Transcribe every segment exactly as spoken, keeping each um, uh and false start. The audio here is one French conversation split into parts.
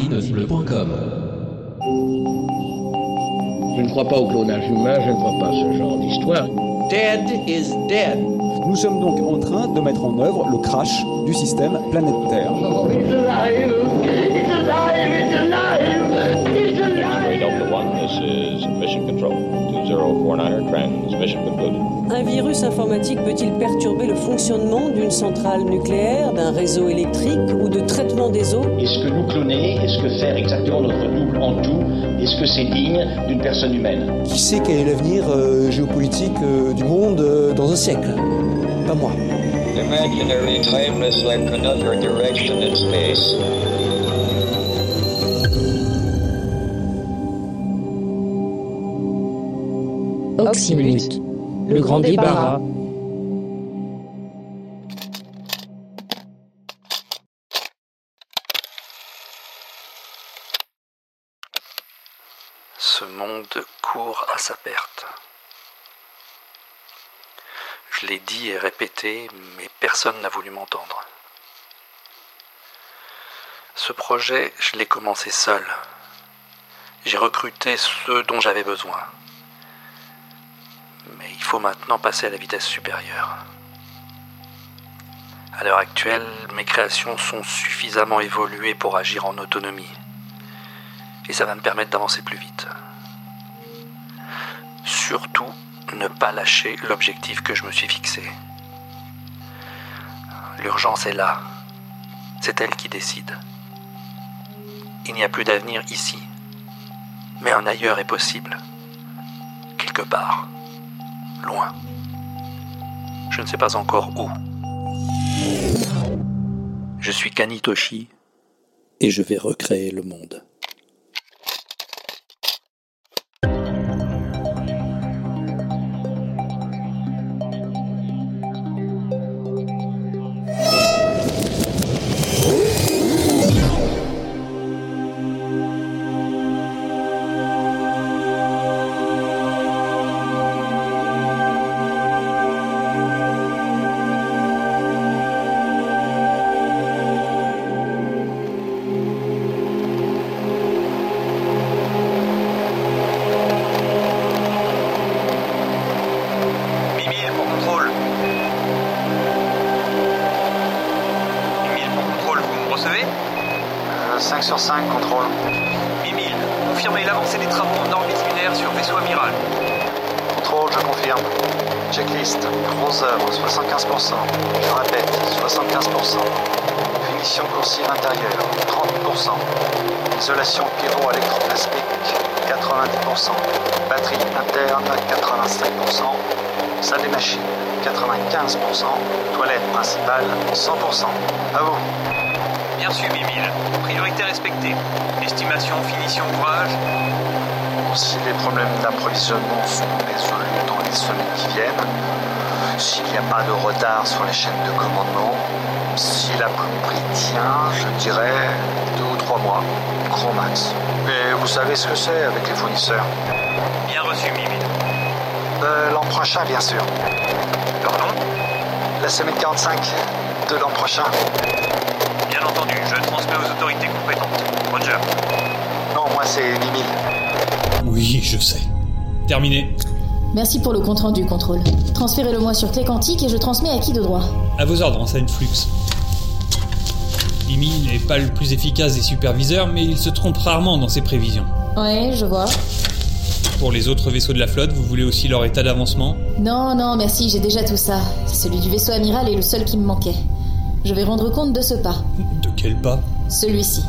inaudible point com. Je ne crois pas au clonage humain, je ne crois pas à ce genre d'histoire. Dead is dead. Nous sommes donc en train de mettre en œuvre le crash du système planète Terre. Oh, it's alive! It's alive! It's alive! It's alive! Delta One, this is Mission Control. two zero four niner, transmission concluded. Un virus informatique peut-il perturber le fonctionnement d'une centrale nucléaire, d'un réseau électrique ou de traitement des eaux ? Est-ce que nous cloner, est-ce que faire exactement notre double en tout, est-ce que c'est digne d'une personne humaine ? Qui sait quel est l'avenir euh, géopolitique euh, du monde euh, dans un siècle ? Pas moi. Imaginary timeless like another direction in space. Oxymute, le grand débarras. Ce monde court à sa perte. Je l'ai dit et répété, mais personne n'a voulu m'entendre. Ce projet, je l'ai commencé seul. J'ai recruté ceux dont j'avais besoin. Mais il faut maintenant passer à la vitesse supérieure. À l'heure actuelle, mes créations sont suffisamment évoluées pour agir en autonomie. Et ça va me permettre d'avancer plus vite. Surtout, ne pas lâcher l'objectif que je me suis fixé. L'urgence est là. C'est elle qui décide. Il n'y a plus d'avenir ici. Mais un ailleurs est possible. Quelque part. Loin. Je ne sais pas encore où. Je suis Kanitoshi et je vais recréer le monde. cinq sur cinq, contrôle. Mimile, confirmez l'avancée des travaux en orbite lunaire sur vaisseau amiral. Contrôle, je confirme. Checklist, gros œuvre, soixante-quinze pour cent. Je répète, soixante-quinze pour cent. Finition coursive intérieure, trente pour cent. Isolation pyro-électroplasmique, quatre-vingt-dix pour cent. Batterie interne, quatre-vingt-cinq pour cent. Salle des machines, quatre-vingt-quinze pour cent. Toilette principale, cent pour cent. À vous. Bien reçu, Mimile. Priorité respectée. Estimation, finition, ouvrage. Si les problèmes d'approvisionnement sont résolus dans les semaines qui viennent, s'il n'y a pas de retard sur les chaînes de commandement, si la plomberie tient, je dirais deux ou trois mois, gros max. Mais vous savez ce que c'est avec les fournisseurs. Bien reçu, Mimile. Euh, l'an prochain, bien sûr. Pardon ? La semaine quarante-cinq de l'an prochain. Bien entendu, je transmets aux autorités compétentes. Roger. Non, moi c'est Mimile. Oui, je sais. Terminé. Merci pour le compte-rendu, contrôle. Transférez-le-moi sur clé quantique et je transmets à qui de droit ? À vos ordres, enseigne Flux. Mimi n'est pas le plus efficace des superviseurs, mais il se trompe rarement dans ses prévisions. Ouais, je vois. Pour les autres vaisseaux de la flotte, vous voulez aussi leur état d'avancement ? Non, non, merci, j'ai déjà tout ça. Celui du vaisseau amiral est le seul qui me manquait. Je vais rendre compte de ce pas. De quel pas ? Celui-ci.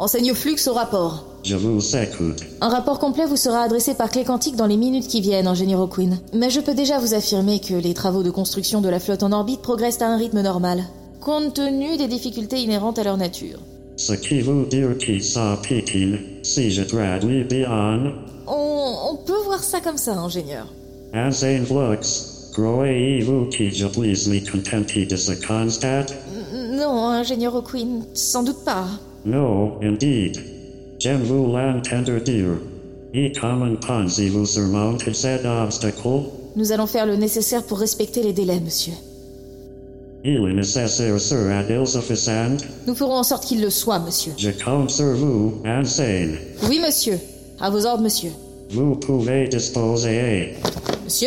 Enseigne Flux au rapport. Je vous écoute. Un rapport complet vous sera adressé par clé quantique dans les minutes qui viennent, ingénieur O'Quinn. Mais je peux déjà vous affirmer que les travaux de construction de la flotte en orbite progressent à un rythme normal, compte tenu des difficultés inhérentes à leur nature. Ce qui veut dire qu'il s'applique, si je traduis bien... On, on peut voir ça comme ça, ingénieur. As un flux, croyez-vous que je puisse me contenter de ce constat? Non, ingénieur O'Quinn, sans doute pas. No, indeed. J'aime vous l'entendre dire. Et comment pensez-vous surmonter cet obstacle? Nous allons faire le nécessaire pour respecter les délais, monsieur. Il est nécessaire sera-t-il suffisant? Nous ferons en sorte qu'il le soit, monsieur. Je compte sur vous, Insane. Oui, monsieur. À vos ordres, monsieur. Vous pouvez disposer. Monsieur.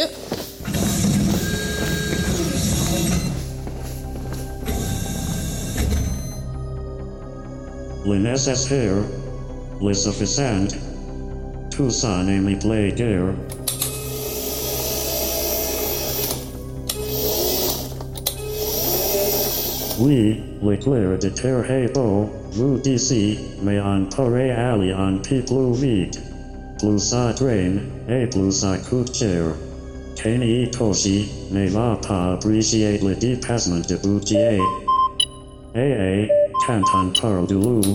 Le nécessaire, le suffisant, tout ça ne me plaît guère. Oui, l'éclair de terre est beau, vous d'ici, mais on pourrait aller un peu plus vite. Plus ça traîne, et plus ça coûte cher. Kenny Toshi ne va pas apprécier le dépassement de budget. Eh eh, quand on parle de loup.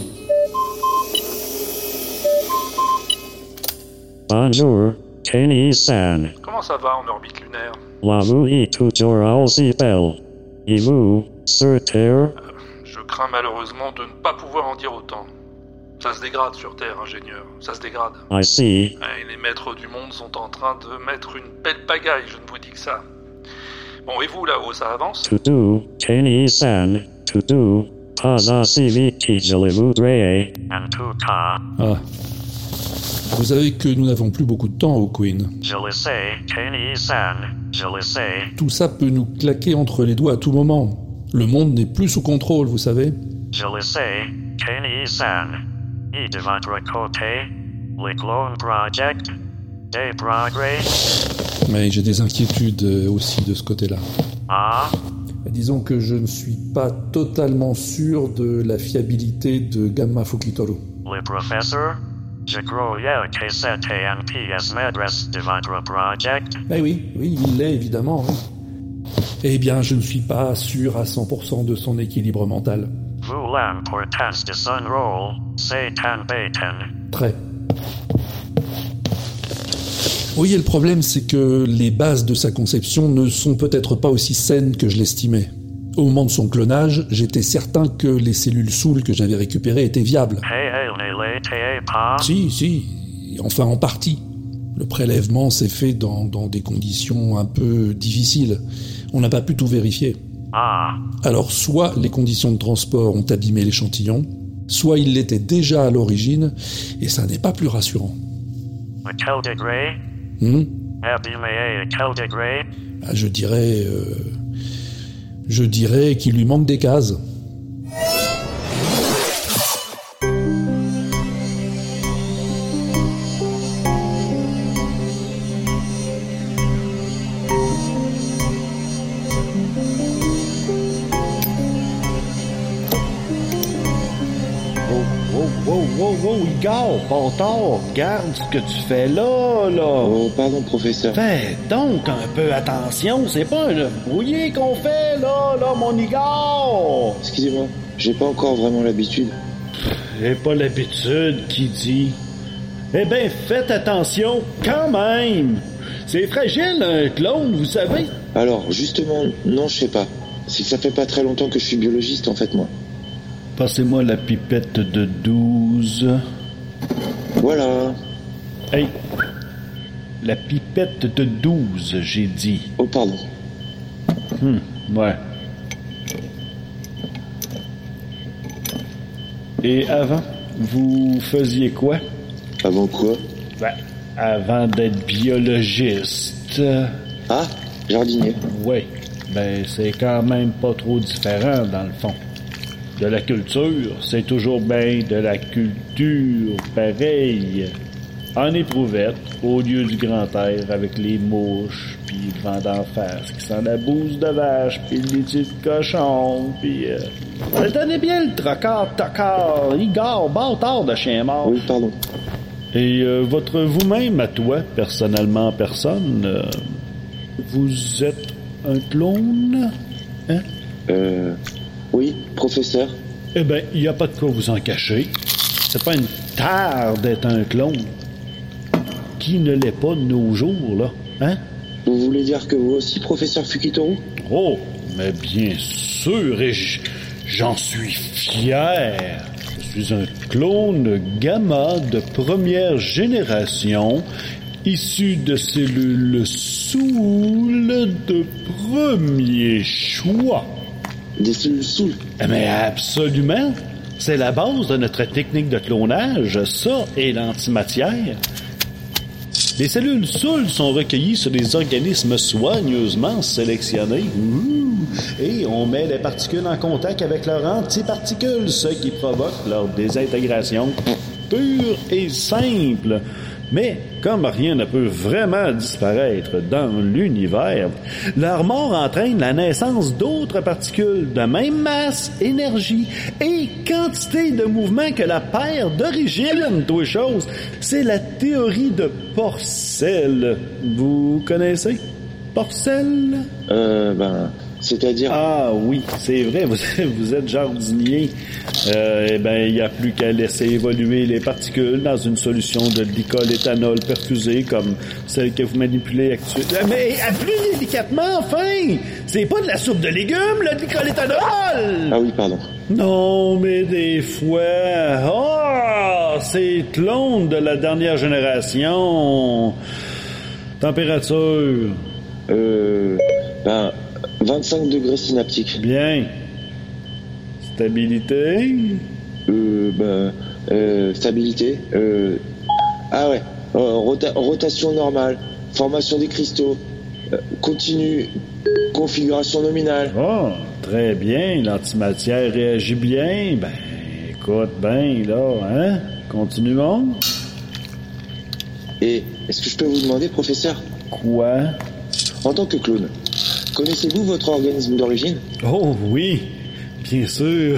Bonjour, Kenny-san. Comment ça va en orbite lunaire? La vie est toujours aussi belle. Et vous, sur Terre? euh, Je crains malheureusement de ne pas pouvoir en dire autant. Ça se dégrade sur Terre, ingénieur. Ça se dégrade. I see. Et les maîtres du monde sont en train de mettre une belle pagaille, je ne vous dis que ça. Bon, et vous, là-haut, ça avance? To do, Kenny-san, to do, pas assez vite que je le voudrais, en tout cas. Ah. Vous savez que nous n'avons plus beaucoup de temps, O'Quinn. Je le sais, Kenny-san, je le sais. Tout ça peut nous claquer entre les doigts à tout moment. Le monde n'est plus sous contrôle, vous savez. Je le sais, Kenny-san. Et de votre côté, le Clone Project, des progrès. Mais j'ai des inquiétudes aussi de ce côté-là. Ah? Disons que je ne suis pas totalement sûr de la fiabilité de Gamma Fukitoru. Le professeur? Je croyais que c'était une pièce maîtresse de votre project. Ben oui, oui, il l'est évidemment. Oui. Eh bien, je ne suis pas sûr à cent pour cent de son équilibre mental. Vous l'importance de son rôle, c'est embêtant. Très. Oui, et le problème, c'est que les bases de sa conception ne sont peut-être pas aussi saines que je l'estimais. Au moment de son clonage, j'étais certain que les cellules Soul que j'avais récupérées étaient viables. Hey, elle ne l'était pas. Si, si, enfin en partie. Le prélèvement s'est fait dans, dans des conditions un peu difficiles. On n'a pas pu tout vérifier. Ah. Alors, soit les conditions de transport ont abîmé l'échantillon, soit il l'était déjà à l'origine, et ça n'est pas plus rassurant. À quel degré? Hmm? Abîmé à quel degré? Ah, je dirais... Euh, je dirais qu'il lui manque des cases. Wow, wow, wow, Igor, bâtard, regarde ce que tu fais là, là. Oh, pardon, professeur. Fais donc un peu attention, c'est pas un œuf brouillé qu'on fait, là, là, mon Igor. Excusez-moi, j'ai pas encore vraiment l'habitude. J'ai pas l'habitude, qui dit. Eh ben, faites attention, quand même. C'est fragile, un clone, vous savez. Alors, justement, non, je sais pas. C'est que ça fait pas très longtemps que je suis biologiste, en fait, moi. Passez-moi la pipette de douze. Voilà. Hey, la pipette de douze, j'ai dit. Oh, pardon. Hum, ouais. Et avant, vous faisiez quoi? Avant quoi? Ben, avant d'être biologiste. Ah, jardinier. Oui, ben c'est quand même pas trop différent, dans le fond. De la culture, c'est toujours bien de la culture, pareil. en éprouvette, au lieu du grand air, avec les mouches, puis le vent d'en face, qui sent la bouse de vache, puis le métier de cochon, puis... Euh... Tenez bien le trocard, tocard, Igor, bâtard de chien mort. Oui, pardon. Et euh, votre vous-même, à toi, personnellement, personne, euh, vous êtes un clone? Hein? Euh... Oui, professeur. Eh ben, il n'y a pas de quoi vous en cacher. C'est pas une tare d'être un clone. Qui ne l'est pas de nos jours, là? Hein? Vous voulez dire que vous aussi, professeur Fukitoru? Oh, mais bien sûr, et j'en suis fier. Je suis un clone gamma de première génération, issu de cellules Soul de premier choix. Des cellules Soul? Mais absolument. C'est la base de notre technique de clonage, ça et l'antimatière. Les cellules Soul sont recueillies sur des organismes soigneusement sélectionnés. Ouh. Et on met les particules en contact avec leurs antiparticules, ce qui provoque leur désintégration pure et simple. Mais comme rien ne peut vraiment disparaître dans l'univers, leur mort entraîne la naissance d'autres particules de même masse, énergie et quantité de mouvement que la paire d'origine, deux choses. C'est la théorie de Porcel. Vous connaissez Porcel? Euh, ben... C'est-à-dire... Ah oui, c'est vrai, vous, vous êtes jardinier. Euh, eh ben, il n'y a plus qu'à laisser évoluer les particules dans une solution de glycol-éthanol perfusée comme celle que vous manipulez actuellement. Mais plus délicatement, enfin! C'est pas de la soupe de légumes, le glycol-éthanol! Ah oui, pardon. Non, mais des fois... Oh! C'est clone de la dernière génération. Température? Euh... Ben... vingt-cinq degrés synaptiques. Bien. Stabilité? Euh, ben, euh, stabilité. Euh, ah ouais. Euh, rota- rotation normale. Formation des cristaux. Euh, continue. Configuration nominale. Oh, très bien. L'antimatière réagit bien. Ben, écoute bien, là, hein? Continuons. Et est-ce que je peux vous demander, professeur? Quoi? En tant que clone, connaissez-vous votre organisme d'origine? Oh oui, bien sûr.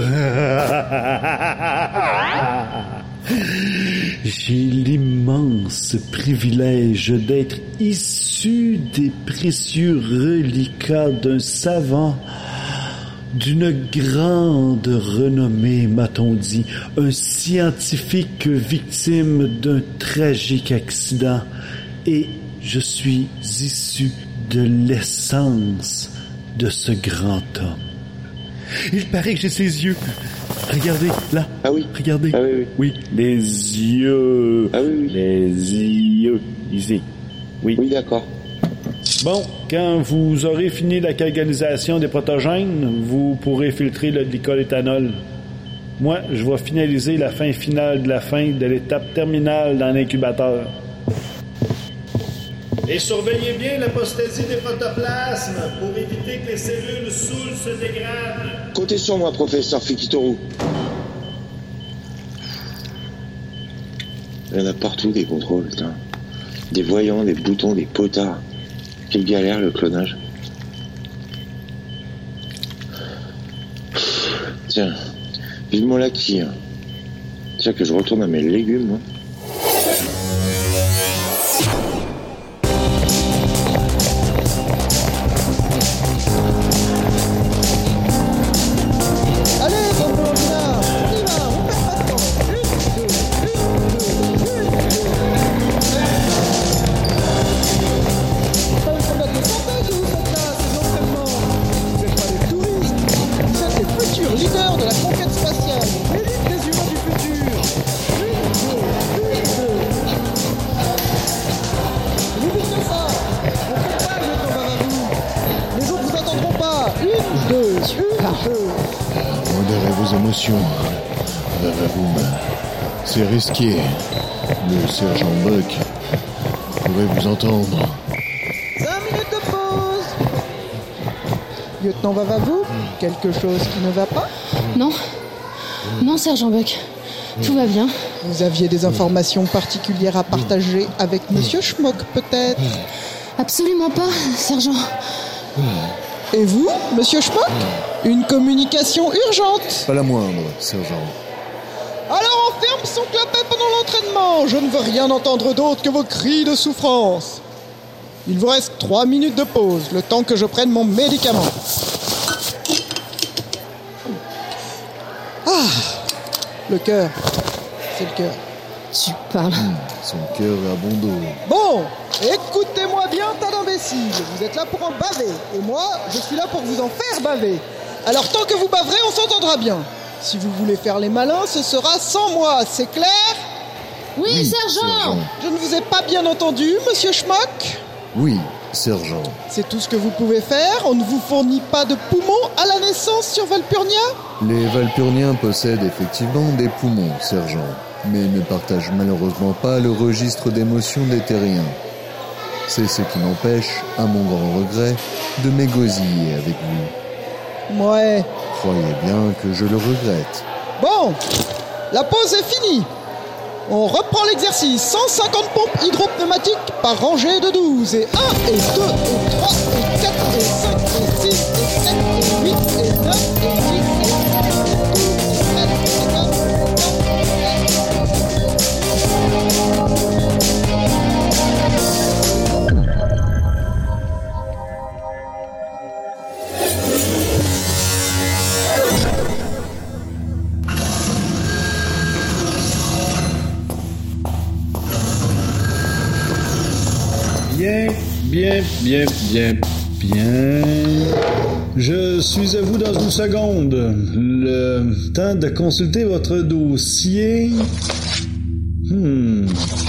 J'ai l'immense privilège d'être issu des précieux reliquats d'un savant d'une grande renommée, m'a-t-on dit, un scientifique victime d'un tragique accident, et je suis issu de l'essence de ce grand homme. Il paraît que j'ai ses yeux. Regardez, là. Ah oui. Regardez. Ah oui, oui. Oui, les yeux. Ah oui, oui. Les yeux. Ici. Oui. Oui, d'accord. Bon, quand vous aurez fini la catalysation des protogènes, vous pourrez filtrer le glycol-éthanol. Moi, je vais finaliser la fin finale de la fin de l'étape terminale dans l'incubateur. Et surveillez bien l'apostasie des protoplasmes pour éviter que les cellules Soul se dégradent. Comptez sur moi, professeur Fukitoru. Il y en a partout des contrôles, putain. Des voyants, des boutons, des potards. Quelle galère, le clonage. Tiens, vivement la qui, hein. Tiens, que je retourne à mes légumes, moi. Modérez vos émotions. Vavaboum. C'est risqué. Le sergent Buck pourrait vous entendre. Cinq minutes de pause. Lieutenant Vavavoum, quelque chose qui ne va pas? Non. Non, sergent Buck. Tout va bien. Vous aviez des informations particulières à partager avec Monsieur Schmock, peut-être? Absolument pas, sergent. Et vous, Monsieur Schmock? Une communication urgente? Pas la moindre, sergent. Alors on ferme son clapet pendant l'entraînement. Je ne veux rien entendre d'autre que vos cris de souffrance. Il vous reste trois minutes de pause, le temps que je prenne mon médicament. Ah, le cœur. C'est le cœur. Tu parles. Mmh, son cœur est à bon dos. Bon, écoutez-moi bien, tas d'imbéciles. Vous êtes là pour en baver. Et moi, je suis là pour vous en faire baver. Alors tant que vous baverez, on s'entendra bien. Si vous voulez faire les malins, ce sera sans moi, c'est clair? Oui, oui sergent. sergent Je ne vous ai pas bien entendu, Monsieur Schmock? Oui, sergent. C'est tout ce que vous pouvez faire? On ne vous fournit pas de poumons à la naissance sur Valpurnia? Les Valpurniens possèdent effectivement des poumons, sergent, mais ne partagent malheureusement pas le registre d'émotions des terriens. C'est ce qui m'empêche, à mon grand regret, de m'égosiller avec vous. Ouais. Croyez bien que je le regrette. Bon, la pause est finie. On reprend l'exercice. cent cinquante pompes hydropneumatiques par rangée de douze. Et un, et deux, et trois, et quatre, et cinq, et six, et sept, et huit, et neuf, et dix, et Bien, bien, bien, bien, bien. Je suis à vous dans une seconde. Le temps de consulter votre dossier. Hmm.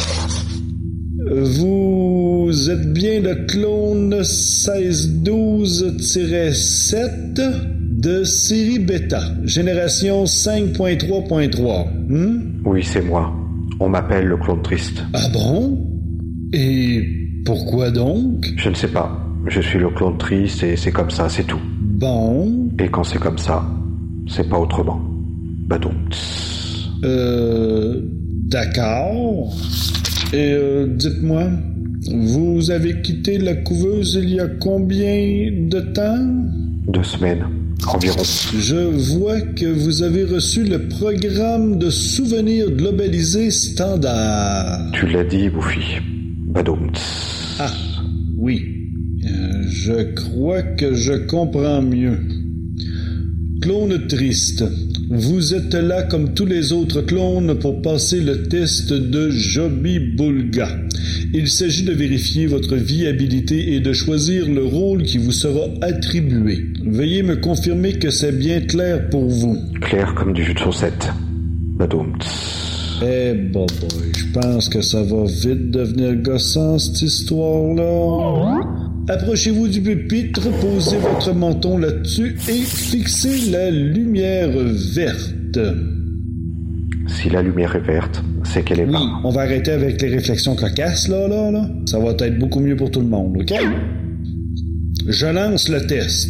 Vous êtes bien le clone seize douze sept de série bêta, génération cinq point trois point trois. Hmm? Oui, c'est moi. On m'appelle le clone triste. Ah bon? Et pourquoi donc? Je ne sais pas. Je suis le clone triste et c'est comme ça, c'est tout. Bon. Et quand c'est comme ça, c'est pas autrement. Badum. Euh... D'accord. Et euh, dites-moi, vous avez quitté la couveuse il y a combien de temps? Deux semaines, environ. Je vois que vous avez reçu le programme de souvenirs globalisé standard. Tu l'as dit, Bouffi. Badum. Ah, oui. Euh, je crois que je comprends mieux. Clone triste, vous êtes là comme tous les autres clones pour passer le test de Jobi-Bulga. Il s'agit de vérifier votre viabilité et de choisir le rôle qui vous sera attribué. Veuillez me confirmer que c'est bien clair pour vous. Clair comme du jus de chaussette. Badum. Eh bon boy, je pense que ça va vite devenir gossant cette histoire-là. Approchez-vous du pupitre, posez votre menton là-dessus et fixez la lumière verte. Si la lumière est verte, c'est qu'elle est oui, pas. On va arrêter avec les réflexions cocasses, là, là, là. Ça va être beaucoup mieux pour tout le monde, OK? Je lance le test.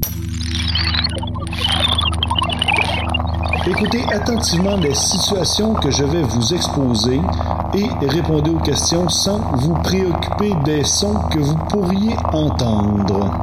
Écoutez attentivement les situations que je vais vous exposer et répondez aux questions sans vous préoccuper des sons que vous pourriez entendre.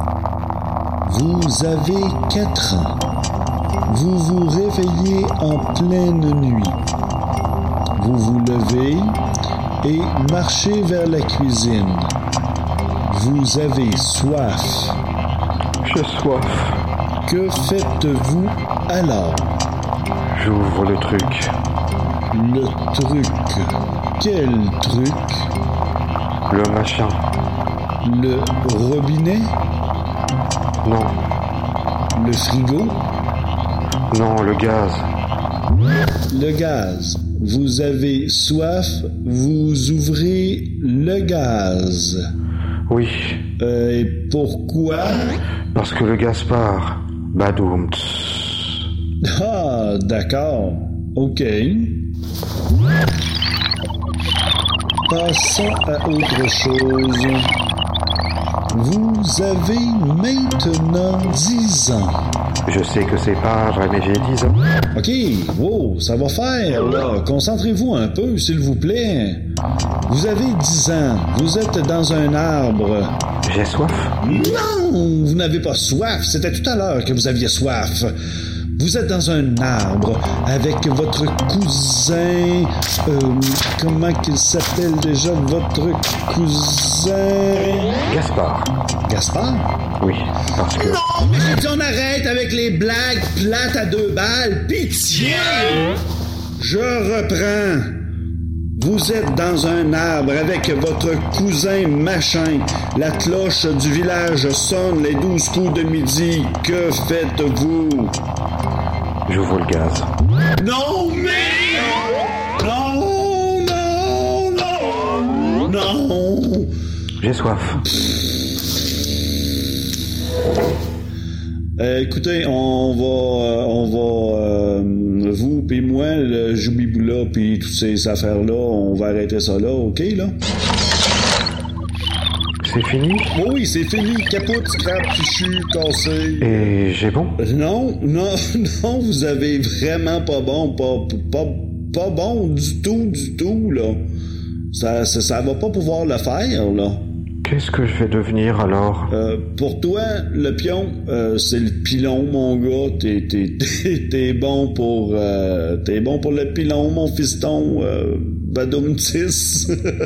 Vous avez quatre ans. Vous vous réveillez en pleine nuit. Vous vous levez et marchez vers la cuisine. Vous avez soif. J'ai soif. Que faites-vous alors? J'ouvre le truc. Le truc. Quel truc? Le machin. Le robinet? Non. Le frigo? Non, le gaz. Le gaz. Vous avez soif, vous ouvrez le gaz. Oui. Euh, et pourquoi? Parce que le gaz part. Badoum. Ah, d'accord. OK. Passons à autre chose. Vous avez maintenant dix ans. Je sais que c'est pas vrai, mais j'ai dix ans. OK, wow, ça va faire, là. Concentrez-vous un peu, s'il vous plaît. Vous avez dix ans. Vous êtes dans un arbre. J'ai soif? Non, vous n'avez pas soif. C'était tout à l'heure que vous aviez soif. Vous êtes dans un arbre avec votre cousin... Euh, comment qu'il s'appelle déjà, votre cousin... Gaspard. Gaspard? Oui, parce que... Non, mais j'ai dit on arrête avec les blagues plates à deux balles. Pitié! Je reprends. Vous êtes dans un arbre avec votre cousin machin. La cloche du village sonne les douze coups de midi. Que faites-vous? J'ouvre le gaz. Non, mais... Non, non, non, non. J'ai soif. Euh, écoutez, on va, euh, on va, euh, vous puis moi, le Joubiboula puis toutes ces affaires-là, on va arrêter ça là, ok, là? C'est fini? Oui, c'est fini. Capote, scrap, fichu, cassé. Et j'ai bon? Non, non, non, vous avez vraiment pas bon, pas, pas, pas bon du tout, du tout, là. Ça, ça, ça va pas pouvoir le faire, là. Qu'est-ce que je vais devenir alors? Euh, pour toi, le pion, euh, c'est le pilon, mon gars. T'es, t'es, t'es, t'es bon pour, euh, t'es bon pour le pilon, mon fiston. Euh, Badoumtis.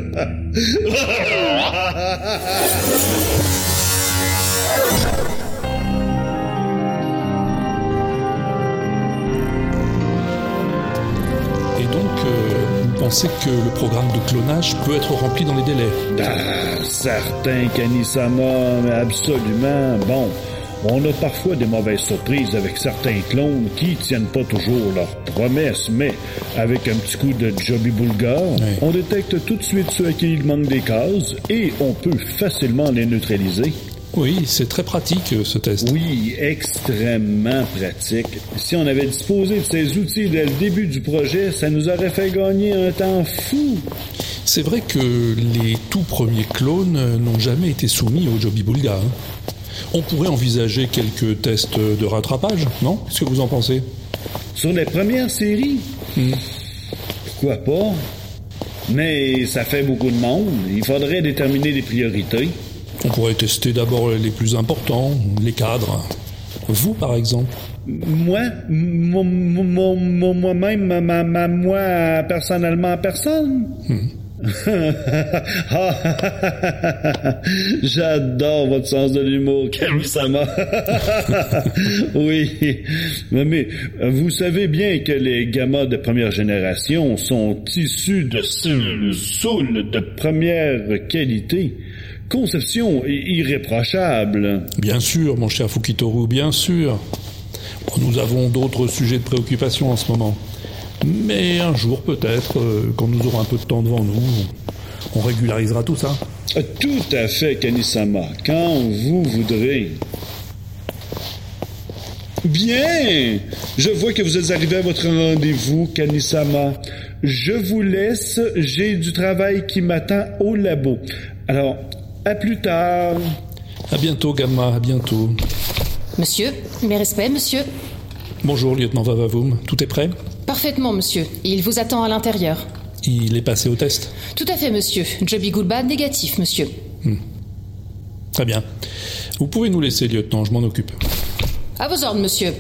Et donc, euh, vous pensez que le programme de clonage peut être rempli dans les délais? Ah, certain, Kanisama, mais absolument. Bon, on a parfois des mauvaises surprises avec certains clones qui tiennent pas toujours leurs promesses, mais avec un petit coup de Joby Bulgar, oui. On détecte tout de suite ceux à qui il manque des cases et on peut facilement les neutraliser. Oui, c'est très pratique, ce test. Oui, extrêmement pratique. Si on avait disposé de ces outils dès le début du projet, ça nous aurait fait gagner un temps fou. C'est vrai que les tout premiers clones n'ont jamais été soumis au Joby Bulgar. Hein. On pourrait envisager quelques tests de rattrapage, non? Qu'est-ce que vous en pensez? Sur les premières séries? Hmm. Pourquoi pas? Mais ça fait beaucoup de monde. Il faudrait déterminer des priorités. On pourrait tester d'abord les plus importants, les cadres. Vous, par exemple. Moi? Moi-même, ma, ma, ma, moi, personnellement, personne? Hmm. J'adore votre sens de l'humour, Kami-sama. Oui, mais vous savez bien que les gammas de première génération sont issus de cellules soules de première qualité. Conception irréprochable. Bien sûr, mon cher Fukitoru, bien sûr. Bon, nous avons d'autres sujets de préoccupation en ce moment. Mais un jour, peut-être, euh, quand nous aurons un peu de temps devant nous, on régularisera tout ça. Tout à fait, Kanisama. Quand vous voudrez. Bien! Je vois que vous êtes arrivé à votre rendez-vous, Kanisama. Je vous laisse. J'ai du travail qui m'attend au labo. Alors, à plus tard. À bientôt, Gamma. À bientôt. Monsieur, mes respects, monsieur. Bonjour, lieutenant Vavavoum. Tout est prêt? Parfaitement, monsieur. Il vous attend à l'intérieur. Il est passé au test? Tout à fait, monsieur. Joby Goulbad négatif, monsieur. Hmm. Très bien. Vous pouvez nous laisser, lieutenant, je m'en occupe. À vos ordres, monsieur.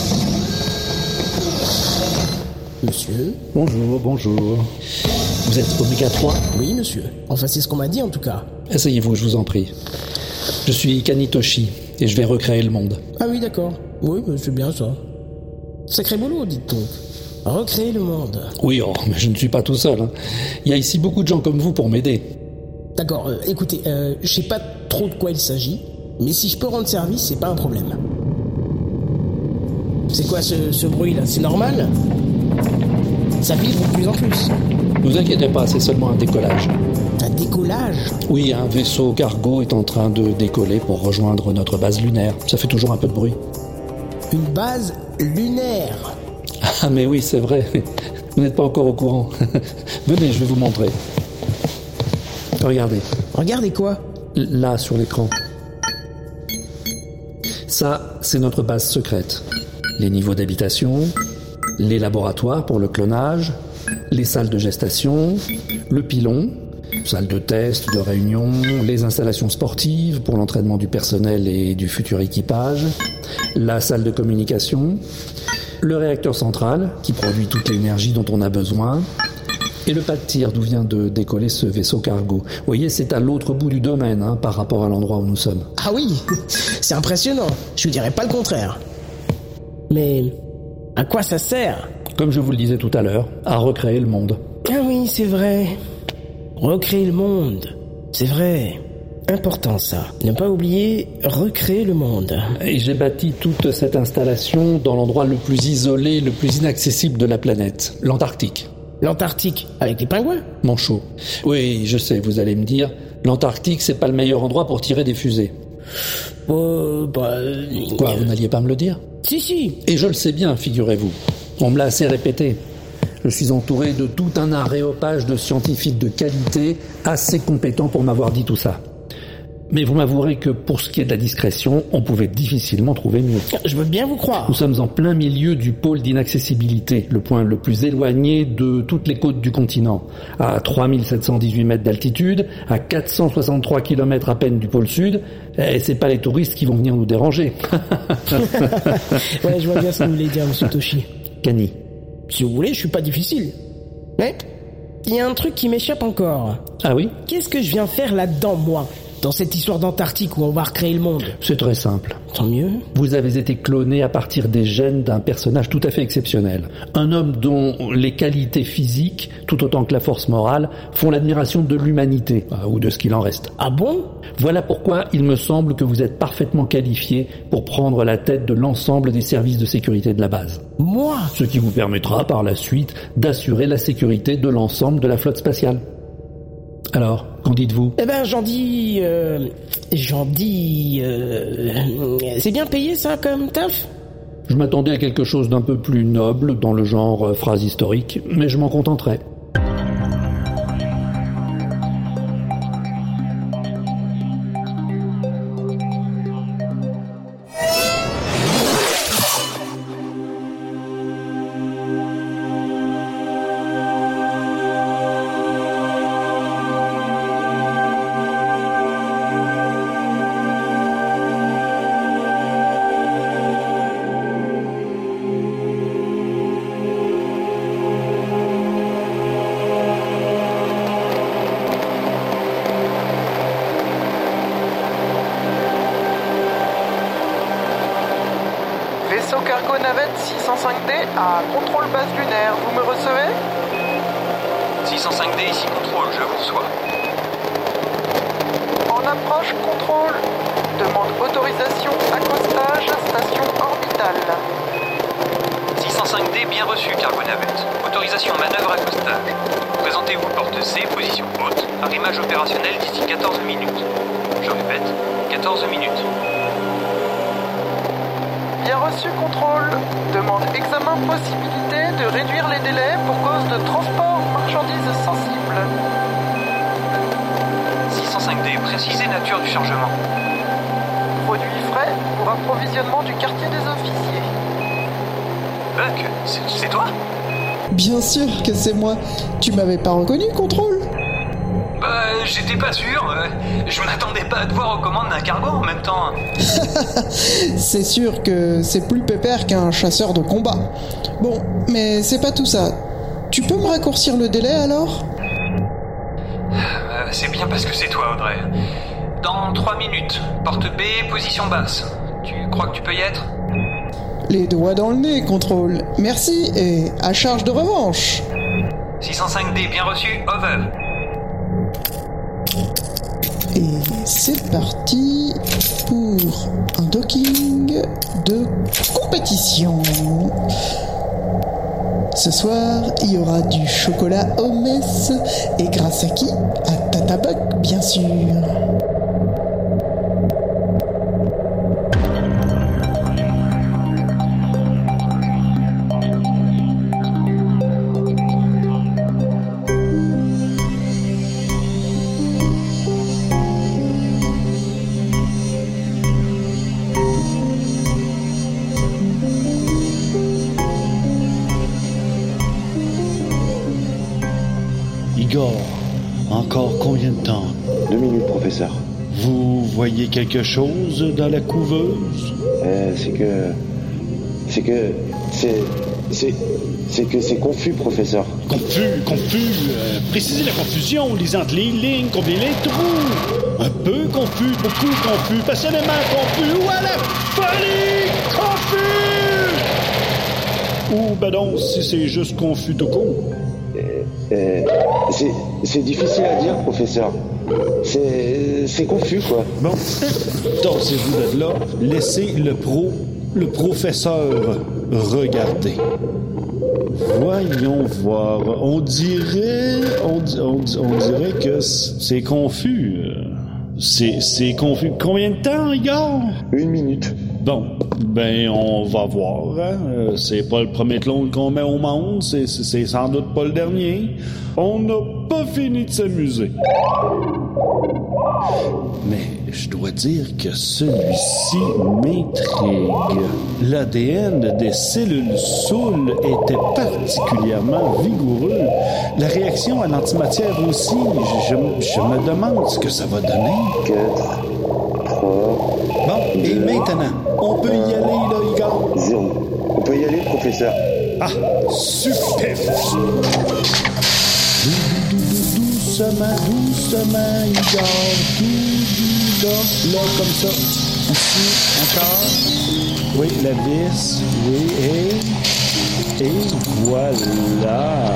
Monsieur? Bonjour, bonjour. Vous êtes Oméga trois? Oui, monsieur. Enfin, c'est ce qu'on m'a dit, en tout cas. Asseyez-vous, je vous en prie. Je suis Kanitoshi, et je vais recréer le monde. Ah oui, d'accord. Oui, bah, c'est bien ça. Sacré boulot, dites-on. Recréer le monde. Oui, oh, mais je ne suis pas tout seul. Hein. Il y a ici beaucoup de gens comme vous pour m'aider. D'accord, euh, écoutez, euh, je sais pas trop de quoi il s'agit, mais si je peux rendre service, c'est pas un problème. C'est quoi ce, ce bruit-là? C'est normal? Ça vibre de plus en plus. Ne vous inquiétez pas, c'est seulement un décollage. Un décollage? Oui, un vaisseau cargo est en train de décoller pour rejoindre notre base lunaire. Ça fait toujours un peu de bruit. Une base lunaire? Ah mais oui, c'est vrai. Vous n'êtes pas encore au courant. Venez, je vais vous montrer. Regardez. Regardez quoi? Là, sur l'écran. Ça, c'est notre base secrète. Les niveaux d'habitation, les laboratoires pour le clonage, les salles de gestation, le pilon, salle de test, de réunion, les installations sportives pour l'entraînement du personnel et du futur équipage, la salle de communication, le réacteur central qui produit toute l'énergie dont on a besoin, et le pas de tir d'où vient de décoller ce vaisseau cargo. Vous voyez, c'est à l'autre bout du domaine hein, par rapport à l'endroit où nous sommes. Ah oui, c'est impressionnant, je dirais pas le contraire. Mais à quoi ça sert ? Comme je vous le disais tout à l'heure, à recréer le monde. Ah oui, c'est vrai. Recréer le monde, c'est vrai. Important ça. Ne pas oublier, recréer le monde. Et j'ai bâti toute cette installation dans l'endroit le plus isolé, le plus inaccessible de la planète, l'Antarctique. L'Antarctique, avec les pingouins ? Manchot. Oui, je sais, vous allez me dire, l'Antarctique, c'est pas le meilleur endroit pour tirer des fusées. Euh, bah... Quoi, vous n'alliez pas me le dire ? Si, si. Et je le sais bien, figurez-vous. On me l'a assez répété. Je suis entouré de tout un aréopage de scientifiques de qualité, assez compétents pour m'avoir dit tout ça. Mais vous m'avouerez que pour ce qui est de la discrétion, on pouvait difficilement trouver mieux. Je veux bien vous croire. Nous sommes en plein milieu du pôle d'inaccessibilité, le point le plus éloigné de toutes les côtes du continent, à trois mille sept cent dix-huit mètres d'altitude, à quatre cent soixante-trois kilomètres à peine du pôle sud, et c'est pas les touristes qui vont venir nous déranger. Ouais, je vois bien ce que vous voulez dire, monsieur Toshi. Kani. Si vous voulez, je suis pas difficile. Mais il y a un truc qui m'échappe encore. Ah oui ? Qu'est-ce que je viens faire là-dedans, moi ? Dans cette histoire d'Antarctique où on va recréer le monde. C'est très simple. Tant mieux. Vous avez été cloné à partir des gènes d'un personnage tout à fait exceptionnel. Un homme dont les qualités physiques, tout autant que la force morale, font l'admiration de l'humanité, ou de ce qu'il en reste. Ah bon ? Voilà pourquoi il me semble que vous êtes parfaitement qualifié pour prendre la tête de l'ensemble des services de sécurité de la base. Moi ? Ce qui vous permettra par la suite d'assurer la sécurité de l'ensemble de la flotte spatiale. Alors, qu'en dites-vous ? Eh ben, j'en dis... Euh, j'en dis... Euh, c'est bien payé, ça, comme taf ? Je m'attendais à quelque chose d'un peu plus noble, dans le genre euh, phrase historique, mais je m'en contenterai. Vaisseau cargo navette six cent cinq D à contrôle base lunaire, vous me recevez ? six cent cinq D ici contrôle, je vous reçois. En approche contrôle, demande autorisation accostage station orbitale. six cent cinq D bien reçu, cargo navette. Autorisation manœuvre accostage. Présentez-vous porte C, position haute. Arrimage opérationnel d'ici quatorze minutes. Je répète, quatorze minutes. Bien reçu, contrôle. Demande examen possibilité de réduire les délais pour cause de transport marchandises sensibles. six cent cinq D, précisez nature du chargement. Produit frais pour approvisionnement du quartier des officiers. Buck, c'est, c'est toi ? Bien sûr que c'est moi. Tu m'avais pas reconnu, contrôle ? Bah, j'étais pas sûr. Je m'attendais pas à te voir aux commandes d'un cargo en même temps. C'est sûr que c'est plus pépère qu'un chasseur de combat. Bon, mais c'est pas tout ça. Tu peux me raccourcir le délai alors ? euh, C'est bien parce que c'est toi, Audrey. Dans trois minutes, porte B, position basse. Tu crois que tu peux y être ? Les doigts dans le nez, contrôle. Merci et à charge de revanche. six cent cinq D, bien reçu, over. Et c'est parti pour un docking de compétition. Ce soir, il y aura du chocolat au mess. Et grâce à qui ? À Tata Buck, bien sûr. Igor, encore combien de temps? Deux minutes, professeur. Vous voyez quelque chose dans la couveuse? Euh, c'est que... C'est que... C'est... C'est... C'est que c'est confus, professeur. Confus, confus. Euh, précisez la confusion, lisez entre les lignes, combien les trous. Un peu confus, beaucoup confus, passionnément confus, ou à la folie confus. Ou ben donc, si c'est juste confus tout court. Euh, euh, c'est... C'est difficile à dire, professeur. C'est... C'est confus, quoi. Bon, dansez-vous de là. Laissez le pro, le professeur regarder. Voyons voir. On dirait, on, on, on dirait que c'est confus. C'est, c'est confus. Combien de temps, Igor? Une minute. Bon, ben on va voir. Hein? C'est pas le premier clone qu'on met au monde. C'est, c'est, c'est sans doute pas le dernier. On n'a pas fini de s'amuser. Mais je dois dire que celui-ci m'intrigue. L'A D N des cellules Soul était particulièrement vigoureux. La réaction à l'antimatière aussi. Je, je, je me demande ce que ça va donner. Quatre, trois... Bon, et maintenant, on peut y aller, là, Igor? Zéro. On peut y aller, professeur. Ah, super! Doucement, doucement, Igor. Tout là, là, comme ça. Ici, encore. Oui, la vis. Oui, et... Et voilà.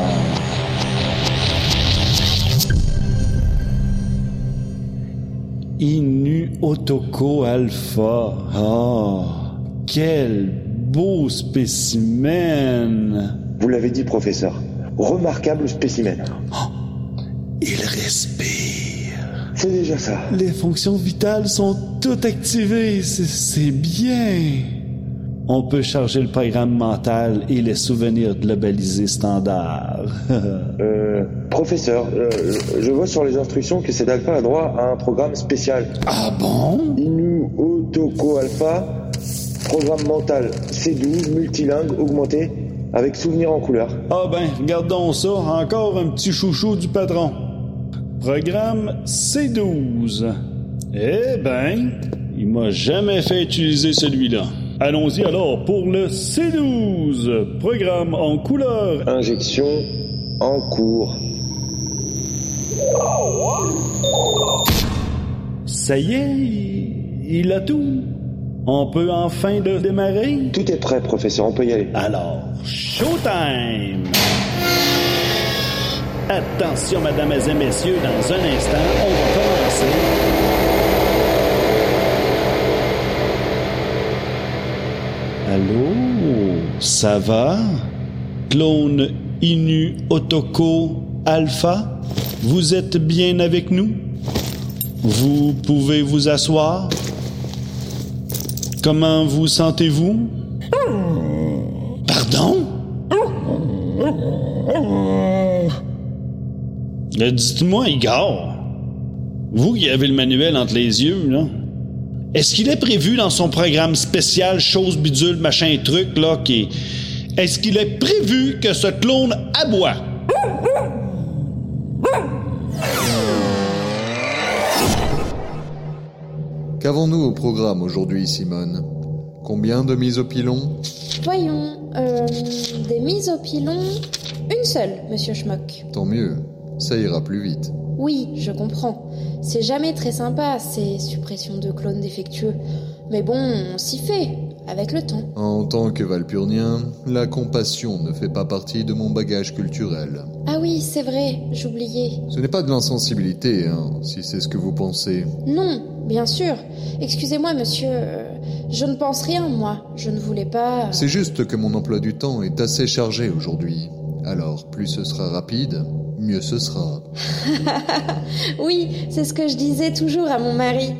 Inu Otoko Alpha. Oh, quel beau spécimen. Vous l'avez dit, professeur. Remarquable spécimen. Oh, il respire. C'est déjà ça. Les fonctions vitales sont toutes activées. C'est, c'est bien. On peut charger le programme mental et les souvenirs globalisés standards. euh, professeur, euh, je vois sur les instructions que cet alpha a droit à un programme spécial. Ah bon? Inu Otoko Alpha, programme mental C douze, multilingue, augmenté, avec souvenirs en couleur. Ah ben, regardons ça. Encore un petit chouchou du patron. Programme C douze. Eh ben, il m'a jamais fait utiliser celui-là. Allons-y alors pour le C douze. Programme en couleur. Injection en cours. Ça y est, il a tout. On peut enfin le démarrer? Tout est prêt, professeur, on peut y aller. Alors, showtime! Attention, mesdames et messieurs, dans un instant, on va commencer. Allô? Ça va? Clone Inu Otoko Alpha? Vous êtes bien avec nous? Vous pouvez vous asseoir? Comment vous sentez-vous? Pardon? Dites-moi, Igor, vous qui avez le manuel entre les yeux, là, est-ce qu'il est prévu dans son programme spécial chose bidule machin truc là qui est-ce qu'il est prévu que ce clone aboie? Qu'avons-nous au programme aujourd'hui, Simone? Combien de mises au pilon? Voyons, euh, des mises au pilon, une seule, monsieur Schmock. Tant mieux, ça ira plus vite. Oui, je comprends. C'est jamais très sympa, ces suppressions de clones défectueux. Mais bon, on s'y fait, avec le temps. En tant que Valpurnien, la compassion ne fait pas partie de mon bagage culturel. Ah oui, c'est vrai, j'oubliais. Ce n'est pas de l'insensibilité, hein, si c'est ce que vous pensez. Non, bien sûr. Excusez-moi, monsieur, euh, je ne pense rien, moi. Je ne voulais pas... C'est juste que mon emploi du temps est assez chargé aujourd'hui. Alors, plus ce sera rapide, mieux ce sera. Oui, c'est ce que je disais toujours à mon mari.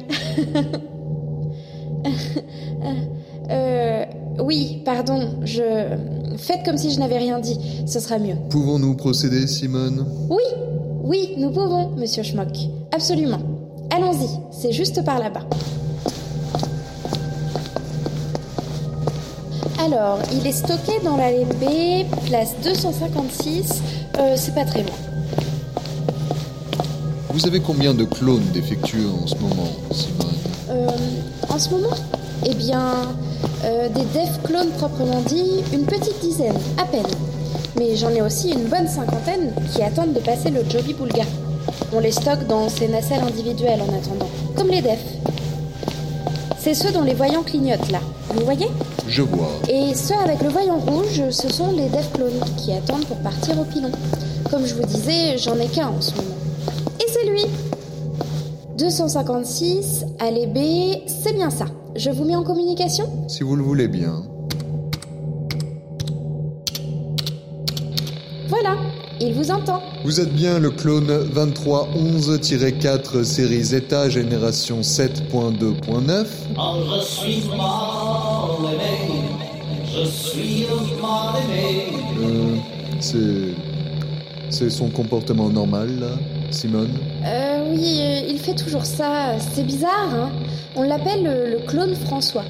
euh, oui, pardon, je... Faites comme si je n'avais rien dit, ce sera mieux. Pouvons-nous procéder, Simone? Oui, oui, nous pouvons, monsieur Schmock. Absolument. Allons-y, c'est juste par là-bas. Alors, il est stocké dans l'allée B, place deux cent cinquante-six. Euh, c'est pas très loin. Vous avez combien de clones défectueux en ce moment, Simone? Euh, en ce moment Eh bien, euh, des dev clones proprement dit, une petite dizaine, à peine. Mais j'en ai aussi une bonne cinquantaine qui attendent de passer le Joby Boulga. On les stocke dans ces nacelles individuelles en attendant, comme les defs. C'est ceux dont les voyants clignotent là, vous voyez? Je vois. Et ceux avec le voyant rouge, ce sont les dev clones qui attendent pour partir au pilon. Comme je vous disais, j'en ai qu'un en ce moment. Et c'est lui deux cent cinquante-six, allez B, c'est bien ça. Je vous mets en communication? Si vous le voulez bien. Voilà, il vous entend. Vous êtes bien le clone vingt-trois onze tiret quatre série Zeta génération sept point deux point neuf. Oh, je suis mal aimé, je suis mal aimé. Euh, c'est... C'est son comportement normal, là, Simone? Euh, oui, euh, il fait toujours ça. C'est bizarre, hein? On l'appelle le, le clone François.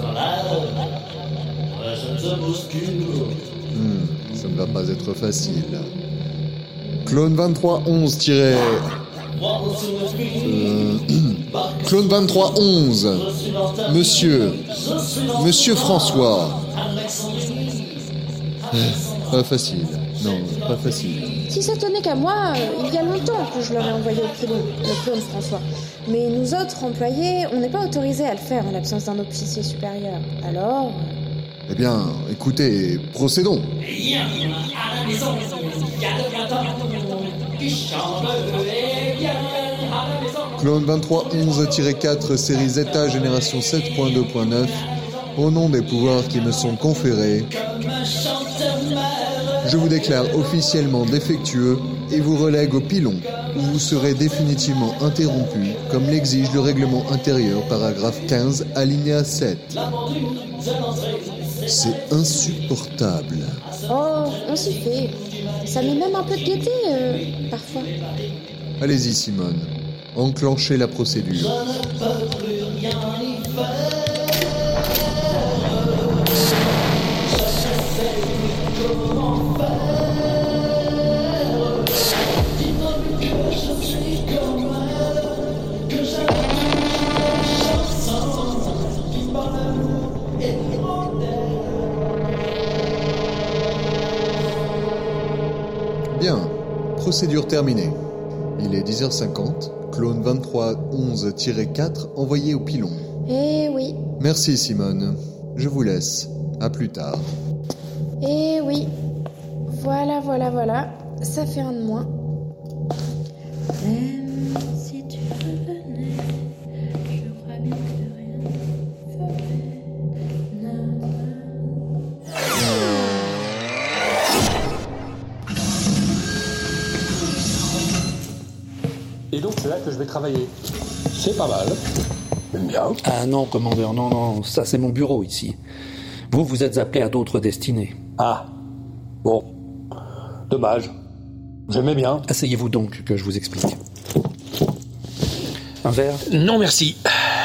Hmm, ça ne va pas être facile. Clone vingt-trois onze tiret... Euh, Clone vingt-trois onze. Monsieur. Monsieur François. Pas facile. Non, pas facile. Si ça tenait qu'à moi, euh, il y a longtemps que je l'aurais envoyé au pilon, le clone François. Mais nous autres employés, on n'est pas autorisés à le faire en l'absence d'un officier supérieur. Alors... Eh bien, écoutez, procédons. Viens à la maison, il y a de printemps qui chante et viens à la maison. Clone vingt-trois onze tiret quatre série Zeta génération sept point deux point neuf. Au nom des pouvoirs qui me sont conférés, je vous déclare officiellement défectueux et vous relègue au pilon, où vous serez définitivement interrompu, comme l'exige le règlement intérieur, paragraphe quinze, alinéa sept. C'est insupportable. Oh, on s'y fait. Ça met même un peu de gaieté, euh, parfois. Allez-y, Simone. Enclenchez la procédure. Bien, procédure terminée. Il est dix heures cinquante, clone vingt-trois onze tiret quatre envoyé au pilon. Eh oui. Merci Simone, je vous laisse. À plus tard. Eh oui. Voilà, voilà, voilà. Ça fait un de moins. Même si tu revenais, je crois bien que rien ne ferait notre... Et donc c'est là que je vais travailler. C'est pas mal. J'aime bien. Ah non, commandeur, non, non, ça c'est mon bureau ici. Vous, vous êtes appelé à d'autres destinées. Ah, bon. Dommage. J'aimais bien. Asseyez-vous donc, que je vous explique. Un verre? Non, merci.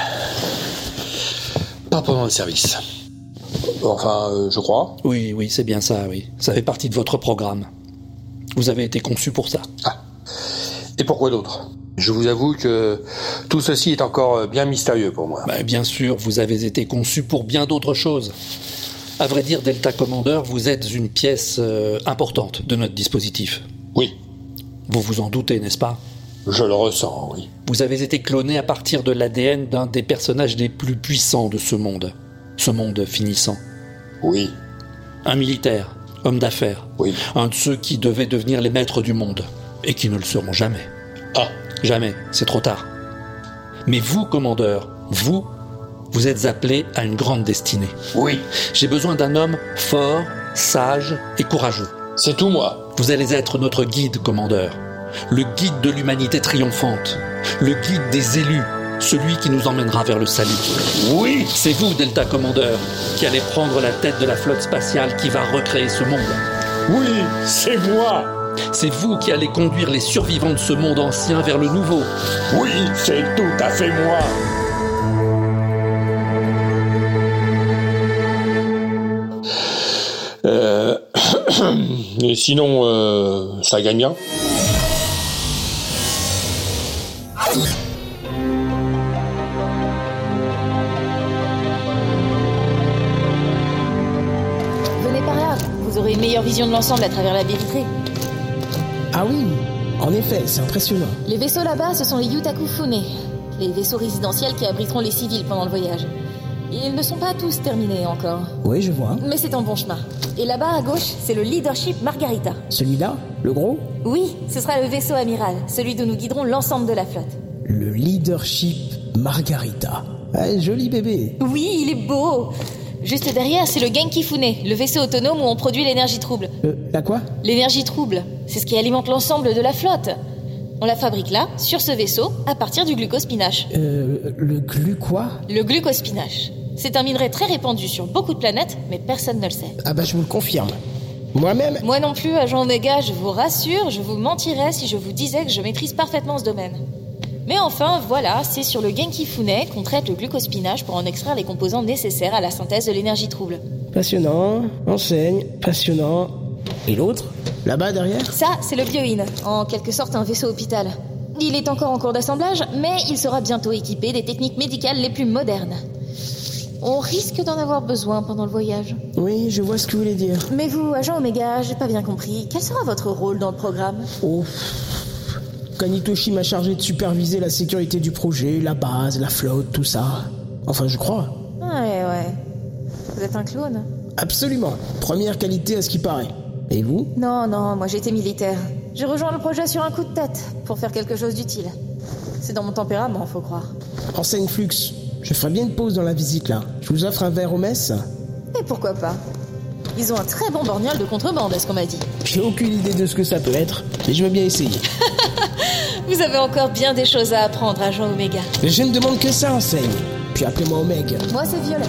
Pas pendant le service. Enfin, euh, je crois. Oui, oui, c'est bien ça, oui. Ça fait partie de votre programme. Vous avez été conçu pour ça. Ah. Et pourquoi d'autre? Je vous avoue que tout ceci est encore bien mystérieux pour moi. Bah, bien sûr, vous avez été conçu pour bien d'autres choses. À vrai dire, Delta Commander, vous êtes une pièce euh, importante de notre dispositif. Oui. Vous vous en doutez, n'est-ce pas? Je le ressens, oui. Vous avez été cloné à partir de l'A D N d'un des personnages les plus puissants de ce monde. Ce monde finissant. Oui. Un militaire, homme d'affaires. Oui. Un de ceux qui devaient devenir les maîtres du monde. Et qui ne le seront jamais. Ah. Jamais, c'est trop tard. Mais vous, commandeur, vous, vous êtes appelé à une grande destinée. Oui. J'ai besoin d'un homme fort, sage et courageux. C'est tout moi. Vous allez être notre guide, commandeur. Le guide de l'humanité triomphante. Le guide des élus. Celui qui nous emmènera vers le salut. Oui. C'est vous, Delta Commander, qui allez prendre la tête de la flotte spatiale qui va recréer ce monde. Oui, c'est moi. C'est vous qui allez conduire les survivants de ce monde ancien vers le nouveau. Oui, c'est tout à fait moi. Euh... Et sinon, euh, ça gagne bien. aurez une meilleure vision de l'ensemble à travers la baie vitrée. Ah oui, en effet, c'est impressionnant. Les vaisseaux là-bas, ce sont les Yutakufune, les vaisseaux résidentiels qui abriteront les civils pendant le voyage. Ils ne sont pas tous terminés encore. Oui, je vois. Mais c'est en bon chemin. Et là-bas, à gauche, c'est le Leadership Margarita. Celui-là, le gros? Oui, ce sera le vaisseau amiral, celui d'où nous guiderons l'ensemble de la flotte. Le Leadership Margarita. Ah, joli bébé. Oui, il est beau. Juste derrière, c'est le Genki Fune, le vaisseau autonome où on produit l'énergie trouble. Euh, la quoi? L'énergie trouble, c'est ce qui alimente l'ensemble de la flotte. On la fabrique là, sur ce vaisseau, à partir du glucospinache. Euh, le glu quoi? Le glucospinache. C'est un minerai très répandu sur beaucoup de planètes, mais personne ne le sait. Ah bah je vous le confirme. Moi-même... Moi non plus, agent Omega, je vous rassure, je vous mentirais si je vous disais que je maîtrise parfaitement ce domaine. Mais enfin, voilà, c'est sur le Genki Fune qu'on traite le glucospinache pour en extraire les composants nécessaires à la synthèse de l'énergie trouble. Passionnant, enseigne, passionnant. Et l'autre? Là-bas, derrière? Ça, c'est le Bioin, en quelque sorte un vaisseau hôpital. Il est encore en cours d'assemblage, mais il sera bientôt équipé des techniques médicales les plus modernes. On risque d'en avoir besoin pendant le voyage. Oui, je vois ce que vous voulez dire. Mais vous, agent Omega, j'ai pas bien compris. Quel sera votre rôle dans le programme? Oh... Kanitoshi m'a chargé de superviser la sécurité du projet, la base, la flotte, tout ça. Enfin, je crois. Ouais, ouais. Vous êtes un clone? Absolument. Première qualité à ce qui paraît. Et vous? Non, non, moi j'étais militaire. J'ai rejoint le projet sur un coup de tête, pour faire quelque chose d'utile. C'est dans mon tempérament, faut croire. Enseigne Flux, je ferai bien une pause dans la visite, là. Je vous offre un verre au mess? Et pourquoi pas? Ils ont un très bon borgnole de contrebande, est-ce qu'on m'a dit. J'ai aucune idée de ce que ça peut être, mais je veux bien essayer. Vous avez encore bien des choses à apprendre, agent Omega. Mais je ne demande que ça, enseigne. Puis appelez-moi Omega. Moi, c'est Violette.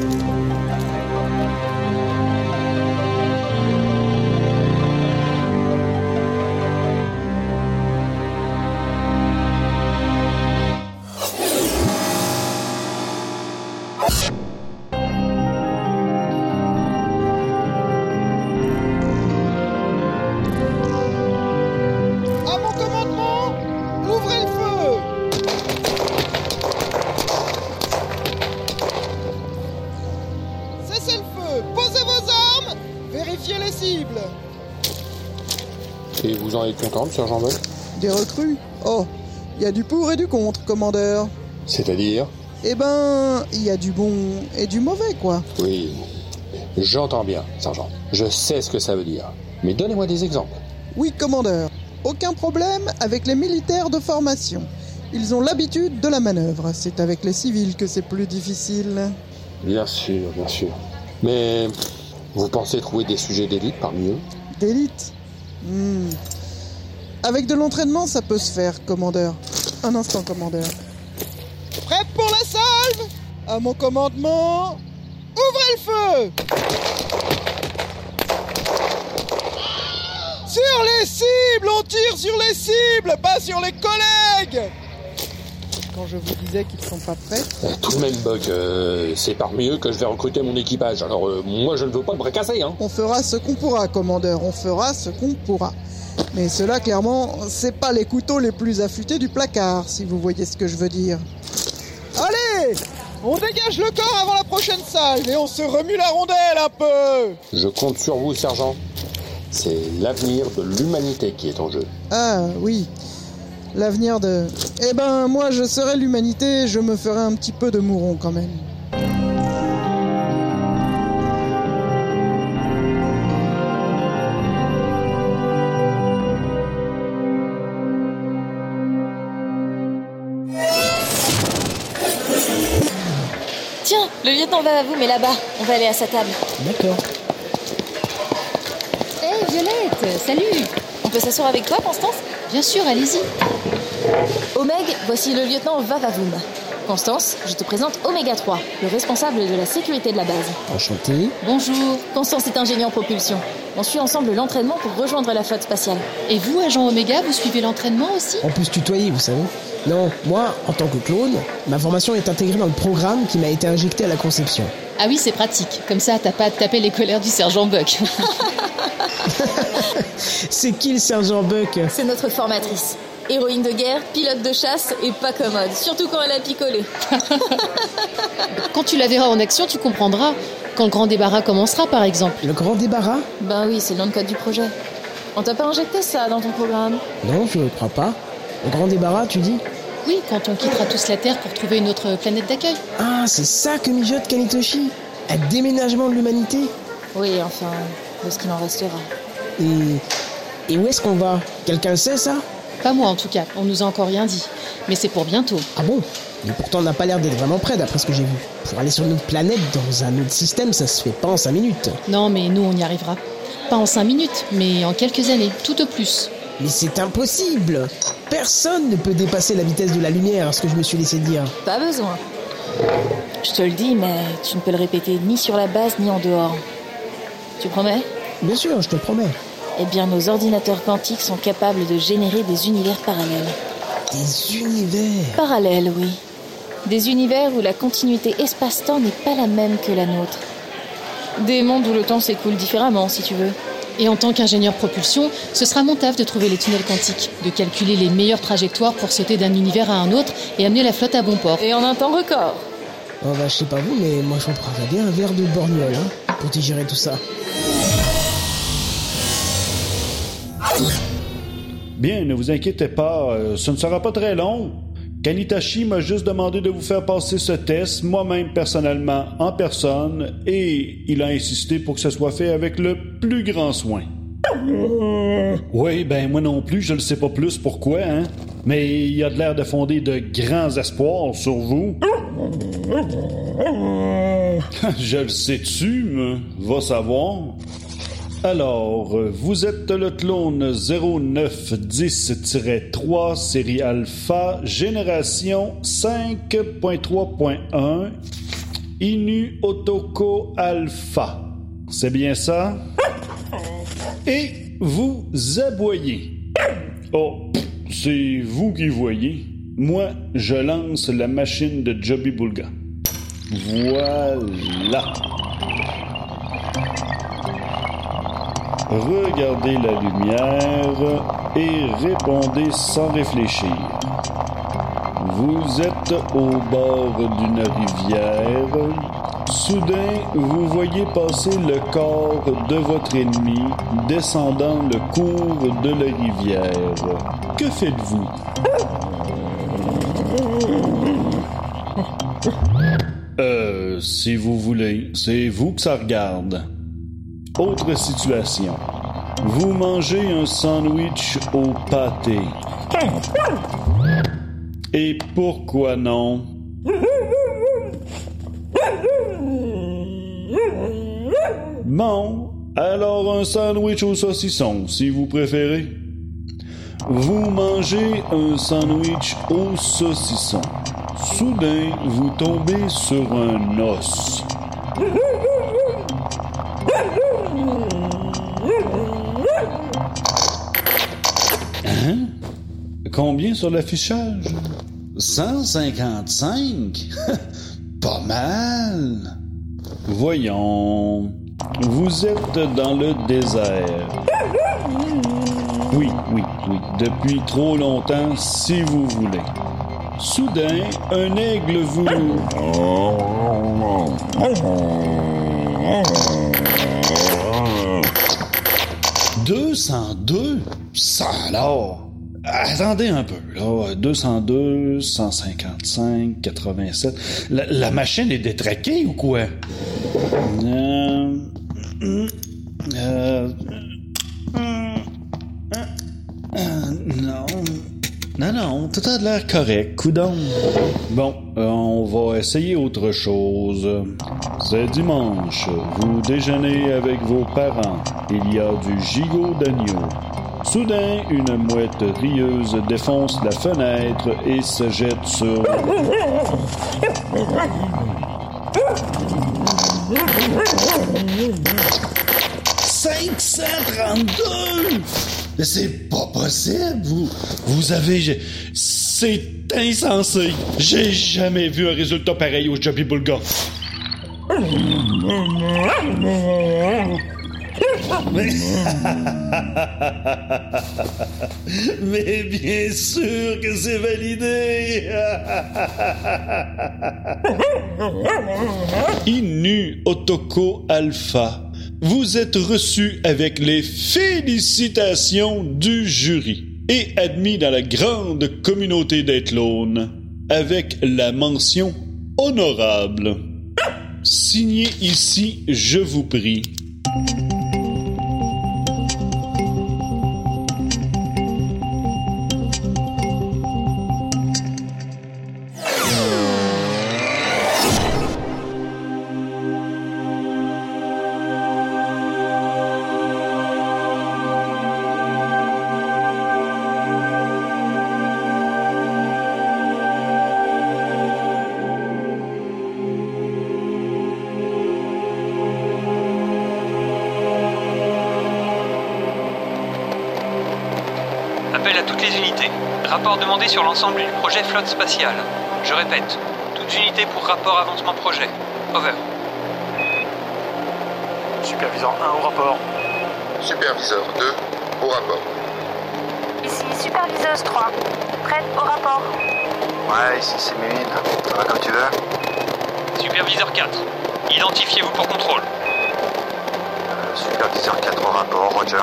Et vous en êtes content, sergent Buck? Des recrues? Oh, il y a du pour et du contre, commandeur. C'est-à-dire? Eh ben, il y a du bon et du mauvais, quoi. Oui, j'entends bien, sergent. Je sais ce que ça veut dire. Mais donnez-moi des exemples. Oui, commandeur. Aucun problème avec les militaires de formation. Ils ont l'habitude de la manœuvre. C'est avec les civils que c'est plus difficile. Bien sûr, bien sûr. Mais vous pensez trouver des sujets d'élite parmi eux? D'élite? Hmm. Avec de l'entraînement, ça peut se faire, commandeur. Un instant, commandeur. Prêt pour la salve? À mon commandement, ouvrez le feu! Sur les cibles! On tire sur les cibles, pas sur les collègues! Quand je vous disais qu'ils sont pas prêts... Euh, tout de même, Buck, euh, c'est parmi eux que je vais recruter mon équipage. Alors, euh, moi, je ne veux pas me bracasser, hein. On fera ce qu'on pourra, commandeur. On fera ce qu'on pourra. Mais cela, clairement, c'est pas les couteaux les plus affûtés du placard, si vous voyez ce que je veux dire. Allez! On dégage le corps avant la prochaine salve et on se remue la rondelle un peu! Je compte sur vous, sergent. C'est l'avenir de l'humanité qui est en jeu. Ah, oui. L'avenir de... Eh ben, moi, je serai l'humanité, je me ferai un petit peu de mouron, quand même. Tiens, le lieutenant va à vous, mais là-bas. On va aller à sa table. D'accord. Hé, hey, Violette, salut! On peut s'asseoir avec toi, Constance? Bien sûr, allez-y. Omeg, voici le lieutenant Vavavoum. Constance, je te présente Oméga trois, le responsable de la sécurité de la base. Enchanté. Bonjour. Constance est ingénieur en propulsion. On suit ensemble l'entraînement pour rejoindre la flotte spatiale. Et vous, agent Oméga, vous suivez l'entraînement aussi? On peut se tutoyer, vous savez. Non, moi, en tant que clone, ma formation est intégrée dans le programme qui m'a été injecté à la conception. Ah oui, c'est pratique. Comme ça, t'as pas à te taper les colères du sergent Buck. C'est qui le sergent Buck? C'est notre formatrice. Héroïne de guerre, pilote de chasse et pas commode, surtout quand elle a picolé. Quand tu la verras en action, tu comprendras. Quand le grand débarras commencera, par exemple. Le grand débarras? Ben oui, c'est le nom de code du projet. On t'a pas injecté ça dans ton programme? Non, je crois pas. Le grand débarras, tu dis? Oui, quand on quittera tous la Terre pour trouver une autre planète d'accueil. Ah, c'est ça que mijote Kanitoshi? Un déménagement de l'humanité? Oui, enfin, de ce qu'il en restera. Et, et où est-ce qu'on va? Quelqu'un le sait, ça? Pas moi, en tout cas. On nous a encore rien dit. Mais c'est pour bientôt. Ah bon? Mais pourtant, on n'a pas l'air d'être vraiment près, d'après ce que j'ai vu. Pour aller sur une autre planète, dans un autre système, ça se fait pas en cinq minutes. Non, mais nous, on y arrivera. Pas en cinq minutes, mais en quelques années, tout au plus. Mais c'est impossible! Personne ne peut dépasser la vitesse de la lumière, à ce que je me suis laissé dire. Pas besoin. Je te le dis, mais tu ne peux le répéter ni sur la base, ni en dehors. Tu promets? Bien sûr, je te le promets. Eh bien, nos ordinateurs quantiques sont capables de générer des univers parallèles. Des univers? Parallèles, oui. Des univers où la continuité espace-temps n'est pas la même que la nôtre. Des mondes où le temps s'écoule différemment, si tu veux. Et en tant qu'ingénieur propulsion, ce sera mon taf de trouver les tunnels quantiques, de calculer les meilleures trajectoires pour sauter d'un univers à un autre et amener la flotte à bon port. Et en un temps record. Oh bah je sais pas vous, mais moi je me prendrais bien un verre de borgnole, hein, pour digérer tout ça. Bien, ne vous inquiétez pas, euh, ce ne sera pas très long. Kanitashi m'a juste demandé de vous faire passer ce test, moi-même personnellement, en personne, et il a insisté pour que ce soit fait avec le plus grand soin. Oui, ben moi non plus, je ne sais pas plus pourquoi, hein, mais il a de l'air de fonder de grands espoirs sur vous. Je le sais-tu, me? Va savoir. Alors, vous êtes le clone zéro neuf dix trois série Alpha, génération cinq point trois point un, Inu Otoko Alpha. C'est bien ça? Et vous aboyez. Oh, c'est vous qui voyez. Moi, je lance la machine de Joby Bulga. Voilà. Regardez la lumière et répondez sans réfléchir. Vous êtes au bord d'une rivière. Soudain, vous voyez passer le corps de votre ennemi descendant le cours de la rivière. Que faites-vous? Euh, si vous voulez, c'est vous que ça regarde. Autre situation. Vous mangez un sandwich au pâté. Et pourquoi non? Bon, alors un sandwich au saucisson, si vous préférez. Vous mangez un sandwich au saucisson. Soudain, vous tombez sur un os. Hein? Combien sur l'affichage? cent cinquante-cinq? Pas mal. Voyons. Vous êtes dans le désert. Oui, oui, oui. Depuis trop longtemps, si vous voulez. Soudain, un aigle vous... deux cent deux? Ça alors? Attendez un peu, là. deux cent deux, cent cinquante-cinq, quatre-vingt-sept... La, la machine est détraquée ou quoi? Euh... Euh... Euh... Non... Non, non, tout a l'air correct, coudonc. Bon, euh, on va essayer autre chose. C'est dimanche. Vous déjeunez avec vos parents. Il y a du gigot d'agneau. Soudain, une mouette rieuse défonce la fenêtre et se jette sur... cinq cent trente-deux! Mais c'est pas possible! Vous, vous avez... C'est insensé! J'ai jamais vu un résultat pareil au Joby Bulga. Mais... Mais bien sûr que c'est validé! Inu Otoko Alpha, vous êtes reçu avec les félicitations du jury et admis dans la grande communauté des clones avec la mention honorable. Signé ici, je vous prie. Appel à toutes les unités. Rapport demandé sur l'ensemble du projet flotte spatiale. Je répète, toutes unités pour rapport avancement projet. Over. Superviseur un au rapport. Superviseur deux au rapport. Ici superviseuse trois. Prête au rapport. Ouais, ici c'est Mémine. Ça va comme tu veux. Superviseur quatre. Identifiez-vous pour contrôle. Euh, superviseur quatre au rapport, Roger.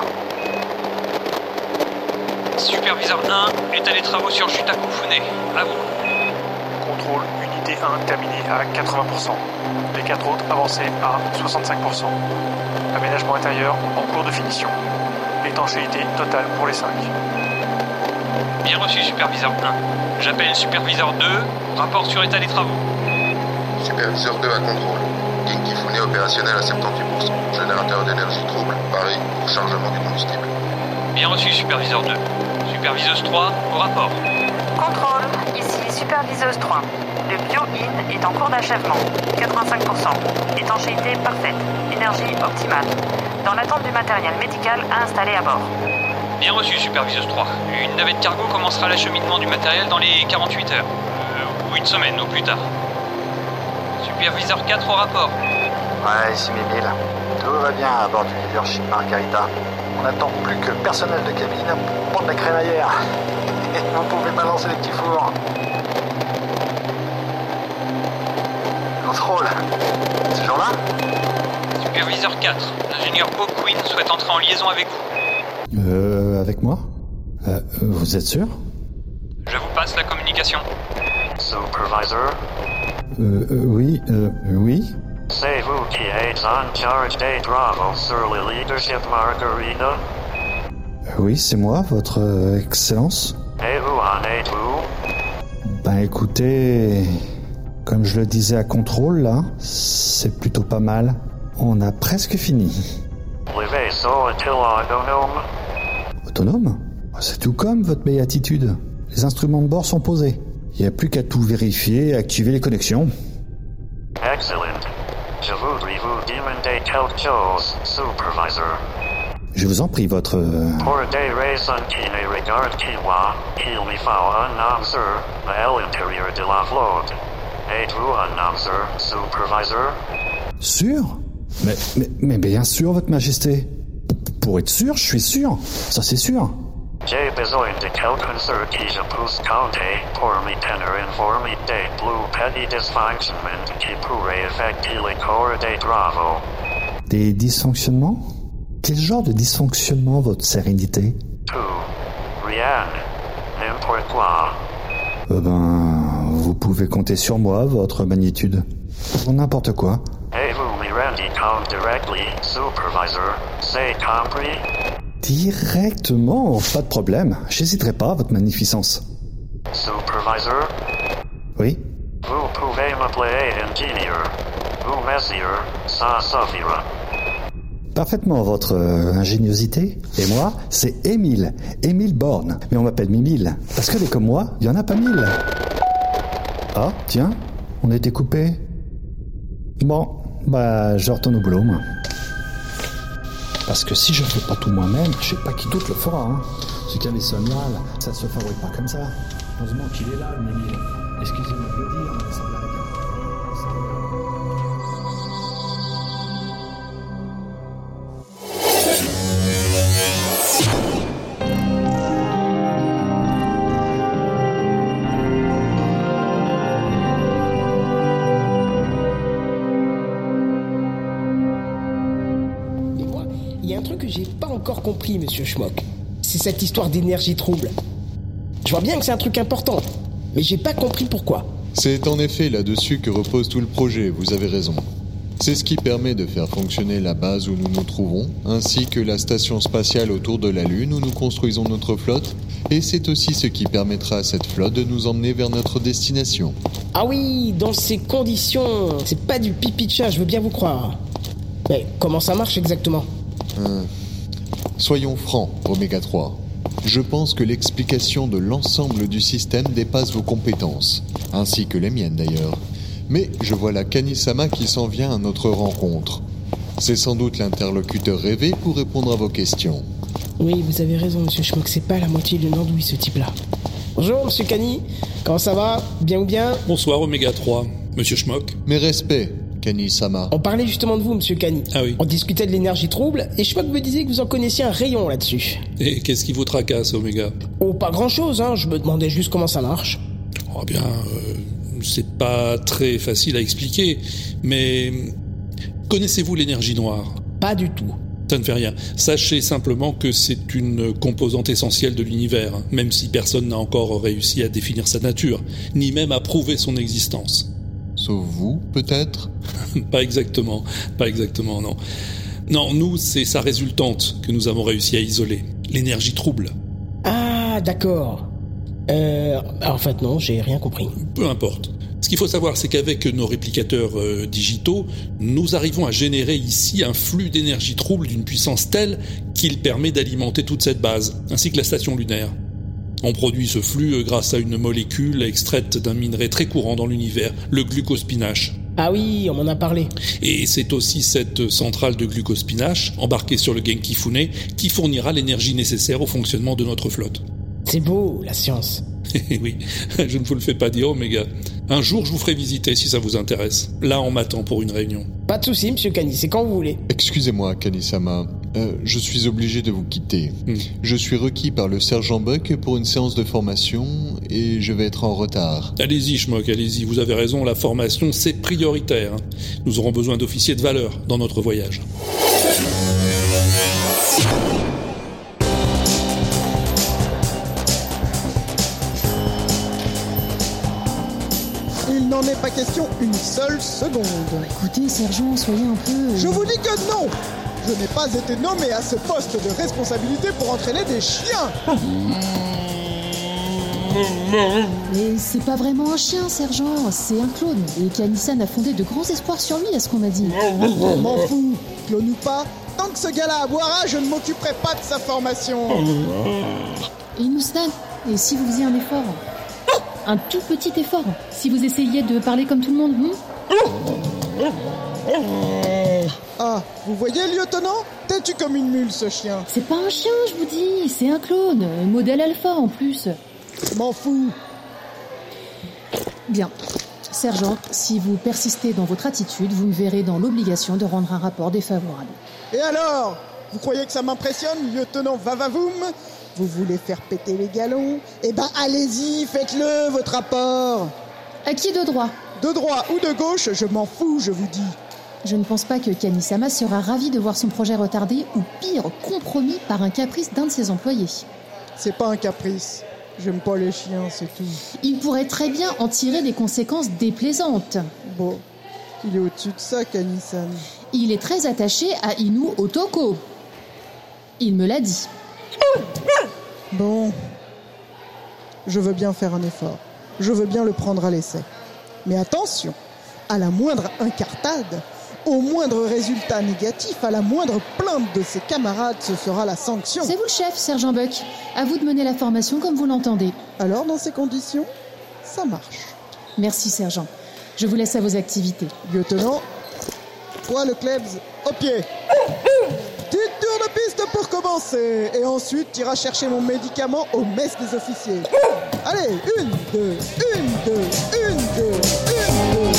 Superviseur un, état des travaux sur Jutaku Fune. À vous. Contrôle, unité un terminé à quatre-vingts pour cent. Les quatre autres avancés à soixante-cinq pour cent. Aménagement intérieur en cours de finition. Étanchéité totale pour les cinq. Bien reçu, superviseur un. J'appelle superviseur deux, rapport sur état des travaux. Superviseur deux à contrôle. Kinki Fune opérationnel à soixante-dix pour cent. Générateur d'énergie trouble, Paris, pour chargement du combustible. Bien reçu, superviseur deux. Superviseuse trois, au rapport. Contrôle, ici superviseuse trois. Le bio-in est en cours d'achèvement, quatre-vingt-cinq pour cent. Étanchéité parfaite, énergie optimale. Dans l'attente du matériel médical à installer à bord. Bien reçu, superviseuse trois. Une navette cargo commencera l'acheminement du matériel dans les quarante-huit heures. Euh, ou une semaine, au plus tard. Superviseur quatre, au rapport. Ouais, ici Mimile. Tout va bien à bord du Leadership Margarita. On n'attend plus que le personnel de cabine pour prendre la crémaillère. Et vous pouvez balancer les petits fours. Contrôle. Ce jour-là. Superviseur quatre. L'ingénieur O'Quinn souhaite entrer en liaison avec vous. Euh, avec moi euh, Vous êtes sûr? Je vous passe la communication. Supervisor? Euh, euh oui, euh, oui. C'est vous qui êtes en charge des travaux sur le Leadership Margarita? Oui, c'est moi, votre euh, Excellence. Et où en êtes-vous? Ben écoutez, comme je le disais à contrôle, là, c'est plutôt pas mal. On a presque fini. Le vaisseau est-il autonome? Autonome? C'est tout comme votre béatitude. Les instruments de bord sont posés. Il n'y a plus qu'à tout vérifier et activer les connexions. Excellent. Je voudrais vous demander quelque chose, Supervisor. Je vous en prie, votre... Pour des raisons qui ne regardent que moi, il me faut un officer à l'intérieur de la flotte. Êtes-vous un officer, Supervisor? Sûr? Mais, mais, mais bien sûr, votre majesté. Pour être sûr, je suis sûr. Ça, c'est sûr. J'ai besoin de quelqu'un sur qui je puisse compter pour me tenir informé des plus petits dysfonctionnements qui pourraient affecter le cours des travaux. Des dysfonctionnements? Quel genre de dysfonctionnement, votre sérénité? Tout. Rien. N'importe quoi. Euh ben, vous pouvez compter sur moi, votre magnitude. Pour n'importe quoi. Et vous me rendez compte directly, Supervisor. C'est compris? Directement, pas de problème. J'hésiterai pas, votre magnificence. Supervisor? Oui? Vous pouvez m'appeler ingénieur. Ou messieurs, ça suffira. Parfaitement, votre euh, ingéniosité. Et moi, c'est Émile. Émile Borne. Mais on m'appelle Mimile. Parce que des comme moi, il y en a pas mille. Ah, tiens, on a été coupé. Bon, bah, je retourne au boulot, moi. Parce que si je fais pas tout moi-même, je sais pas qui d'autre le fera. Hein. Ce qu'un vaisseau-là, ça se fabrique pas comme ça. Heureusement qu'il est là, le Mimile. Excusez-moi de le dire, mais ça me l'arrête. il y a un truc que j'ai pas encore compris, monsieur Schmock. C'est cette histoire d'énergie trouble. Je vois bien que c'est un truc important, mais j'ai pas compris pourquoi. C'est en effet là-dessus que repose tout le projet, vous avez raison. C'est ce qui permet de faire fonctionner la base où nous nous trouvons, ainsi que la station spatiale autour de la Lune où nous construisons notre flotte, et c'est aussi ce qui permettra à cette flotte de nous emmener vers notre destination. Ah oui, dans ces conditions, c'est pas du pipi de chat, je veux bien vous croire. Mais comment ça marche exactement ? euh, Soyons francs, Oméga trois. Je pense que l'explication de l'ensemble du système dépasse vos compétences, ainsi que les miennes d'ailleurs. Mais je vois la Kani-sama qui s'en vient à notre rencontre. C'est sans doute l'interlocuteur rêvé pour répondre à vos questions. Oui, vous avez raison, monsieur Schmock, c'est pas la moitié de l'andouille, ce type-là. Bonjour, monsieur Kani. Comment ça va ? Bien ou bien ? Bonsoir, Oméga trois. Monsieur Schmock. Mes respects, Kani-sama. On parlait justement de vous, monsieur Kani. Ah oui. On discutait de l'énergie trouble, et Schmock me disait que vous en connaissiez un rayon là-dessus. Et qu'est-ce qui vous tracasse, Oméga ? Oh, pas grand-chose, hein. Je me demandais juste comment ça marche. Oh bien, euh, c'est pas très facile à expliquer, mais... Connaissez-vous l'énergie noire ? Pas du tout. Ça ne fait rien. Sachez simplement que c'est une composante essentielle de l'univers, même si personne n'a encore réussi à définir sa nature, ni même à prouver son existence. Sauf vous, peut-être ? Pas exactement, pas exactement, non. Non, nous, c'est sa résultante que nous avons réussi à isoler, l'énergie trouble. Ah, d'accord. Euh... En fait, non, j'ai rien compris. Peu importe. Ce qu'il faut savoir, c'est qu'avec nos réplicateurs euh, digitaux, nous arrivons à générer ici un flux d'énergie trouble d'une puissance telle qu'il permet d'alimenter toute cette base, ainsi que la station lunaire. On produit ce flux euh, grâce à une molécule extraite d'un minerai très courant dans l'univers, le glucospinache. Ah oui, on m'en a parlé. Et c'est aussi cette centrale de glucospinache, embarquée sur le Genki Fune, qui fournira l'énergie nécessaire au fonctionnement de notre flotte. C'est beau, la science. Oui, je ne vous le fais pas dire, Oméga. Un jour, je vous ferai visiter si ça vous intéresse. Là, on m'attend pour une réunion. Pas de souci, monsieur Kani, c'est quand vous voulez. Excusez-moi, Kani-sama. Euh, je suis obligé de vous quitter. Hmm. Je suis requis par le sergent Buck pour une séance de formation et je vais être en retard. Allez-y, Schmock, allez-y. Vous avez raison, la formation, c'est prioritaire. Nous aurons besoin d'officiers de valeur dans notre voyage. Il n'en est pas question une seule seconde. Écoutez, sergent, soyez un peu... Je vous dis que non ! Je n'ai pas été nommé à ce poste de responsabilité pour entraîner des chiens. Mais c'est pas vraiment un chien, sergent, c'est un clone. Et Kani-san a fondé de grands espoirs sur lui, à ce qu'on m'a dit. M'en fous, clone ou pas, tant que ce gars-là aboiera, je ne m'occuperai pas de sa formation. Et Moustan, et si vous faisiez un effort ? Un tout petit effort, si vous essayiez de parler comme tout le monde, hmm ? Ah, vous voyez, lieutenant ? Têtu comme une mule, ce chien. C'est pas un chien, je vous dis, c'est un clone, modèle alpha en plus. M'en fous. Bien. Sergent, si vous persistez dans votre attitude, vous me verrez dans l'obligation de rendre un rapport défavorable. Et alors ? Vous croyez que ça m'impressionne, lieutenant Vavavoum ? Vous voulez faire péter les galons ? Eh ben allez-y, faites-le, votre rapport. À qui de droit ? De droit ou de gauche, je m'en fous, je vous dis. Je ne pense pas que Kani-sama sera ravi de voir son projet retardé ou pire, compromis par un caprice d'un de ses employés. C'est pas un caprice. J'aime pas les chiens, c'est tout. Il pourrait très bien en tirer des conséquences déplaisantes. Bon, il est au-dessus de ça, Kani-san. Il est très attaché à Inu Otoko. Il me l'a dit. Bon, je veux bien faire un effort. Je veux bien le prendre à l'essai. Mais attention, à la moindre incartade, au moindre résultat négatif, à la moindre plainte de ses camarades, ce sera la sanction. C'est vous le chef, sergent Buck. À vous de mener la formation comme vous l'entendez. Alors, dans ces conditions, ça marche. Merci, sergent. Je vous laisse à vos activités. Lieutenant, toi, le Klebs, au pied. Petite tour de piste pour commencer. Et ensuite, tu iras chercher mon médicament au mess des officiers. Allez, une, deux, une, deux, une, deux, une, deux.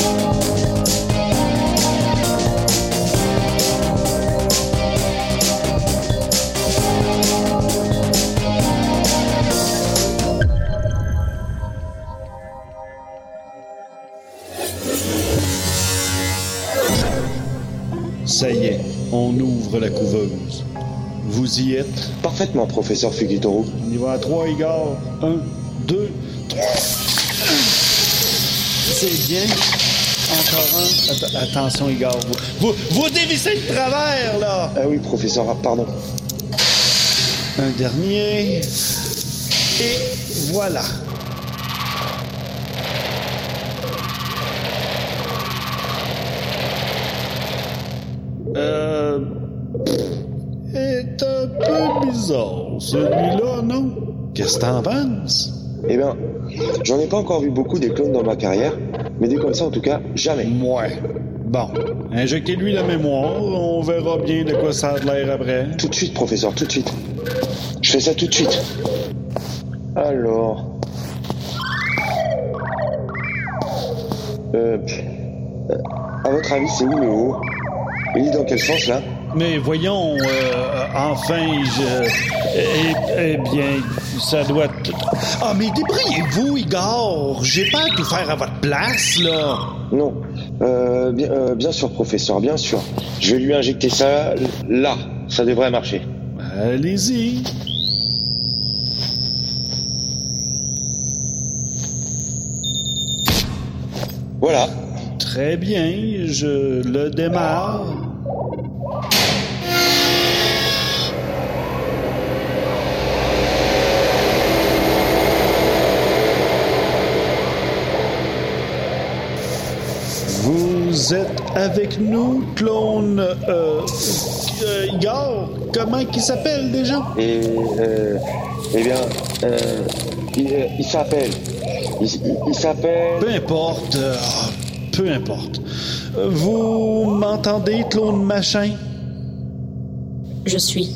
Ça y est, on ouvre la couveuse. Vous y êtes? Parfaitement, professeur Fugitoru. On y va à trois, Igor. Un, deux, trois. C'est bien. Encore un. Att- attention, Igor. Vous, vous, vous dévissez de travers, là! Ah oui, professeur, pardon. Un dernier. Et voilà. Euh... est un peu bizarre, celui-là, non? Qu'est-ce que t'en penses? Eh bien, j'en ai pas encore vu beaucoup des clones dans ma carrière, mais des comme ça, en tout cas, jamais. Ouais. Bon, injectez-lui la mémoire, on verra bien de quoi ça a de l'air après. Tout de suite, professeur, tout de suite. Je fais ça tout de suite. Alors... Euh... À votre avis, c'est où le haut? Il est dans quel sens, là? Mais voyons, euh, enfin, je... Eh, eh bien, ça doit... T... Ah, mais débrouillez-vous, Igor! J'ai pas à tout faire à votre place, là! Non. Euh, bien, euh, bien sûr, professeur, bien sûr. Je vais lui injecter ça, là. Ça devrait marcher. Allez-y. Voilà. Très bien, je le démarre. Vous êtes avec nous, clone... Euh, euh, Igor, comment il s'appelle déjà? Et... Euh, eh bien... Euh, il, il s'appelle... Il, il, il s'appelle... Peu importe... Euh, peu importe. Vous m'entendez, clone machin? Je suis.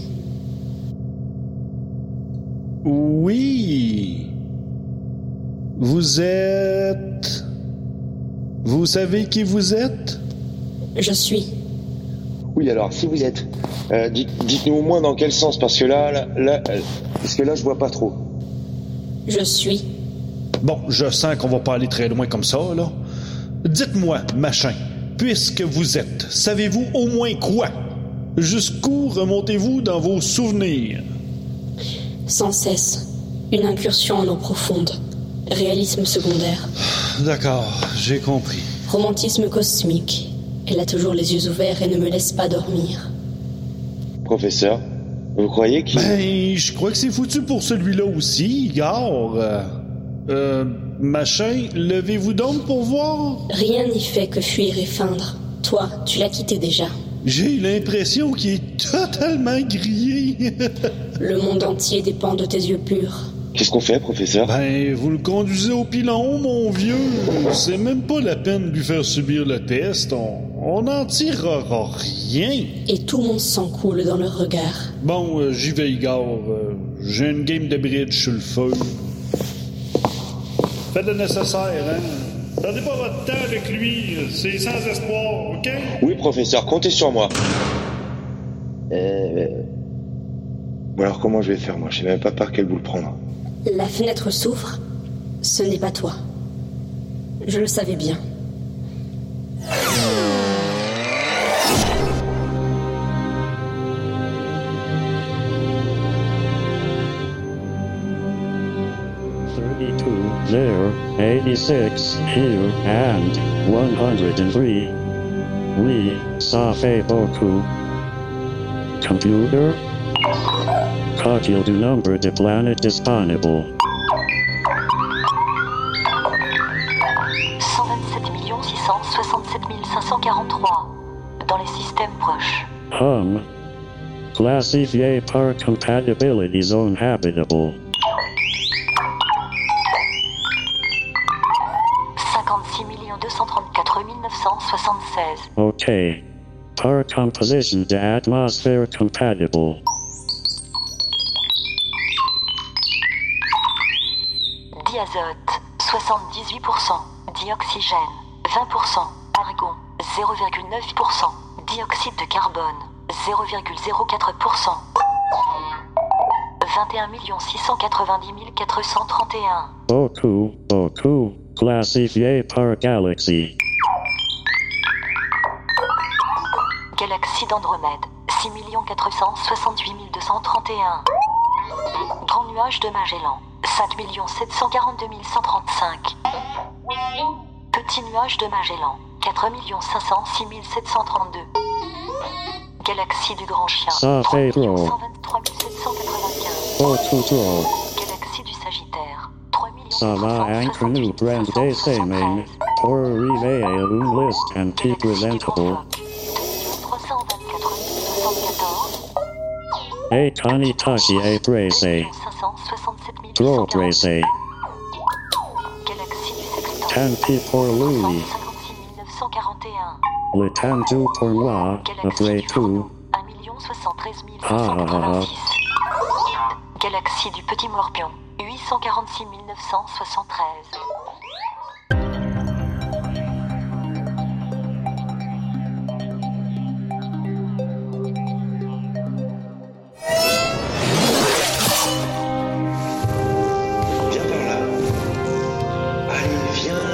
Oui. Vous êtes... Vous savez qui vous êtes? Je suis. Oui, alors, si vous êtes... Euh, dites, dites-nous au moins dans quel sens, parce que là, là, là... Parce que là, je vois pas trop. Je suis. Bon, je sens qu'on va pas aller très loin comme ça, là. Dites-moi, machin, puisque vous êtes, savez-vous au moins quoi? Jusqu'où remontez-vous dans vos souvenirs? Sans cesse. Une incursion en eau profonde. Réalisme secondaire. D'accord, j'ai compris. Romantisme cosmique. Elle a toujours les yeux ouverts et ne me laisse pas dormir. Professeur, vous croyez qu'il... Ben, je crois que c'est foutu pour celui-là aussi, Igor. Euh, euh, machin, levez-vous donc pour voir. Rien n'y fait que fuir et feindre. Toi, tu l'as quitté déjà. J'ai l'impression qu'il est totalement grillé. Le monde entier dépend de tes yeux purs. Qu'est-ce qu'on fait, professeur? Ben, vous le conduisez au pilon, mon vieux. C'est même pas la peine de lui faire subir le test. On n'en tirera rien. Et tout le monde s'en coule dans leur regard. Bon, euh, j'y vais, Igor. Euh, j'ai une game de bridge sur le feu. Faites le nécessaire, hein. Perdez pas votre temps avec lui. C'est sans espoir, OK? Oui, professeur, comptez sur moi. Euh... Bon, alors comment je vais faire, moi? Je sais même pas par quel bout le prendre. La fenêtre s'ouvre. Ce n'est pas toi. Je le savais bien. thirty-two there, eighty-six here, and one hundred three. Oui, ça fait beaucoup. Computer? Calcule du number de planètes disponibles. cent vingt-sept millions six cent soixante-sept mille cinq cent quarante-trois. Dans les systèmes proches. Hum. Classifié par compatibility zone habitable. cinquante-six millions deux cent trente-quatre mille neuf cent soixante-seize. OK. Par composition de atmosphère compatible. Diazote, soixante-dix-huit pour cent. Dioxygène, vingt pour cent. Argon, zéro virgule neuf pour cent. Dioxyde de carbone, zéro virgule zéro quatre pour cent. vingt et un millions six cent quatre-vingt-dix mille quatre cent trente et un. Beaucoup, beaucoup. Classifié par galaxie. Galaxie d'Andromède, six millions quatre cent soixante-huit mille deux cent trente et un. Grand nuage de Magellan, cinq millions sept cent quarante-deux mille cent trente-cinq. Petit nuage de Magellan, quatre millions cinq cent six mille sept cent trente-deux. Galaxie du Grand Chien, trois millions cent vingt-trois mille sept cent quatre-vingt-quinze. Galaxie du Sagittaire, trois millions Sama anchor new brand day saving. Or relay a list and keep presentable. A tani taki a brace. Grow brace. Ten p pour Louis. Le ten two pour moi. A bray two. un million soixante-treize mille Ah cent ah ah. quatre-vingt-six. Galaxie du Petit Morpion, huit cent quarante-six mille neuf cent soixante-treize. Viens par là. Allez, viens.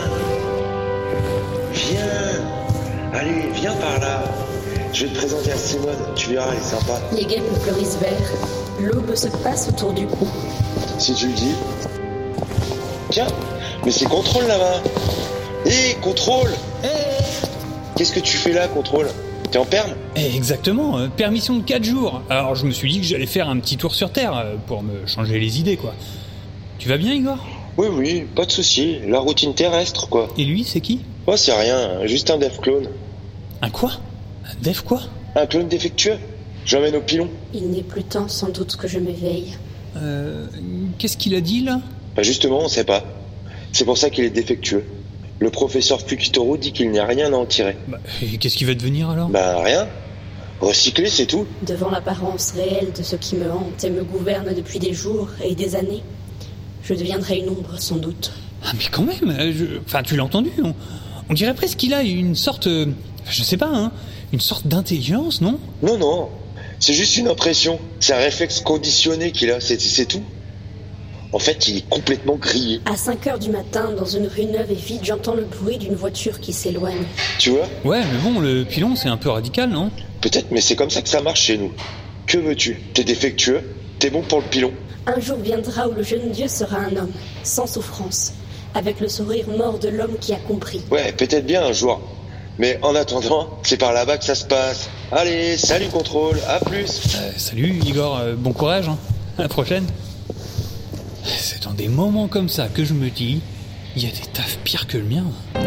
Viens. Allez, viens par là. Je vais te présenter à Simone, tu verras, elle est sympa. Les guêpes fleurissent vert. L'aube se passe autour du cou. Si tu le dis. Tiens, mais c'est Contrôle là-bas. Hé, Contrôle. Qu'est-ce que tu fais là, Contrôle? T'es en perme? Eh, exactement, euh, permission de quatre jours. Alors je me suis dit que j'allais faire un petit tour sur Terre, euh, pour me changer les idées, quoi. Tu vas bien, Igor? Oui, oui, pas de souci. La routine terrestre, quoi. Et lui, c'est qui? Oh, c'est rien, juste un dev clone. Un quoi? Un dev quoi? Un clone défectueux. J'emmène au pilon. Il n'est plus temps sans doute que je m'éveille. Euh... Qu'est-ce qu'il a dit, là? Bah justement, on sait pas. C'est pour ça qu'il est défectueux. Le professeur Fukitoro dit qu'il n'y a rien à en tirer. Bah, et qu'est-ce qui va devenir, alors? Bah rien. Recycler, c'est tout. Devant l'apparence réelle de ce qui me hante et me gouverne depuis des jours et des années, je deviendrai une ombre sans doute. Ah mais quand même, euh, je... enfin tu l'as entendu, on... on dirait presque qu'il a une sorte, euh... je sais pas, hein, une sorte d'intelligence, non? Non, non, c'est juste une impression. C'est un réflexe conditionné qu'il a, c'est, c'est tout. En fait, il est complètement grillé. À cinq heures du matin, dans une rue neuve et vide, j'entends le bruit d'une voiture qui s'éloigne. Tu vois? Ouais, mais bon, le pilon, c'est un peu radical, non? Peut-être, mais c'est comme ça que ça marche chez nous. Que veux-tu? T'es défectueux, t'es bon pour le pilon. Un jour viendra où le jeune Dieu sera un homme, sans souffrance, avec le sourire mort de l'homme qui a compris. Ouais, peut-être bien un jour. Mais en attendant, c'est par là-bas que ça se passe. Allez, salut Contrôle, à plus. Euh, salut Igor, euh, bon courage, hein. À la prochaine. C'est dans des moments comme ça que je me dis, il y a des tafs pires que le mien.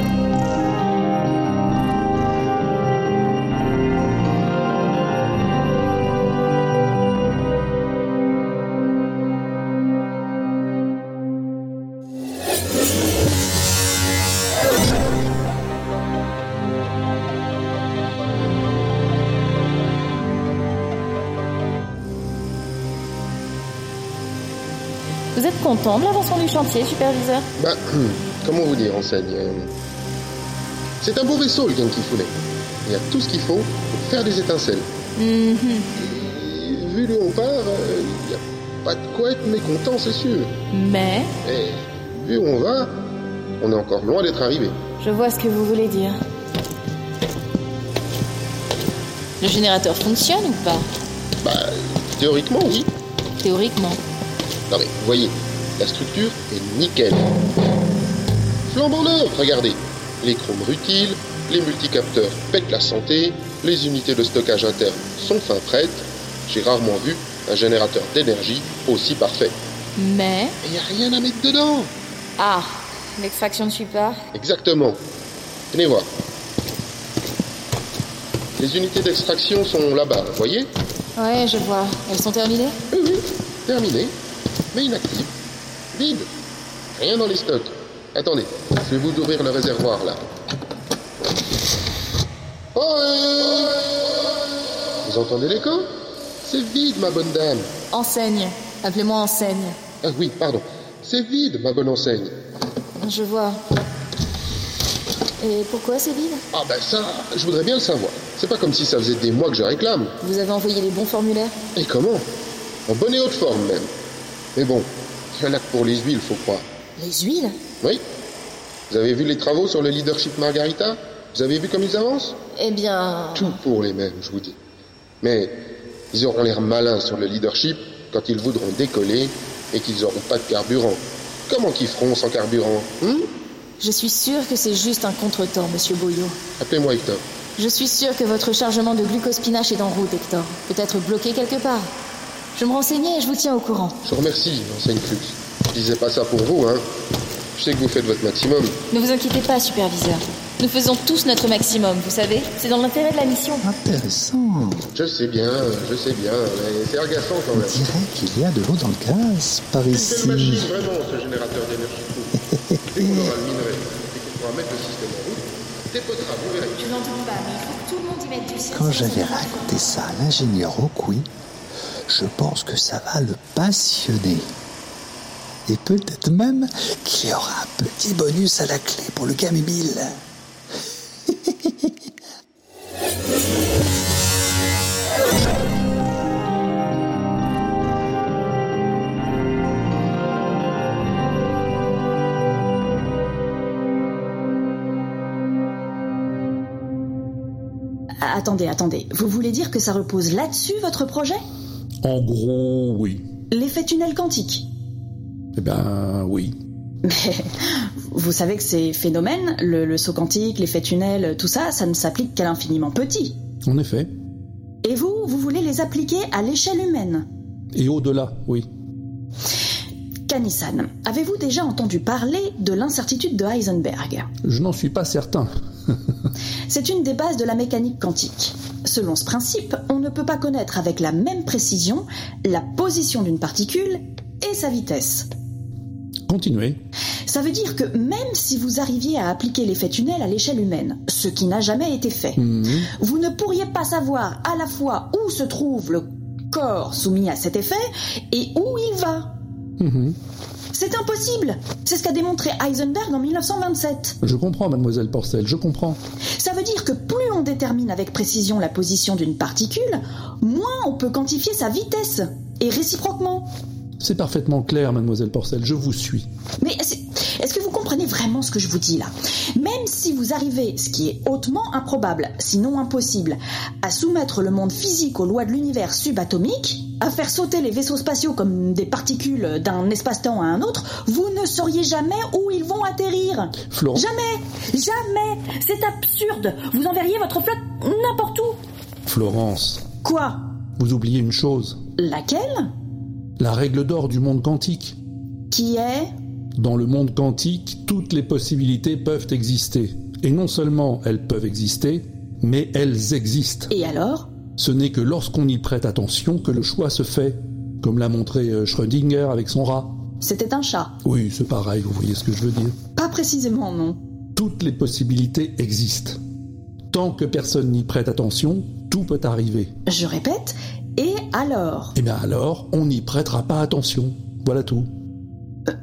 Vous êtes content de l'avancement du chantier, superviseur? Bah, comment vous dire, enseigne euh, c'est un beau vaisseau, le Genki-Fune. Il y a tout ce qu'il faut pour faire des étincelles. Mm-hmm. Et vu le on part, euh, il n'y a pas de quoi être mécontent, c'est sûr. Mais... Et vu où on va, on est encore loin d'être arrivé. Je vois ce que vous voulez dire. Le générateur fonctionne ou pas? Bah, théoriquement, oui. Théoriquement. Non mais, vous voyez, la structure est nickel. Flambant neuf, regardez. Les chromes rutiles, les multicapteurs pètent la santé, les unités de stockage interne sont fin prêtes. J'ai rarement vu un générateur d'énergie aussi parfait. Mais... il n'y a rien à mettre dedans. Ah, l'extraction ne suit pas. Exactement. Venez voir. Les unités d'extraction sont là-bas, vous voyez? Ouais, je vois. Elles sont terminées? Oui, oui, terminées. Mais inactives. Vide. Rien dans les stocks. Attendez, je vais vous ouvrir le réservoir, là. Oh, euh... Vous entendez l'écho? C'est vide, ma bonne dame. Enseigne. Appelez-moi enseigne. Ah oui, pardon. C'est vide, ma bonne enseigne. Je vois. Et pourquoi c'est vide? Ah ben ça, je voudrais bien le savoir. C'est pas comme si ça faisait des mois que je réclame. Vous avez envoyé les bons formulaires? Et comment? En bonne et haute forme, même. Mais bon, il y en a que pour les huiles, faut croire. Les huiles? Oui. Vous avez vu les travaux sur le leadership Margarita? Vous avez vu comme ils avancent? Eh bien... Tout pour les mêmes, je vous dis. Mais ils auront l'air malins sur le leadership quand ils voudront décoller et qu'ils n'auront pas de carburant. Comment qu'ils feront sans carburant, hein? Je suis sûre que c'est juste un contretemps, monsieur Boyau. Appelez-moi Hector. Je suis sûre que votre chargement de glucospinache est en route, Hector. Peut-être bloqué quelque part. Je me renseignais et je vous tiens au courant. Je vous remercie, enseigne Flux. Je disais pas ça pour vous, hein. Je sais que vous faites votre maximum. Ne vous inquiétez pas, superviseur. Nous faisons tous notre maximum, vous savez. C'est dans l'intérêt de la mission. Intéressant. Je sais bien, je sais bien, mais c'est agaçant quand même. On dirait qu'il y a de l'eau dans le gaz par ici. Quelle machine, vraiment, ce générateur d'énergie trou. Dès qu'on aura le minerai et qu'on pourra mettre le système en route, dépotera, vous verrez. Je n'entends pas, mais il faut que tout le monde y mette du sien. Quand j'avais raconté ça à l'ingénieur Okoui, je pense que ça va le passionner. Et peut-être même qu'il y aura un petit bonus à la clé pour le gamin Bill. Attendez, attendez. Vous voulez dire que ça repose là-dessus, votre projet? En gros, oui. L'effet tunnel quantique? Eh ben, oui. Mais vous savez que ces phénomènes, le, le saut quantique, l'effet tunnel, tout ça, ça ne s'applique qu'à l'infiniment petit. En effet. Et vous, vous voulez les appliquer à l'échelle humaine? Et au-delà, oui. Kani-san, avez-vous déjà entendu parler de l'incertitude de Heisenberg? Je n'en suis pas certain. C'est une des bases de la mécanique quantique. Selon ce principe, on ne peut pas connaître avec la même précision la position d'une particule et sa vitesse. Continuez. Ça veut dire que même si vous arriviez à appliquer l'effet tunnel à l'échelle humaine, ce qui n'a jamais été fait, mmh. vous ne pourriez pas savoir à la fois où se trouve le corps soumis à cet effet et où il va. Mmh. C'est impossible. C'est ce qu'a démontré Heisenberg en mille neuf cent vingt-sept. Je comprends, mademoiselle Porcel, je comprends. Ça veut dire que plus on détermine avec précision la position d'une particule, moins on peut quantifier sa vitesse, et réciproquement. C'est parfaitement clair, mademoiselle Porcel, je vous suis. Mais c'est... est-ce que vous comprenez vraiment ce que je vous dis là? Même si vous arrivez, ce qui est hautement improbable, sinon impossible, à soumettre le monde physique aux lois de l'univers subatomique, à faire sauter les vaisseaux spatiaux comme des particules d'un espace-temps à un autre, vous ne sauriez jamais où ils vont atterrir. Florence. Jamais, jamais. C'est absurde. Vous enverriez votre flotte n'importe où. Florence. Quoi? Vous oubliez une chose. Laquelle? La règle d'or du monde quantique. Qui est? Dans le monde quantique, toutes les possibilités peuvent exister. Et non seulement elles peuvent exister, mais elles existent. Et alors? Ce n'est que lorsqu'on y prête attention que le choix se fait, comme l'a montré Schrödinger avec son rat. C'était un chat. Oui, c'est pareil, vous voyez ce que je veux dire. Pas précisément, non. Toutes les possibilités existent. Tant que personne n'y prête attention, tout peut arriver. Je répète, et alors? Eh bien alors, on n'y prêtera pas attention. Voilà tout. Euh...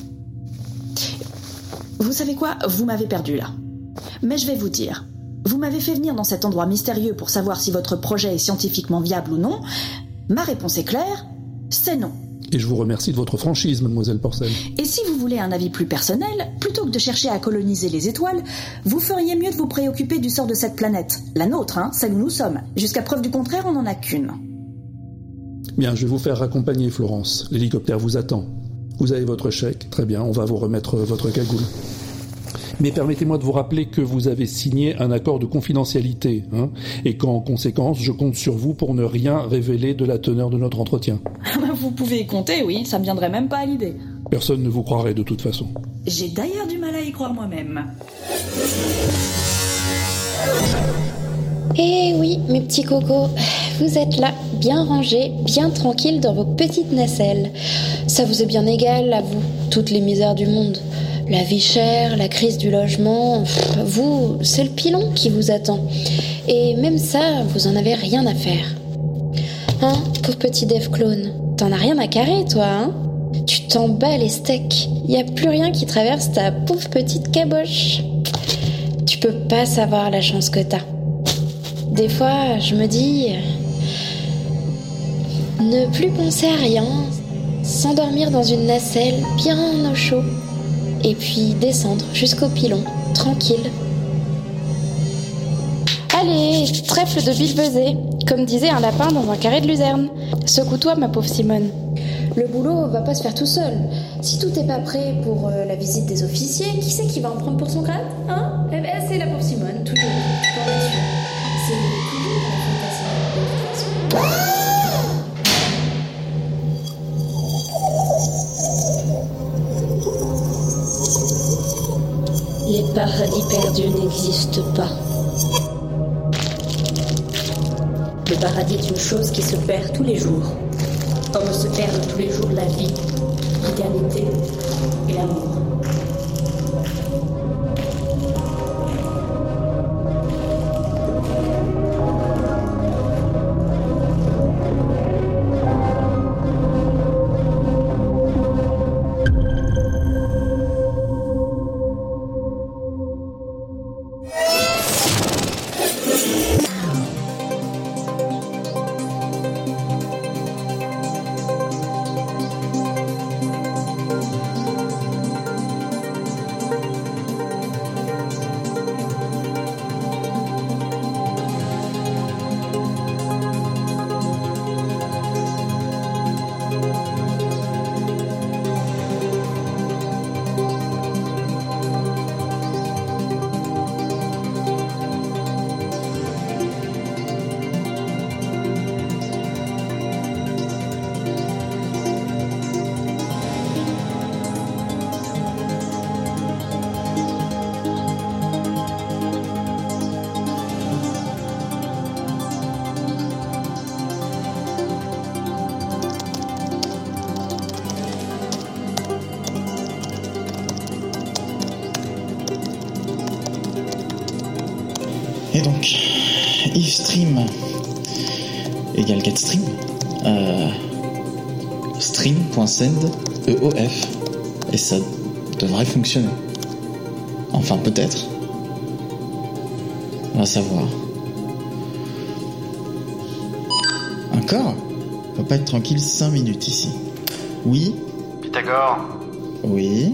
Vous savez quoi? Vous m'avez perdu là. Mais je vais vous dire. Vous m'avez fait venir dans cet endroit mystérieux pour savoir si votre projet est scientifiquement viable ou non. Ma réponse est claire, c'est non. Et je vous remercie de votre franchise, mademoiselle Porcel. Et si vous voulez un avis plus personnel, plutôt que de chercher à coloniser les étoiles, vous feriez mieux de vous préoccuper du sort de cette planète. La nôtre, hein, celle où nous sommes. Jusqu'à preuve du contraire, on n'en a qu'une. Bien, je vais vous faire raccompagner, Florence. L'hélicoptère vous attend. Vous avez votre chèque. Très bien, on va vous remettre votre cagoule. Mais permettez-moi de vous rappeler que vous avez signé un accord de confidentialité, hein, et qu'en conséquence, je compte sur vous pour ne rien révéler de la teneur de notre entretien. Vous pouvez y compter, oui, ça me viendrait même pas à l'idée. Personne ne vous croirait de toute façon. J'ai d'ailleurs du mal à y croire moi-même. Eh oui, mes petits cocos, vous êtes là, bien rangés, bien tranquilles dans vos petites nacelles. Ça vous est bien égal, à vous, toutes les misères du monde. La vie chère, la crise du logement, pff, vous, c'est le pilon qui vous attend. Et même ça, vous en avez rien à faire. Hein, pauvre petit Dave Clone, t'en as rien à carrer, toi, hein? Tu t'en bats les steaks, y a plus rien qui traverse ta pauvre petite caboche. Tu peux pas savoir la chance que t'as. Des fois, je me dis... Ne plus penser à rien, s'endormir dans une nacelle bien au chaud, et puis descendre jusqu'au pilon, tranquille. Allez, trèfle de bilbezé, comme disait un lapin dans un carré de luzerne. Secoue-toi, ma pauvre Simone. Le boulot va pas se faire tout seul. Si tout est pas prêt pour euh, la visite des officiers, qui c'est qui va en prendre pour son grade, hein? Eh ben, c'est la pauvre Simone, toujours. Je t'en rassure. C'est toujours la faute à Simone, de toute façon. Les paradis perdus n'existent pas. Le paradis est une chose qui se perd tous les jours, comme se perdent tous les jours la vie, l'éternité et l'amour. Et donc, ifstream égale getstream, euh, stream.send E O F, et ça devrait fonctionner. Enfin, peut-être. On va savoir. Encore ? On va pas être tranquille cinq minutes ici. Oui ? Pythagore ? Oui ?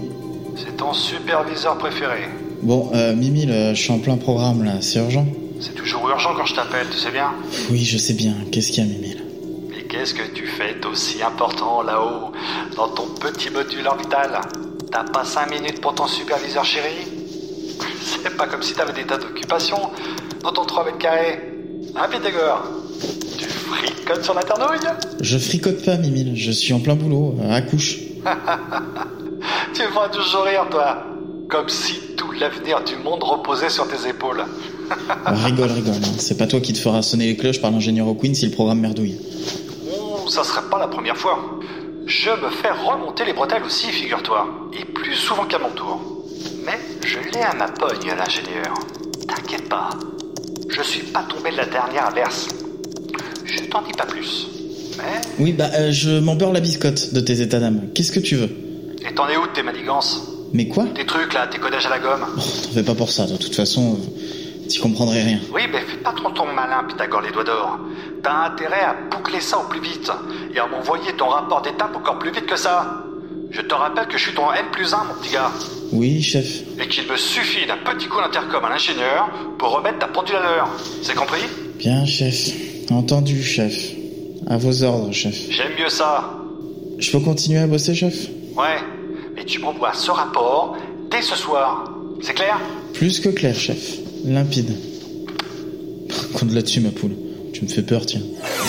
C'est ton superviseur préféré. Bon, euh, Mimile, euh, je suis en plein programme là, c'est urgent ? C'est toujours urgent quand je t'appelle, tu sais bien ? Oui, je sais bien. Qu'est-ce qu'il y a, Mimile ? Mais qu'est-ce que tu fais d'aussi important là-haut, dans ton petit module orbital ? T'as pas cinq minutes pour ton superviseur chéri ? C'est pas comme si t'avais des tas d'occupations dans ton trois mètres carrés. Hein, Pythagore ? Tu fricotes sur la ternouille ? Je fricote pas, Mimile, je suis en plein boulot, euh, à couche. Tu me feras toujours rire, toi. Comme si tout l'avenir du monde reposait sur tes épaules. Rigole, rigole. Hein. C'est pas toi qui te feras sonner les cloches par l'ingénieur O'Quinn si le programme merdouille. Oh, ça serait pas la première fois. Je me fais remonter les bretelles aussi, figure-toi. Et plus souvent qu'à mon tour. Mais je l'ai à ma pogne, l'ingénieur. T'inquiète pas. Je suis pas tombé de la dernière averse. Je t'en dis pas plus. Mais... Oui, bah, euh, je m'en beurre la biscotte de tes états d'âme. Qu'est-ce que tu veux ? Et t'en es où de tes manigances ? Mais quoi ? Tes trucs là, tes codages à la gomme. Oh, t'en fais pas pour ça, de toute façon, euh, t'y comprendrais rien. Oui, mais fais pas trop ton malin, Pythagore les doigts d'or. T'as intérêt à boucler ça au plus vite, et à m'envoyer ton rapport d'étape encore plus vite que ça. Je te rappelle que je suis ton N plus un, mon petit gars. Oui, chef. Et qu'il me suffit d'un petit coup d'intercom à l'ingénieur pour remettre ta pendule à l'heure. C'est compris ? Bien, chef. Entendu, chef. À vos ordres, chef. J'aime mieux ça. Je peux continuer à bosser, chef ? Ouais. Et tu m'envoies ce rapport dès ce soir. C'est clair ? Plus que clair, chef. Limpide. Compte là-dessus, ma poule. Tu me fais peur, tiens.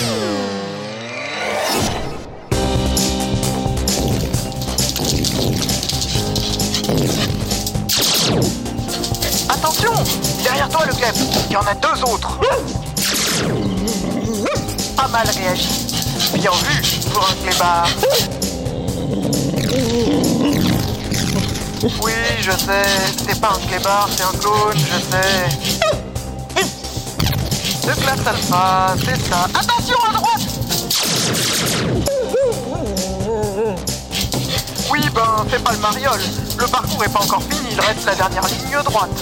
Attention ! Derrière toi, le glaive. Il y en a deux autres. Pas mal réagi. Bien vu pour un clébard. Oui, je sais, c'est pas un clébard, c'est un clone, je sais. De classe alpha, c'est ça. Attention à droite! Oui, ben, c'est pas le mariole. Le parcours est pas encore fini, il reste la dernière ligne droite.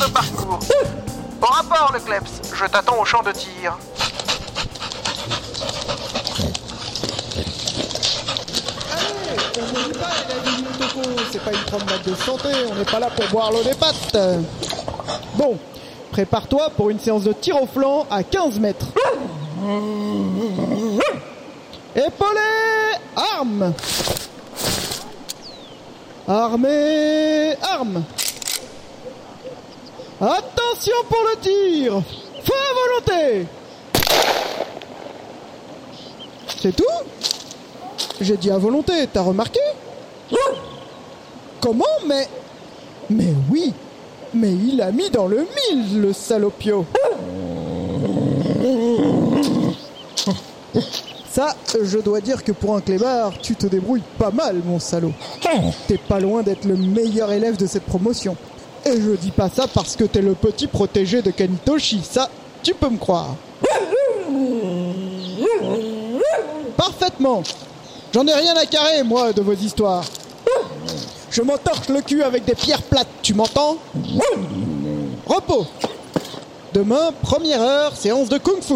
de parcours. Au rapport, le Klebs. Je t'attends au champ de tir. On ne dit pas, les amis Motoko, c'est pas une promenade de santé, on n'est pas là pour boire l'eau des pattes. Bon, prépare-toi pour une séance de tir au flanc à quinze mètres. Épaulé, arme. Armé, arme. Attention pour le tir. Feu à volonté. C'est tout ? J'ai dit à volonté, t'as remarqué ? Comment ? Mais... Mais oui. Mais il a mis dans le mille, le salopio. Ça, je dois dire que pour un clébard, tu te débrouilles pas mal, mon salaud. T'es pas loin d'être le meilleur élève de cette promotion. Et je dis pas ça parce que t'es le petit protégé de Kanitoshi, ça, tu peux me croire. Parfaitement. J'en ai rien à carrer, moi, de vos histoires. Je m'entorche le cul avec des pierres plates, tu m'entends ? Repos. Demain, première heure, séance de kung-fu.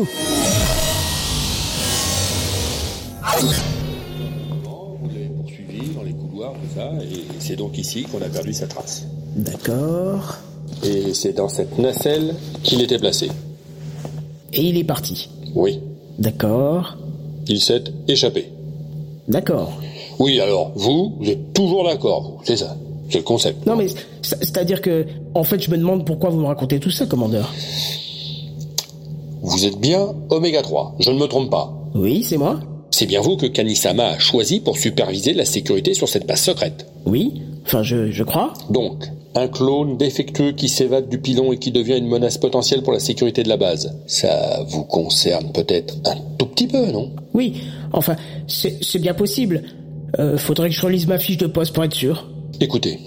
Vous l'avez poursuivi dans les couloirs, tout ça, et c'est donc ici qu'on a perdu sa trace. D'accord. Et c'est dans cette nacelle qu'il était placé. Et il est parti. Oui. D'accord. Il s'est échappé. D'accord. Oui, alors, vous, vous êtes toujours d'accord, vous, c'est ça. C'est le concept. Non, mais c'est- c'est-à-dire que, en fait, je me demande pourquoi vous me racontez tout ça, commandeur. Vous êtes bien Oméga trois, je ne me trompe pas. Oui, c'est moi. C'est bien vous que Kanisama a choisi pour superviser la sécurité sur cette base secrète. Oui, enfin, je, je crois. Donc, un clone défectueux qui s'évade du pilon et qui devient une menace potentielle pour la sécurité de la base. Ça vous concerne peut-être un tout petit peu, non ? Oui, enfin, c'est c'est bien possible. Euh, faudrait que je relise ma fiche de poste pour être sûr. Écoutez,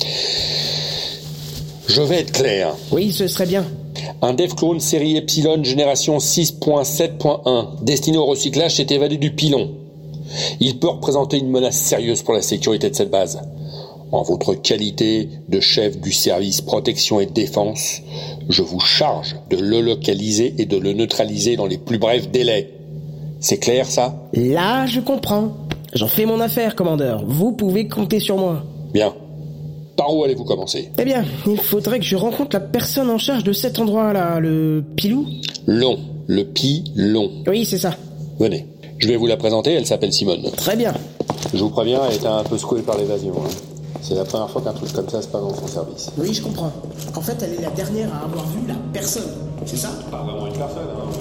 je vais être clair. Oui, ce serait bien. Un DevClone série Epsilon génération six point sept point un, destiné au recyclage, s'est évadé du pilon. Il peut représenter une menace sérieuse pour la sécurité de cette base. En votre qualité de chef du service protection et défense, je vous charge de le localiser et de le neutraliser dans les plus brefs délais. C'est clair, ça ? Là, je comprends. J'en fais mon affaire, commandeur. Vous pouvez compter sur moi. Bien. Par où allez-vous commencer ? Eh bien, il faudrait que je rencontre la personne en charge de cet endroit-là, le pilou. Long. Le pilon. Oui, c'est ça. Venez. Je vais vous la présenter, elle s'appelle Simone. Très bien. Je vous préviens, elle était un peu secouée par l'évasion. Hein. C'est la première fois qu'un truc comme ça se passe dans son service. Oui, je comprends. En fait, elle est la dernière à avoir vu la personne. C'est ça ? Pas vraiment une personne, hein.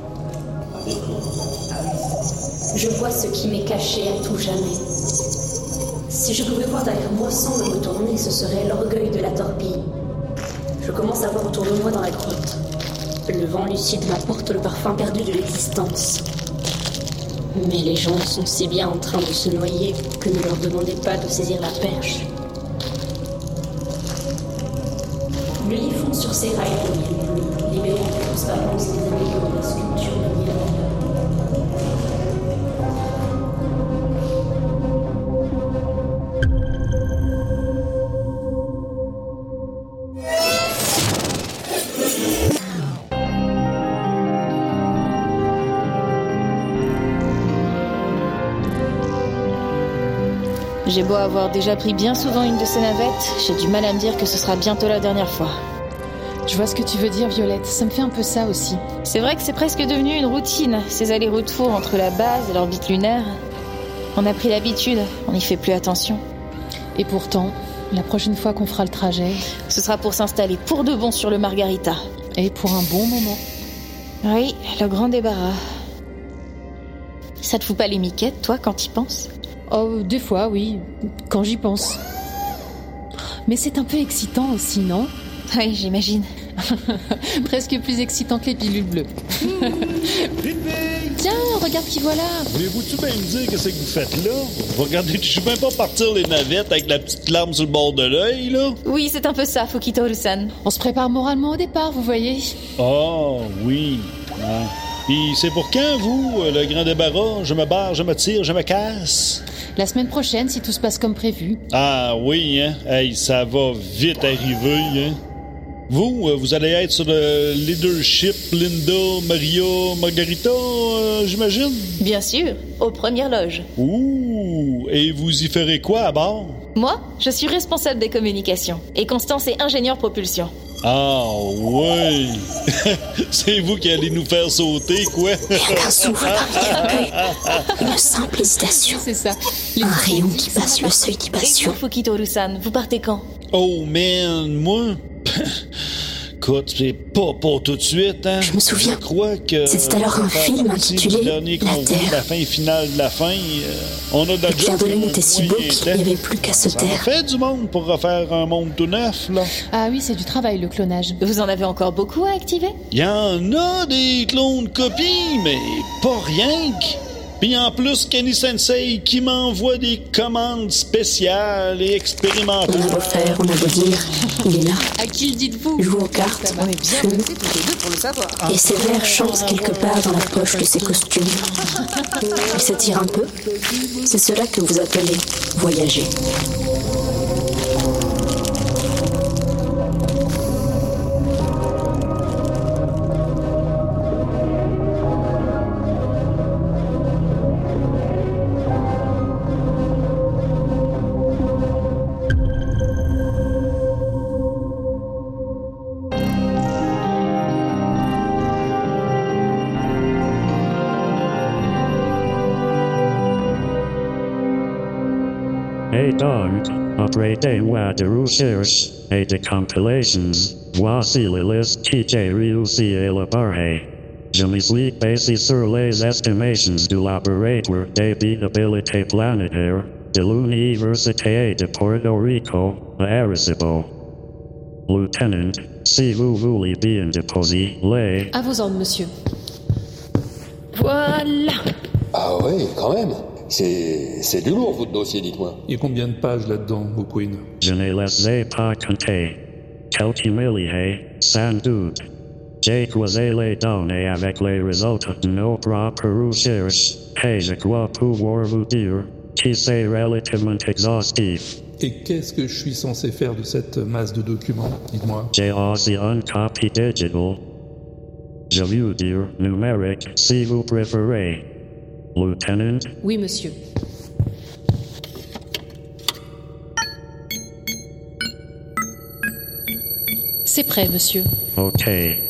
Je vois ce qui m'est caché à tout jamais. Si je pouvais voir derrière moi sans me retourner, ce serait l'orgueil de la torpille. Je commence à voir autour de moi dans la grotte. Le vent lucide m'apporte le parfum perdu de l'existence. Mais les gens sont si bien en train de se noyer que ne leur demandez pas de saisir la perche. Le lit fond sur ses rails de miel bleu, libérant la transparence et améliorant la sculpture de miel. J'ai beau avoir déjà pris bien souvent une de ces navettes, j'ai du mal à me dire que ce sera bientôt la dernière fois. Je vois ce que tu veux dire, Violette. Ça me fait un peu ça aussi. C'est vrai que c'est presque devenu une routine, ces allers-retours entre la base et l'orbite lunaire. On a pris l'habitude, on n'y fait plus attention. Et pourtant, la prochaine fois qu'on fera le trajet... Ce sera pour s'installer pour de bon sur le Margarita. Et pour un bon moment. Oui, le grand débarras. Ça te fout pas les miquettes, toi, quand y penses ? Oh, des fois, oui, quand j'y pense. Mais c'est un peu excitant aussi, non ? Oui, j'imagine. Presque plus excitant que les pilules bleues. Tiens, regarde qui voilà. Voulez-vous tout bien me dire qu'est-ce que vous faites là? Vous regardez, je sais même pas partir les navettes avec la petite larme sur le bord de l'œil, là? Oui, c'est un peu ça, Fukito-Rusan. On se prépare moralement au départ, vous voyez. Oh, oui. Ouais. Puis c'est pour quand, vous, le grand débarras? Je me barre, je me tire, je me casse? La semaine prochaine, si tout se passe comme prévu. Ah oui, hein? Hey, ça va vite arriver, hein? Vous, euh, vous allez être sur le leadership Linda, Maria, Margarita, euh, j'imagine? Bien sûr, aux premières loges. Ouh! Et vous y ferez quoi à bord? Moi, je suis responsable des communications. Et Constance est ingénieur propulsion. Ah, ouais! C'est vous qui allez nous faire sauter, quoi? Rien qu'un souffle parmi les Une simple hésitation. C'est ça. Un rayon qui passe le seuil d'y passion. Fukito-Rusan, vous partez quand? Oh, man, moi? Écoute, c'est pas pour tout de suite, hein? Je me souviens. Je crois que... C'était alors un film intitulé dernier La convoi, Terre. la fin finale de la fin. Euh, on a de la Le clair de lune était si beau moyen qu'il n'y avait plus qu'à se Ça en taire. fait du monde pour refaire un monde tout neuf, là. Ah oui, c'est du travail, le clonage. Vous en avez encore beaucoup à activer? Il y en a des clones copies, mais pas rien que... Puis en plus, Kenny Sensei qui m'envoie des commandes spéciales et expérimentales. On a beau faire, on a beau dire, il est là. À qui le dites-vous? Joue aux cartes, On est bien fume, placés tous les deux pour le savoir. et ses verres chantent quelque part dans la poche de ses costumes. Il s'étire un peu. C'est cela que vous appelez voyager. Hey dog, upratez-moi de recherche et de compilations. Voici la liste que j'ai réussi à élaborer. Je me suis basé sur les estimations de l'opérateur d'habitabilité planétaire de l'Université de Puerto Rico à Arecibo. Lieutenant, si vous voulez bien déposer les... À vos ordres, monsieur. Voilà. Ah oui, quand même. C'est, c'est du lourd, votre dossier, dites-moi. Il y a combien de pages là-dedans, O'Quinn? Je ne les ai pas comptés. Quelques milliers, sans doute. J'ai croisé les données avec les résultats de nos propres recherches, et je crois pouvoir vous dire que c'est relativement exhaustif. Et qu'est-ce que je suis censé faire de cette masse de documents? Dites-moi. J'ai aussi une copie digital. Je veux dire numérique, si vous préférez. Lieutenant? Oui, monsieur. C'est prêt, monsieur. Ok.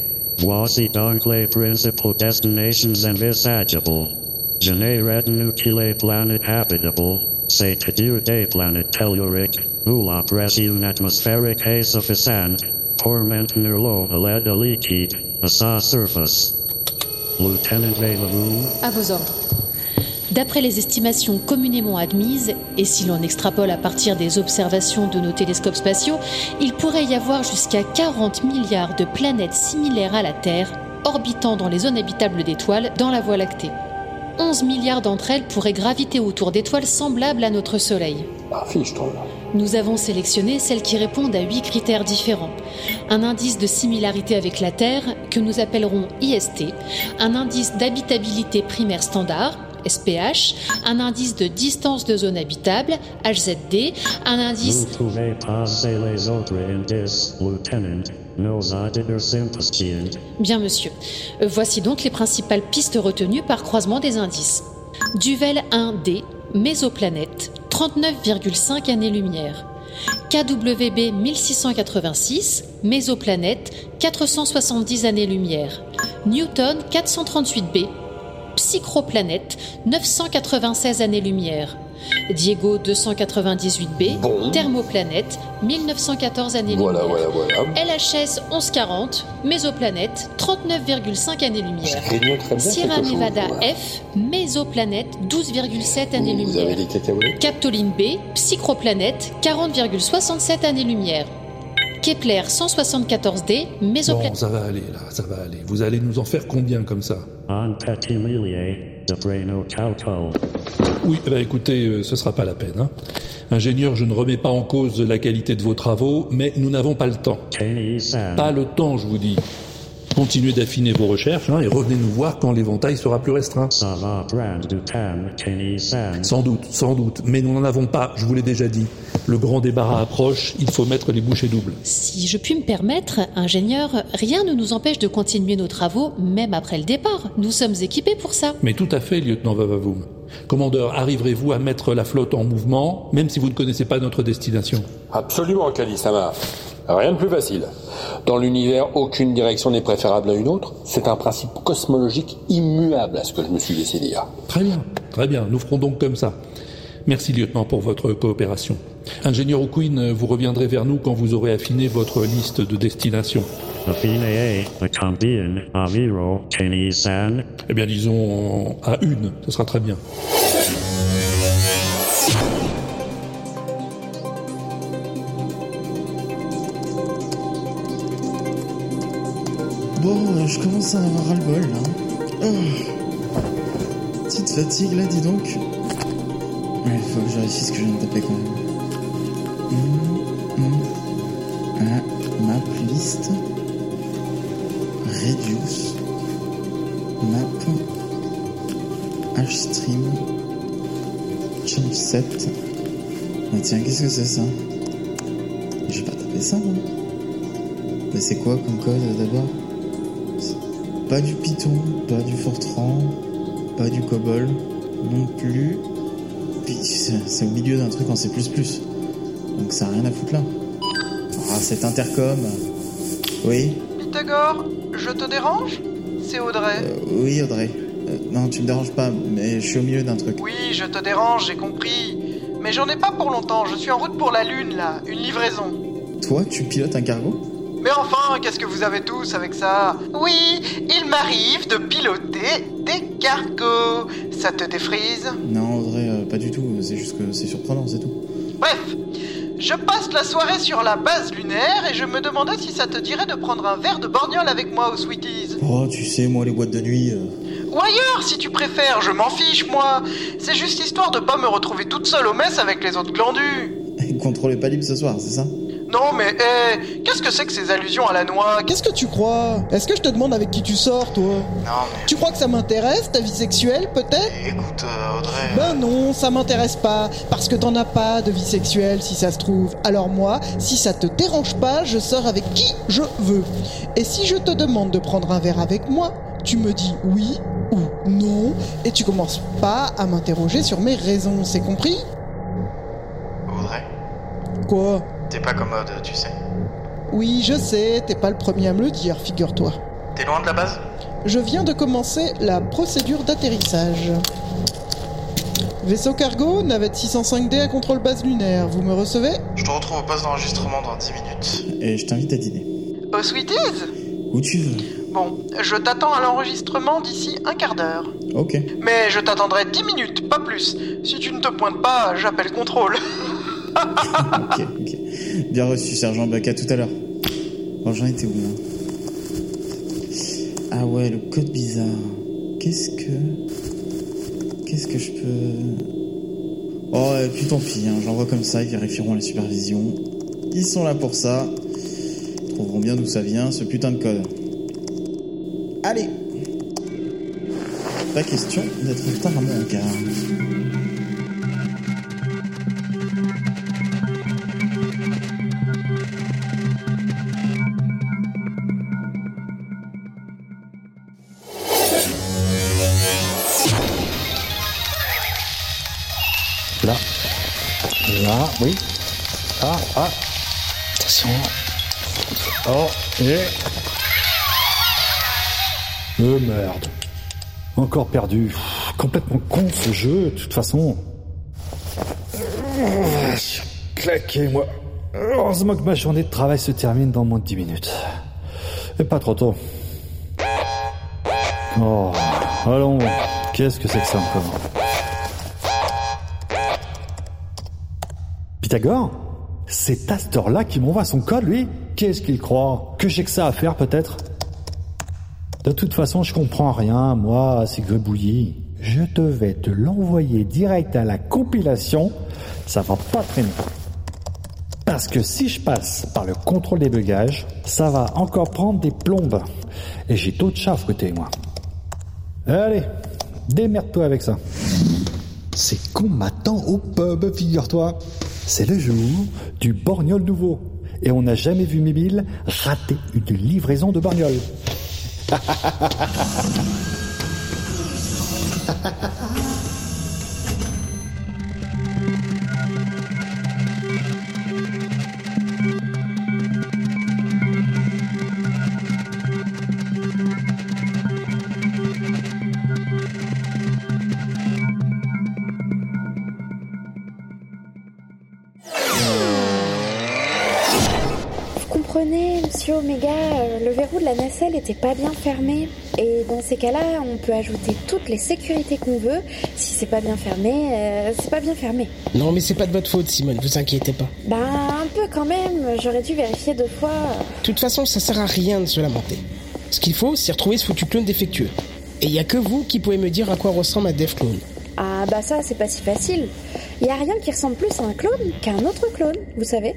Voici donc les principales destinations envisageables. Je n'ai retenu que les planètes habitables, c'est-à-dire des planètes telluriques, où la pression atmosphérique est suffisante pour maintenir l'eau à l'aide liquide à sa surface. Lieutenant Veylavou? À vos ordres. D'après les estimations communément admises, et si l'on extrapole à partir des observations de nos télescopes spatiaux, il pourrait y avoir jusqu'à quarante milliards de planètes similaires à la Terre, orbitant dans les zones habitables d'étoiles dans la Voie lactée. onze milliards d'entre elles pourraient graviter autour d'étoiles semblables à notre Soleil. Ah, fiche-toi. Nous avons sélectionné celles qui répondent à huit critères différents. Un indice de similarité avec la Terre, que nous appellerons I S T, un indice d'habitabilité primaire standard, S P H, un indice de distance de zone habitable, H Z D, un indice... Vous pouvez passer les autres indices, Lieutenant. Nos auditeurs s'impatientent. Bien, monsieur. Euh, voici donc les principales pistes retenues par croisement des indices. Duvel un D, mésoplanète, trente-neuf virgule cinq années-lumière. K W B mille six cent quatre-vingt-six, mésoplanète, quatre cent soixante-dix années-lumière. Newton quatre cent trente-huit B, Psychroplanète, neuf cent quatre-vingt-seize années-lumière. Diego deux cent quatre-vingt-dix-huit B, bon. Thermoplanète, mille neuf cent quatorze années-lumière. Voilà, voilà, voilà. L H S onze cent quarante, Mésoplanète, trente-neuf virgule cinq années-lumière. Sierra quelque chose, Nevada ouais. F, Mésoplanète, douze virgule sept Vous avez années-lumière. des cacahuètes? Captoline B, Psychroplanète, quarante virgule soixante-sept années-lumière. Kepler cent soixante-quatorze D, Bon, Mésoplanète. ça va aller, là, ça va aller. Vous allez nous en faire combien comme ça? Un petit millier, d'après nos calculs. Oui, bah écoutez, euh, ce sera pas la peine. Hein. Ingénieur, je ne remets pas en cause la qualité de vos travaux, mais nous n'avons pas le temps. Pas le temps, je vous dis. Continuez d'affiner vos recherches hein, et revenez nous voir quand l'éventail sera plus restreint. Ça va prendre du temps, Kenny-san. Sans doute, sans doute, mais nous n'en avons pas, je vous l'ai déjà dit. Le grand débarras approche, il faut mettre les bouchées doubles. Si je puis me permettre, ingénieur, rien ne nous empêche de continuer nos travaux, même après le départ. Nous sommes équipés pour ça. Mais tout à fait, lieutenant Vavavoum. Commandeur, arriverez-vous à mettre la flotte en mouvement, même si vous ne connaissez pas notre destination? Absolument, Kali-sama. Rien de plus facile. Dans l'univers, aucune direction n'est préférable à une autre. C'est un principe cosmologique immuable à ce que je me suis laissé dire. Très bien, très bien. Nous ferons donc comme ça. Merci, lieutenant, pour votre coopération. Ingénieur O'Quinn, vous reviendrez vers nous quand vous aurez affiné votre liste de destinations. Affiné à combien environ, Kenny-san? Eh bien, disons à une, ce sera très bien. Bon, euh, je commence à en avoir ras-le-bol, là. Oh. Petite fatigue, là, dis donc. Ouais, il faut que je vérifie ce que je viens de taper, quand même. Mmh, mmh. Ah, map list. Reduce. Map. H-stream. Change set. Ah, tiens, qu'est-ce que c'est, ça? Je vais pas taper ça, moi. Mais c'est quoi comme code, d'abord? Pas du Python, pas du Fortran, pas du COBOL, non plus. Puis c'est, c'est au milieu d'un truc en C plus plus. Donc ça n'a rien à foutre là. Ah, cet intercom. Oui. Pythagore, je te dérange? C'est Audrey. Euh, oui, Audrey. Euh, non, tu me déranges pas, mais je suis au milieu d'un truc. Oui, je te dérange, j'ai compris. Mais j'en ai pas pour longtemps, je suis en route pour la Lune là, une livraison. Toi, tu pilotes un cargo? Mais enfin, qu'est-ce que vous avez tous avec ça? Oui, il m'arrive de piloter des cargos. Ça te défrise? Non, Audrey, euh, pas du tout. C'est juste que c'est surprenant, c'est tout. Bref, je passe la soirée sur la base lunaire et je me demandais si ça te dirait de prendre un verre de borgnole avec moi aux Sweeties. Oh, tu sais, moi, les boîtes de nuit... Euh... Ou ailleurs, si tu préfères, je m'en fiche, moi. C'est juste histoire de pas me retrouver toute seule au mess avec les autres glandus. Contrôlez pas libre ce soir, c'est ça? Non mais, hé, hey, qu'est-ce que c'est que ces allusions à la noix? Qu'est-ce que tu crois? Est-ce que je te demande avec qui tu sors, toi? Non mais... Tu crois que ça m'intéresse, ta vie sexuelle, peut-être? Écoute, euh, Audrey... Ben non, ça m'intéresse pas, parce que t'en as pas de vie sexuelle, si ça se trouve. Alors moi, si ça te dérange pas, je sors avec qui je veux. Et si je te demande de prendre un verre avec moi, tu me dis oui ou non, et tu commences pas à m'interroger sur mes raisons, c'est compris? Audrey? Quoi? T'es pas commode, tu sais. Oui, je sais, t'es pas le premier à me le dire, figure-toi. T'es loin de la base? Je viens de commencer la procédure d'atterrissage. Vaisseau cargo, navette six cent cinq D à contrôle base lunaire, vous me recevez? Je te retrouve au poste d'enregistrement dans dix minutes. Et je t'invite à dîner. Aux Sweeties? Où tu veux. Bon, je t'attends à l'enregistrement d'ici un quart d'heure. Ok. Mais je t'attendrai dix minutes, pas plus. Si tu ne te pointes pas, j'appelle contrôle. Ok, ok. Bien reçu, sergent Buck, à tout à l'heure. Oh, j'en étais où, là? Ah ouais, le code bizarre. Qu'est-ce que... Qu'est-ce que je peux... Oh, et puis tant pis, hein, j'envoie comme ça, ils vérifieront la supervision. Ils sont là pour ça. Ils trouveront bien d'où ça vient, ce putain de code. Allez! Pas question d'être en retard à mon regard. Là. Là, oui. Ah, ah. Attention. Oh, et... Euh, merde. Encore perdu. Pff, complètement con ce jeu, de toute façon. Je suis claqué, moi. Heureusement que ma journée de travail se termine dans moins de dix minutes. Et pas trop tôt. Oh, allons. Qu'est-ce que c'est que ça encore? Pythagore? C'est à cette heure-là qu'il m'envoie son code, lui? Qu'est-ce qu'il croit? Que j'ai que ça à faire, peut-être? De toute façon, je comprends rien, moi, c'est gribouillis. Je devais te l'envoyer direct à la compilation, ça va pas traîner. Parce que si je passe par le contrôle des bugages, ça va encore prendre des plombes. Et j'ai d'autres chats à fouetter, moi. Allez, démerde-toi avec ça. C'est qu'on m'attend au pub, figure-toi. C'est le jour du borgnole nouveau. Et on n'a jamais vu Mimile rater une livraison de borgnole. Comprenez, monsieur Omega, euh, le verrou de la nacelle était pas bien fermé. Et dans ces cas-là, on peut ajouter toutes les sécurités qu'on veut. Si c'est pas bien fermé, euh, c'est pas bien fermé. Non, mais c'est pas de votre faute, Simone, vous inquiétez pas. Ben, un peu quand même. J'aurais dû vérifier deux fois. De toute façon, ça sert à rien de se lamenter. Ce qu'il faut, c'est retrouver ce foutu clone défectueux. Et il y a que vous qui pouvez me dire à quoi ressemble un dev clone. Ah bah ça, c'est pas si facile. Il y a rien qui ressemble plus à un clone qu'à un autre clone, vous savez.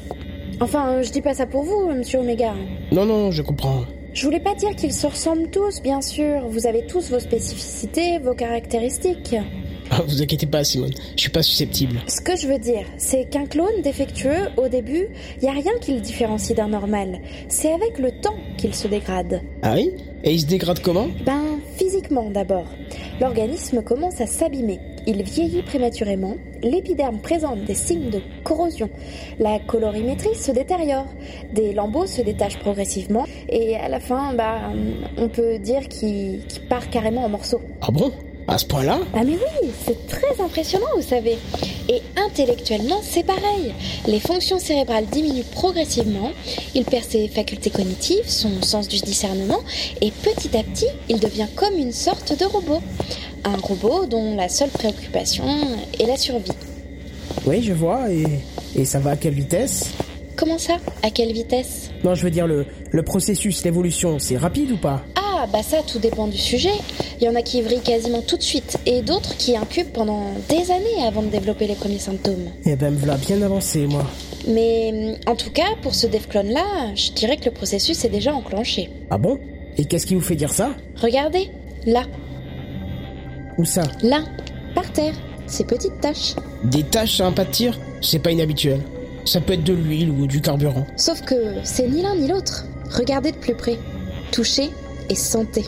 Enfin, je dis pas ça pour vous, monsieur Omega. Non, non, je comprends. Je voulais pas dire qu'ils se ressemblent tous, bien sûr. Vous avez tous vos spécificités, vos caractéristiques. Oh, vous inquiétez pas, Simone, je suis pas susceptible. Ce que je veux dire, c'est qu'un clone défectueux, au début, y a rien qui le différencie d'un normal. C'est avec le temps qu'il se dégrade. Ah oui ? Et il se dégrade comment ? Ben, physiquement d'abord. L'organisme commence à s'abîmer. Il vieillit prématurément, l'épiderme présente des signes de corrosion, la colorimétrie se détériore, des lambeaux se détachent progressivement, et à la fin, bah, on peut dire qu'il, qu'il part carrément en morceaux. Ah bon ? À ce point-là ? Ah mais oui, c'est très impressionnant, vous savez. Et intellectuellement, c'est pareil. Les fonctions cérébrales diminuent progressivement, il perd ses facultés cognitives, son sens du discernement, et petit à petit, il devient comme une sorte de robot. Un robot dont la seule préoccupation est la survie. Oui, je vois, et, et ça va à quelle vitesse ? Comment ça ? À quelle vitesse ? Non, je veux dire, le, le processus, l'évolution, c'est rapide ou pas ? Ah, bah ça, tout dépend du sujet. Il y en a qui vrillent quasiment tout de suite, et d'autres qui incubent pendant des années avant de développer les premiers symptômes. Eh ben, me voilà bien avancé, moi. Mais, en tout cas, pour ce DevClone-là, je dirais que le processus est déjà enclenché. Ah bon ? Et qu'est-ce qui vous fait dire ça ? Regardez, là. Où ça ? Là, par terre, ces petites taches. Des taches sur un pas de tir ? C'est pas inhabituel. Ça peut être de l'huile ou du carburant. Sauf que c'est ni l'un ni l'autre. Regardez de plus près. Touchez et sentez.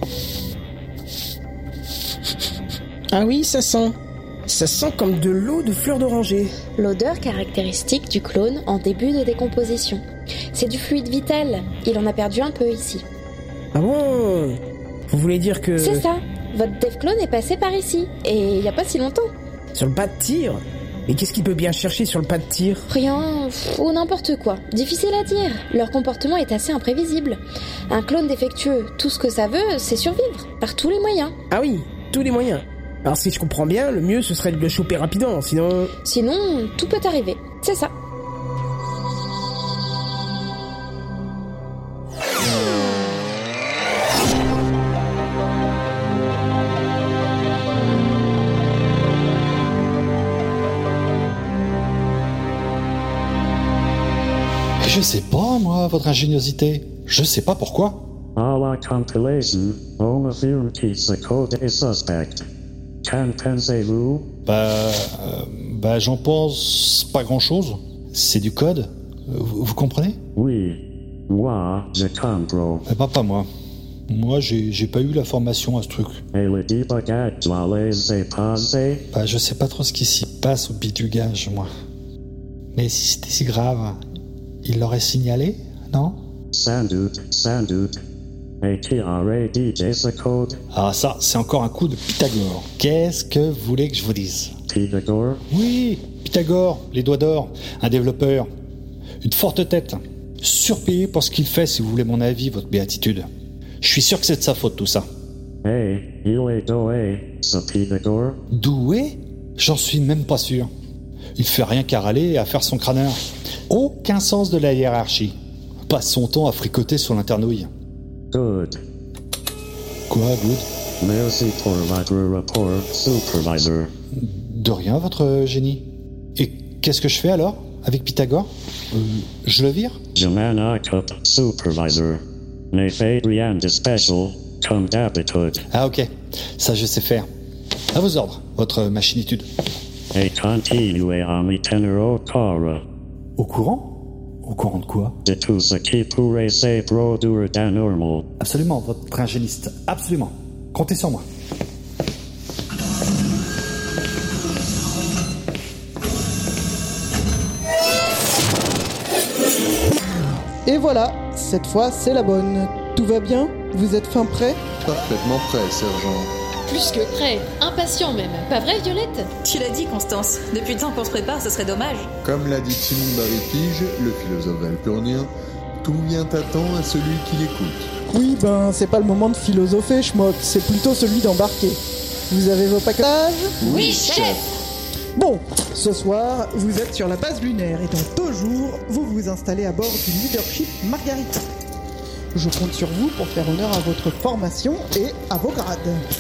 Ah oui, ça sent. Ça sent comme de l'eau de fleurs d'oranger. L'odeur caractéristique du clone en début de décomposition. C'est du fluide vital. Il en a perdu un peu ici. Ah bon ? Vous voulez dire que... C'est ça. Votre DevClone est passé par ici. Et il n'y a pas si longtemps. Sur le pas de tir ? Mais qu'est-ce qu'il peut bien chercher sur le pas de tir ? Rien, ou n'importe quoi. Difficile à dire. Leur comportement est assez imprévisible. Un clone défectueux, tout ce que ça veut, c'est survivre. Par tous les moyens. Ah oui, tous les moyens. Alors si je comprends bien, le mieux ce serait de le choper rapidement, sinon... Sinon, tout peut arriver. C'est ça. Je sais pas, moi, votre ingéniosité. Je sais pas pourquoi. À la compilation, on affirme que ce code est suspect. Qu'en pensez-vous? Bah, euh, bah, j'en pense pas grand-chose. C'est du code. Vous, vous comprenez? Oui. Moi, je comprends. Eh bah, pas moi. Moi, j'ai, j'ai pas eu la formation à ce truc. Et le débugage doit laisser passer? Bah, je sais pas trop ce qui s'y passe au bidugage, moi. Mais si c'était si grave, il l'aurait signalé, non? Sans doute, sans doute. Et qui a rédigé ce code? Ah, ça, c'est encore un coup de Pythagore. Qu'est-ce que vous voulez que je vous dise? Pythagore? Oui, Pythagore, les doigts d'or, un développeur. Une forte tête. Surpayé pour ce qu'il fait, si vous voulez mon avis, votre béatitude. Je suis sûr que c'est de sa faute, tout ça. Hey, il est doué, ce Pythagore. Doué? J'en suis même pas sûr. Il fait rien qu'à râler et à faire son crâneur. Aucun sens de la hiérarchie. Passe son temps à fricoter sur l'internouille. Good. Quoi, good? Merci pour votre rapport, supervisor. De rien, votre génie. Et qu'est-ce que je fais alors? avec Pythagore. Euh, je le vire? Jemana Cup Supervisor. Nefadrian Special. Come d'habitude. Ah ok, ça je sais faire. À vos ordres, votre machinitude. Et continue à me tenir au courant. Au courant? Au courant de quoi? De tout ce qui pourrait se produire d'anormal. Absolument, votre ingéniste. Absolument. Comptez sur moi. Et voilà, cette fois c'est la bonne. Tout va bien? Vous êtes fin prêt? Parfaitement prêt, sergent. Plus que prêt, impatient même. Pas vrai, Violette? Tu l'as dit, Constance. Depuis le temps qu'on se prépare, ce serait dommage. Comme l'a dit Simon Barry-Pige, le philosophe valpurnien, tout vient à temps à celui qui l'écoute. Oui, ben c'est pas le moment de philosopher, schmock, c'est plutôt celui d'embarquer. Vous avez vos packages? Oui, chef. Bon, ce soir, vous êtes sur la base lunaire et dans deux jours, vous vous installez à bord du Leadership Margarita. Je compte sur vous pour faire honneur à votre formation et à vos grades.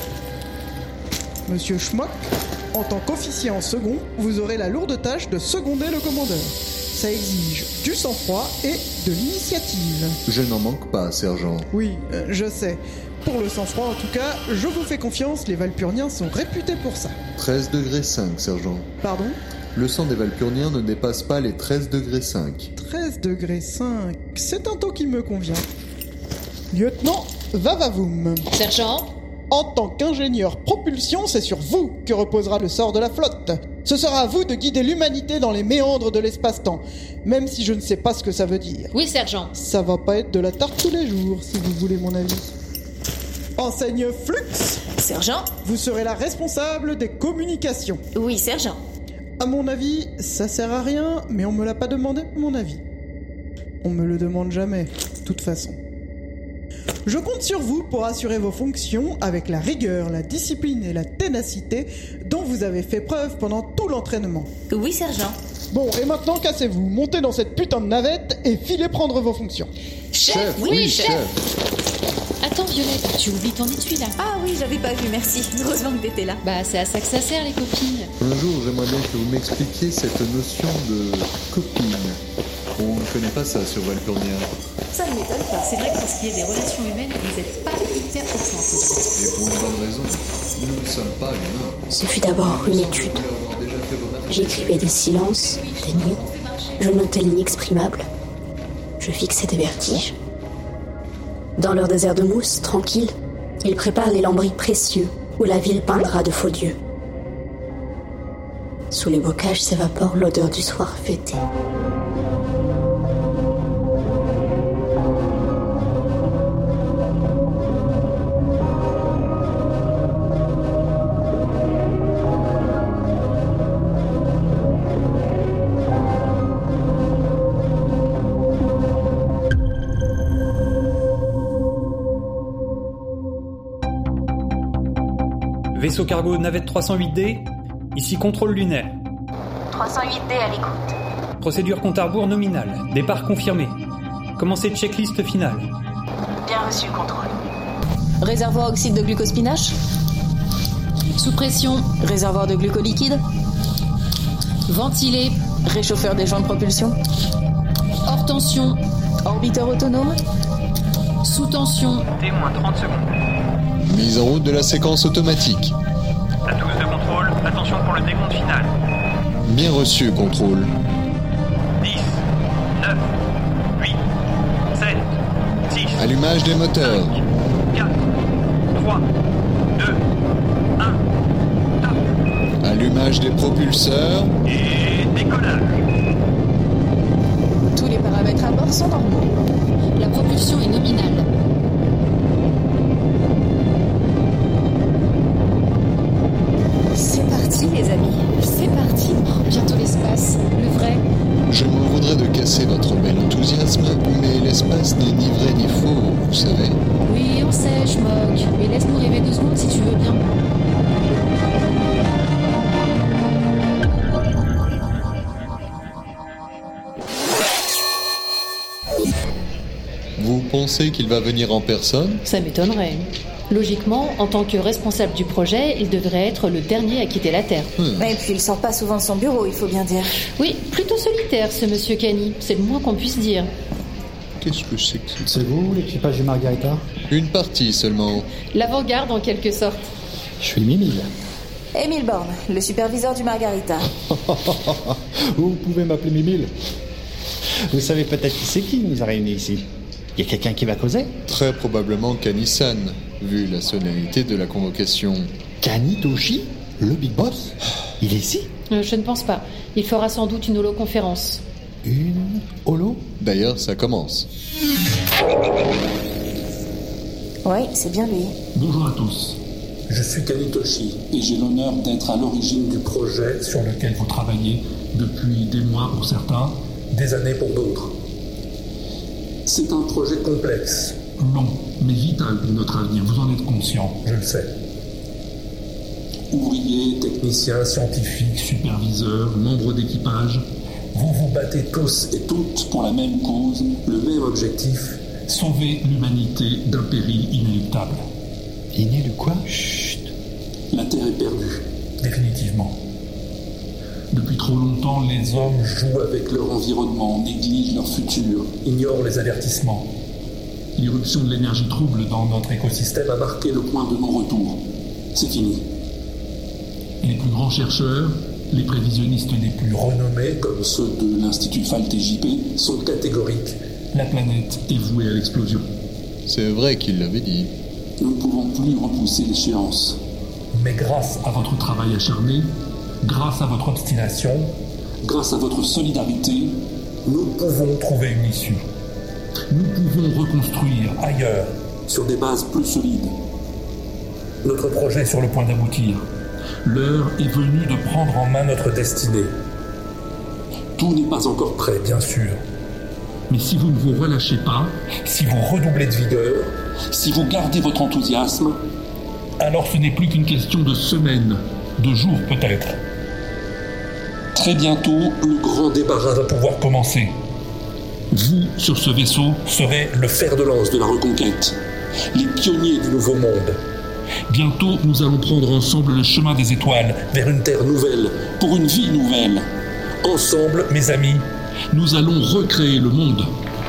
Monsieur Schmock, en tant qu'officier en second, vous aurez la lourde tâche de seconder le commandeur. Ça exige du sang-froid et de l'initiative. Je n'en manque pas, sergent. Oui, euh, je sais. Pour le sang-froid, en tout cas, je vous fais confiance, les Valpurniens sont réputés pour ça. treize degrés cinq, sergent. Pardon? Le sang des Valpurniens ne dépasse pas les treize degrés cinq. treize degrés cinq, c'est un taux qui me convient. Lieutenant Vavavoum. Sergent? En tant qu'ingénieur propulsion, c'est sur vous que reposera le sort de la flotte. Ce sera à vous de guider l'humanité dans les méandres de l'espace-temps, même si je ne sais pas ce que ça veut dire. Oui, sergent. Ça va pas être de la tarte tous les jours, si vous voulez mon avis. Enseigne Flux. Sergent? Vous serez la responsable des communications. Oui, sergent. À mon avis, ça sert à rien, mais on me l'a pas demandé, mon avis. On me le demande jamais, de toute façon. Je compte sur vous pour assurer vos fonctions avec la rigueur, la discipline et la ténacité dont vous avez fait preuve pendant tout l'entraînement. Oui, sergent. Bon, et maintenant, cassez-vous, montez dans cette putain de navette et filez prendre vos fonctions. Chef, chef oui, oui, chef. chef Attends, Violette, tu oublies ton étui, là. Ah oui, j'avais pas vu, merci. Heureusement que t'étais là. Bah, c'est à ça que ça sert, les copines. Un jour, j'aimerais bien que vous m'expliquiez cette notion de copine. On ne connaît pas ça sur Valpurnia. Ça ne m'étonne pas. C'est vrai que pour ce qui est des relations humaines, vous n'êtes pas hyper concentrés. Et pour une bonne raison. Nous ne sommes pas humains. Ce fut d'abord une étude. J'écrivais des silences, des nuits. Je notais l'inexprimable. Je fixais des vertiges. Dans leur désert de mousse, tranquille, ils préparent les lambris précieux où la ville peindra de faux dieux. Sous les bocages s'évapore l'odeur du soir fêté. Vaisseau cargo navette trois cent huit D, ici contrôle lunaire. trois cent huit D à l'écoute. Procédure compte à rebours nominale, départ confirmé. Commencez checklist finale. Bien reçu, contrôle. Réservoir oxyde de glucospinache. Sous pression. Réservoir de glucoliquide. Ventilé. Réchauffeur des joints de propulsion. Hors tension. Orbiteur autonome. Sous tension. T moins trente secondes. Mise en route de la séquence automatique. À tous de contrôle, attention pour le décompte final. Bien reçu, contrôle. dix, neuf, huit, sept, six. Allumage des moteurs. cinq, quatre, trois, deux, un, top. Allumage des propulseurs. Et décollage. Tous les paramètres à bord sont normaux. La propulsion est nominale. C'est parti, les amis. C'est parti. Bientôt l'espace. Le vrai. Je m'en voudrais de casser votre bel enthousiasme, mais l'espace n'est ni vrai ni faux, vous savez. Oui, on sait, je moque. Mais laisse-nous rêver deux secondes si tu veux bien. Vous pensez qu'il va venir en personne ? Ça m'étonnerait. Logiquement, en tant que responsable du projet, il devrait être le dernier à quitter la Terre. Hmm. Et puis il sort pas souvent de son bureau, il faut bien dire. Oui, plutôt solitaire ce monsieur Kenny, c'est le moins qu'on puisse dire. Qu'est-ce que c'est que ça? C'est vous, l'équipage du Margarita? Une partie seulement. L'avant-garde en quelque sorte. Je suis Mimile. Émile Borne, le superviseur du Margarita. Vous pouvez m'appeler Mimile. Vous savez peut-être qui c'est qui nous a réunis ici? Il y a quelqu'un qui va causer? Très probablement Kani-san, vu la solennité de la convocation. Kani Toshi? Le Big Boss? Il est ici? euh, Je ne pense pas. Il fera sans doute une holoconférence. Une holo? D'ailleurs, ça commence. Oui, c'est bien lui. Bonjour à tous. Je suis Kani Toshi et j'ai l'honneur d'être à l'origine du projet sur lequel vous travaillez depuis des mois pour certains, des années pour d'autres. C'est un projet complexe, long, mais vital pour notre avenir. Vous en êtes conscient, je le sais. Ouvriers, techniciens, scientifiques, superviseurs, membres d'équipage, vous vous battez tous et toutes pour la même cause, le même objectif, sauver l'humanité d'un péril inéluctable. Inélu quoi? Chut. La Terre est perdue, définitivement. Depuis trop longtemps, les hommes jouent avec leur environnement, négligent leur futur, ignorent les avertissements. L'irruption de l'énergie trouble dans notre écosystème a marqué le point de non-retour. C'est fini. Les plus grands chercheurs, les prévisionnistes les plus renommés, comme ceux de l'Institut F A L T J P, sont catégoriques. La planète est vouée à l'explosion. C'est vrai qu'il l'avait dit. Nous ne pouvons plus repousser l'échéance. Mais grâce à votre travail acharné, grâce à votre obstination, grâce à votre solidarité, nous pouvons trouver une issue. Nous pouvons reconstruire ailleurs, sur des bases plus solides. Notre projet est sur le point d'aboutir. L'heure est venue de prendre en main notre destinée. Tout n'est pas encore prêt, bien sûr. Mais si vous ne vous relâchez pas, si vous redoublez de vigueur, si vous gardez votre enthousiasme, alors ce n'est plus qu'une question de semaines, de jours peut-être. Très bientôt, le grand débarras va pouvoir commencer. Vous, sur ce vaisseau, serez le fer de lance de la reconquête, les pionniers du nouveau monde. Bientôt, nous allons prendre ensemble le chemin des étoiles, vers une terre nouvelle, pour une vie nouvelle. Ensemble, mes amis, nous allons recréer le monde.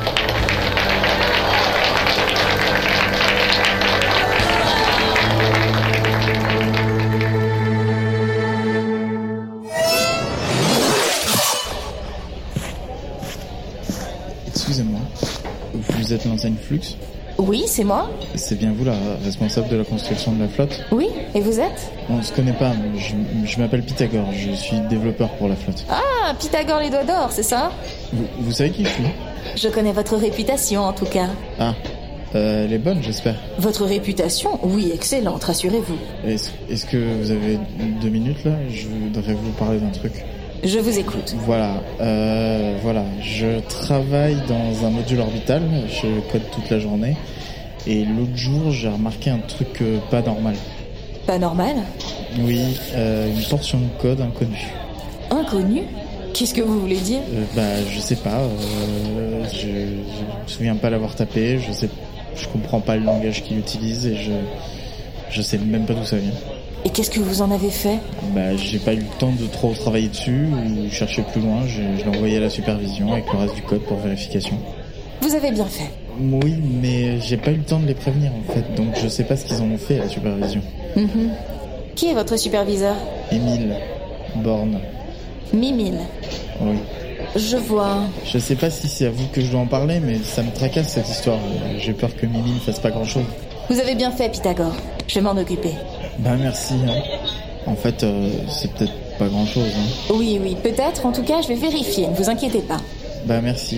Excusez-moi, vous êtes l'enseigne Flux? Oui, c'est moi. C'est bien vous la responsable de la construction de la flotte? Oui, et vous êtes? On se connaît pas, mais je, je m'appelle Pythagore, je suis développeur pour la flotte. Ah, Pythagore les doigts d'or, c'est ça? Vous, vous savez qui je suis? Je connais votre réputation en tout cas. Ah, euh, elle est bonne j'espère. Votre réputation? Oui, excellente, rassurez-vous. Est-ce, est-ce que vous avez deux minutes là? Je voudrais vous parler d'un truc. Je vous écoute. Voilà, euh, voilà. Je travaille dans un module orbital, je code toute la journée. Et l'autre jour, j'ai remarqué un truc euh, pas normal. Pas normal? Oui, euh, une portion de code inconnue. Inconnue? Qu'est-ce que vous voulez dire? euh, Bah, je sais pas. Euh, je, je me souviens pas l'avoir tapé. Je sais, je comprends pas le langage qu'il utilise et je, je sais même pas d'où ça vient. Et qu'est-ce que vous en avez fait? Bah, j'ai pas eu le temps de trop travailler dessus ou chercher plus loin. Je, je l'ai envoyé à la supervision avec le reste du code pour vérification. Vous avez bien fait. Oui, mais j'ai pas eu le temps de les prévenir en fait, donc je sais pas ce qu'ils en ont fait à la supervision. Mm-hmm. Qui est votre superviseur? Émile Borne. Mimile. Oui. Je vois. Je sais pas si c'est à vous que je dois en parler, mais ça me tracasse cette histoire. J'ai peur que Mimile fasse pas grand chose. Vous avez bien fait, Pythagore. Je vais m'en occuper. Bah merci. Hein. En fait, euh, c'est peut-être pas grand chose. Hein. Oui, oui, peut-être. En tout cas, je vais vérifier. Ne vous inquiétez pas. Bah merci.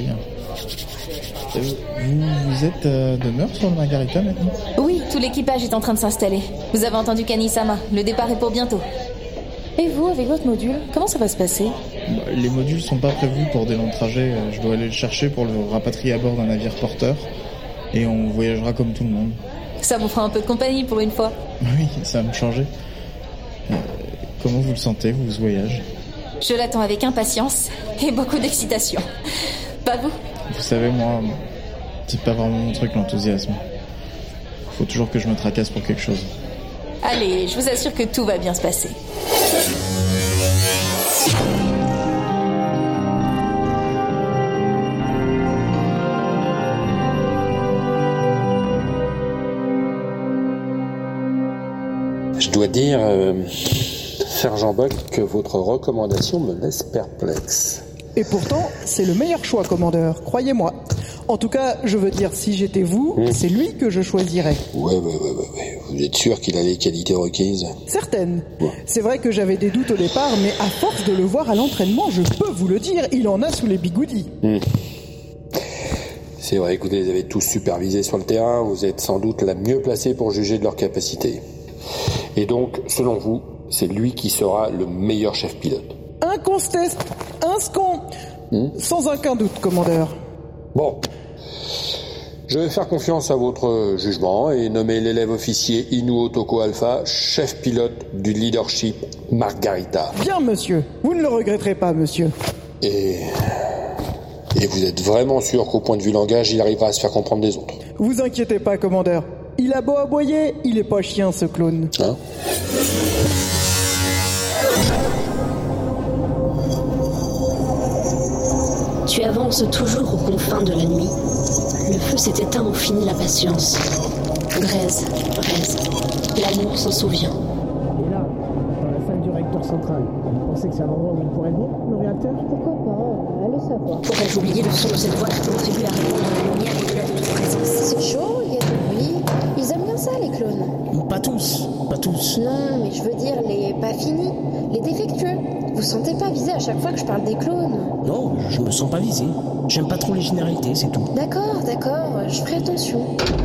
Vous, vous êtes euh, demeure sur le Margarita maintenant? Oui, tout l'équipage est en train de s'installer. Vous avez entendu Kani-sama. Le départ est pour bientôt. Et vous, avec votre module, comment ça va se passer? Bah, les modules sont pas prévus pour des longs trajets. Je dois aller le chercher pour le rapatrier à bord d'un navire porteur. Et on voyagera comme tout le monde. Ça vous fera un peu de compagnie pour une fois. Oui, ça va me changer. Euh, comment vous le sentez, vous, ce voyage? Je l'attends avec impatience et beaucoup d'excitation. Pas vous? Vous savez, moi, c'est pas vraiment mon truc, l'enthousiasme. faut toujours que je me tracasse pour quelque chose. Allez, je vous assure que tout va bien se passer. Je dois dire, euh, Sergent Buck, que votre recommandation me laisse perplexe. Et pourtant, c'est le meilleur choix, commandeur, croyez-moi. En tout cas, je veux dire, si j'étais vous, mmh. c'est lui que je choisirais. Ouais, ouais, ouais, ouais, ouais. Vous êtes sûr qu'il a les qualités requises? Certaines. Ouais. C'est vrai que j'avais des doutes au départ, mais à force de le voir à l'entraînement, je peux vous le dire, il en a sous les bigoudis. Mmh. C'est vrai que vous les avez tous supervisés sur le terrain, vous êtes sans doute la mieux placée pour juger de leurs capacités. Et donc, selon vous, c'est lui qui sera le meilleur chef pilote. Inconteste, inscon, mmh. sans aucun doute, commandeur. Bon, je vais faire confiance à votre jugement et nommer l'élève officier Inu Otoko Alpha chef pilote du leadership Margarita. Bien, monsieur. Vous ne le regretterez pas, monsieur. Et... Et vous êtes vraiment sûr qu'au point de vue langage, il arrivera à se faire comprendre des autres? Vous inquiétez pas, commandeur. Il a beau aboyer, il est pas chien, ce clone. Hein? Tu avances toujours aux confins de la nuit. Le feu s'est éteint, on finit la patience. Braise, braise. L'amour s'en souvient. Et là, dans la salle du réacteur central, vous pensez que c'est un endroit où il pourrait venir, le réacteur? Pourquoi pas? Allez savoir. Pourrais-je oublier le son de cette voix qui contribue à répondre à la lumière au-delà de toute présence? C'est chaud, il y a du bruit. Ils aiment bien ça, les clones. Pas tous, pas tous. Non, mais je veux dire les pas finis, les défectueux. Vous sentez pas visé à chaque fois que je parle des clones? Non, je me sens pas visé. J'aime pas trop les généralités, c'est tout. D'accord, d'accord, je ferai attention.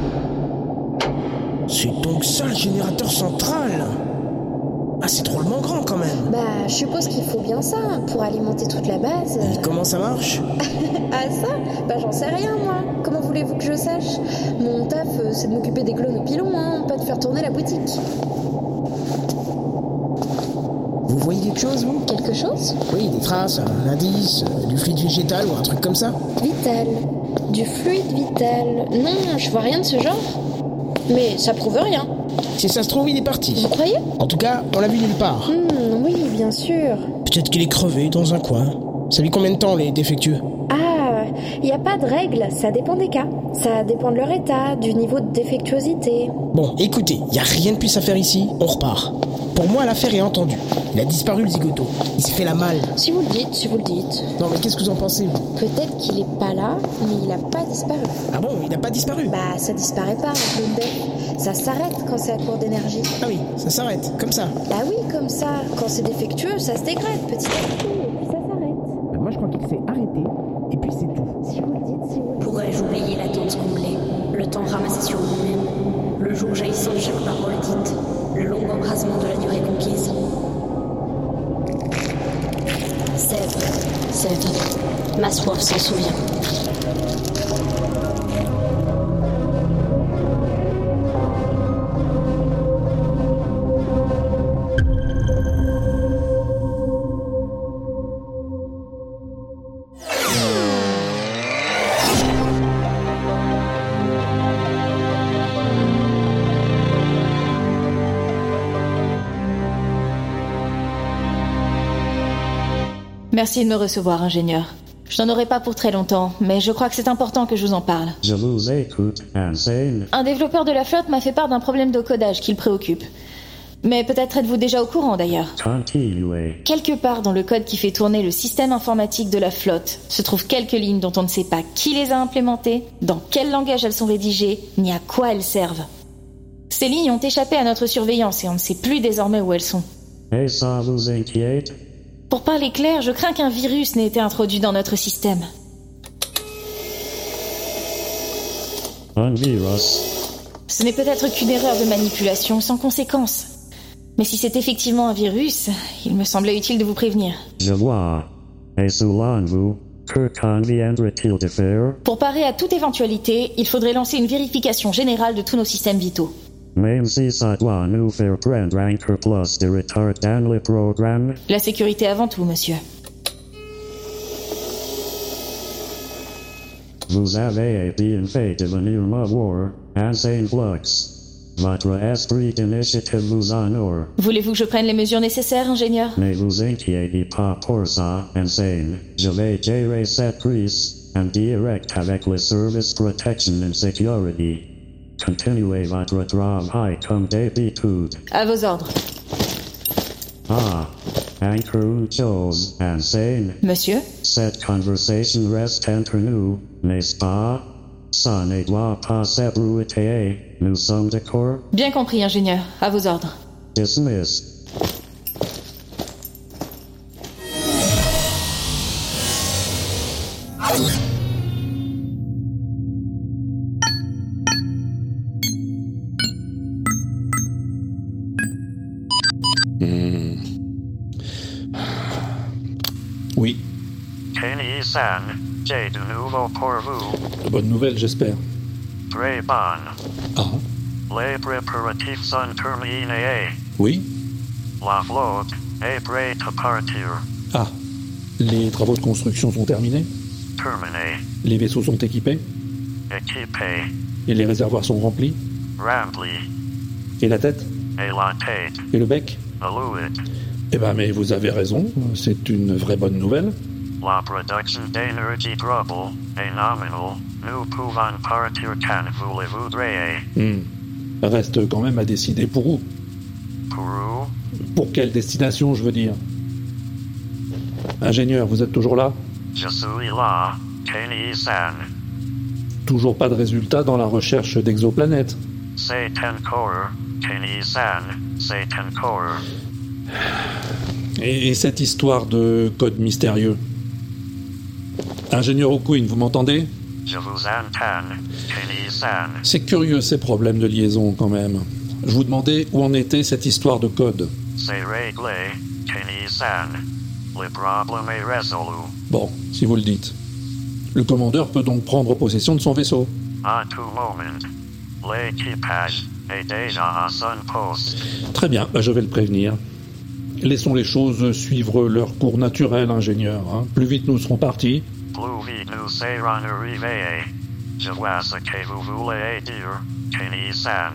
C'est donc ça le générateur central? Ah, c'est drôlement grand quand même. Bah, je suppose qu'il faut bien ça pour alimenter toute la base. Et comment ça marche? Ah ça? Bah j'en sais rien moi. Comment voulez-vous que je sache? Mon taf, c'est de m'occuper des clones au pilon, hein, pas de faire tourner la boutique. Vous voyez quelque chose, vous? Quelque chose? Oui, des traces, un indice, du fluide végétal ou un truc comme ça. Vital. Du fluide vital. Non, je vois rien de ce genre. Mais ça prouve rien. Si ça se trouve, il est parti. Vous croyez? En tout cas, on l'a vu nulle part. Mmh, oui, bien sûr. Peut-être qu'il est crevé dans un coin. Ça lui combien de temps, les défectueux? Ah, il n'y a pas de règle, ça dépend des cas. Ça dépend de leur état, du niveau de défectuosité. Bon, écoutez, il n'y a rien de plus à faire ici, on repart. Pour moi, l'affaire est entendue. Il a disparu, le zigoto. Il s'est fait la malle. Si vous le dites, si vous le dites. Non, mais qu'est-ce que vous en pensez, vous? Peut-être qu'il est pas là, mais il a pas disparu. Ah bon, il n'a pas disparu? Bah, ça disparaît pas, un clone d'œuf. Ça s'arrête quand c'est à court d'énergie. Ah oui, ça s'arrête, comme ça. Bah oui, comme ça. Quand c'est défectueux, ça se dégrade petit à petit, et puis ça s'arrête. Bah moi, je crois qu'il s'est arrêté, et puis c'est tout. Si vous le dites, si vous le dites. Pourrais-je oublier l'attente comblée, le temps ramassé sur moi-même, le jour jaillissant de chaque parole dite, le long embrasement de la durée conquise? Sève, sève, ma soif s'en souvient. Merci de me recevoir, ingénieur. Je n'en aurai pas pour très longtemps, mais je crois que c'est important que je vous en parle. Je vous écoute, Ansel. Un développeur de la flotte m'a fait part d'un problème de codage qui le préoccupe. Mais peut-être êtes-vous déjà au courant d'ailleurs. Continuez. Quelque part dans le code qui fait tourner le système informatique de la flotte se trouvent quelques lignes dont on ne sait pas qui les a implémentées, dans quel langage elles sont rédigées, ni à quoi elles servent. Ces lignes ont échappé à notre surveillance et on ne sait plus désormais où elles sont. Et ça vous inquiète? Pour parler clair, je crains qu'un virus n'ait été introduit dans notre système. Un virus? Ce n'est peut-être qu'une erreur de manipulation sans conséquence. Mais si c'est effectivement un virus, il me semblait utile de vous prévenir. Je vois. Et selon vous, que conviendrait-il de faire? Pour parer à toute éventualité, il faudrait lancer une vérification générale de tous nos systèmes vitaux. Même si ça doit nous faire prendre un peu plus de retard dans le programme? La sécurité avant tout, monsieur. Vous avez bien fait de venir me voir, Insane Flux. Votre esprit d'initiative vous honore. Voulez-vous que je prenne les mesures nécessaires, ingénieur? Ne vous inquiétez pas pour ça, Insane. Je vais gérer cette crise en direct avec le Service Protection and Security. Continuez votre travail comme d'habitude. À vos ordres. Ah, encore une chose, Insane. Monsieur? Cette conversation reste entre nous, n'est-ce pas? Ça ne doit pas s'ébruiter. Nous sommes d'accord? Bien compris, ingénieur. À vos ordres. Dismissed. Hmm. Oui. Kenny-san, j'ai de nouveau pour vous. De bonnes nouvelles, j'espère. Très bonne. Ah. Les préparatifs sont terminés. Oui. La flotte est prête à partir. Ah. Les travaux de construction sont terminés? Terminés. Les vaisseaux sont équipés? Équipés. Et les réservoirs sont remplis? Remplis. Et la tête? Et la tête. Et le bec? Alouette. Eh ben, mais vous avez raison. C'est une vraie bonne nouvelle. La production d'énergie trouble est nominale. Nous pouvons partir quand vous le voudrez. Hmm. Reste quand même à décider pour où. Pour où? Pour quelle destination, je veux dire. Ingénieur, vous êtes toujours là? Je suis là, Kenny-san. Toujours pas de résultat dans la recherche d'exoplanètes. C'est encore, Kenny-san, c'est encore. Et, et cette histoire de code mystérieux? Ingénieur O'Quinn, vous m'entendez? Je vous entends, Kenny-san. C'est curieux ces problèmes de liaison quand même. Je vous demandais où en était cette histoire de code. C'est réglé, Kenny-san. Le problème est résolu. Bon, si vous le dites. Le commandeur peut donc prendre possession de son vaisseau. À tout moment. L'équipage est déjà à son poste. Très bien, bah je vais le prévenir. Laissons les choses suivre leur cours naturel, ingénieur. Hein. Plus vite nous serons partis. Plus vite nous serons arrivés. Je vois ce que vous voulez dire, Kenny-san.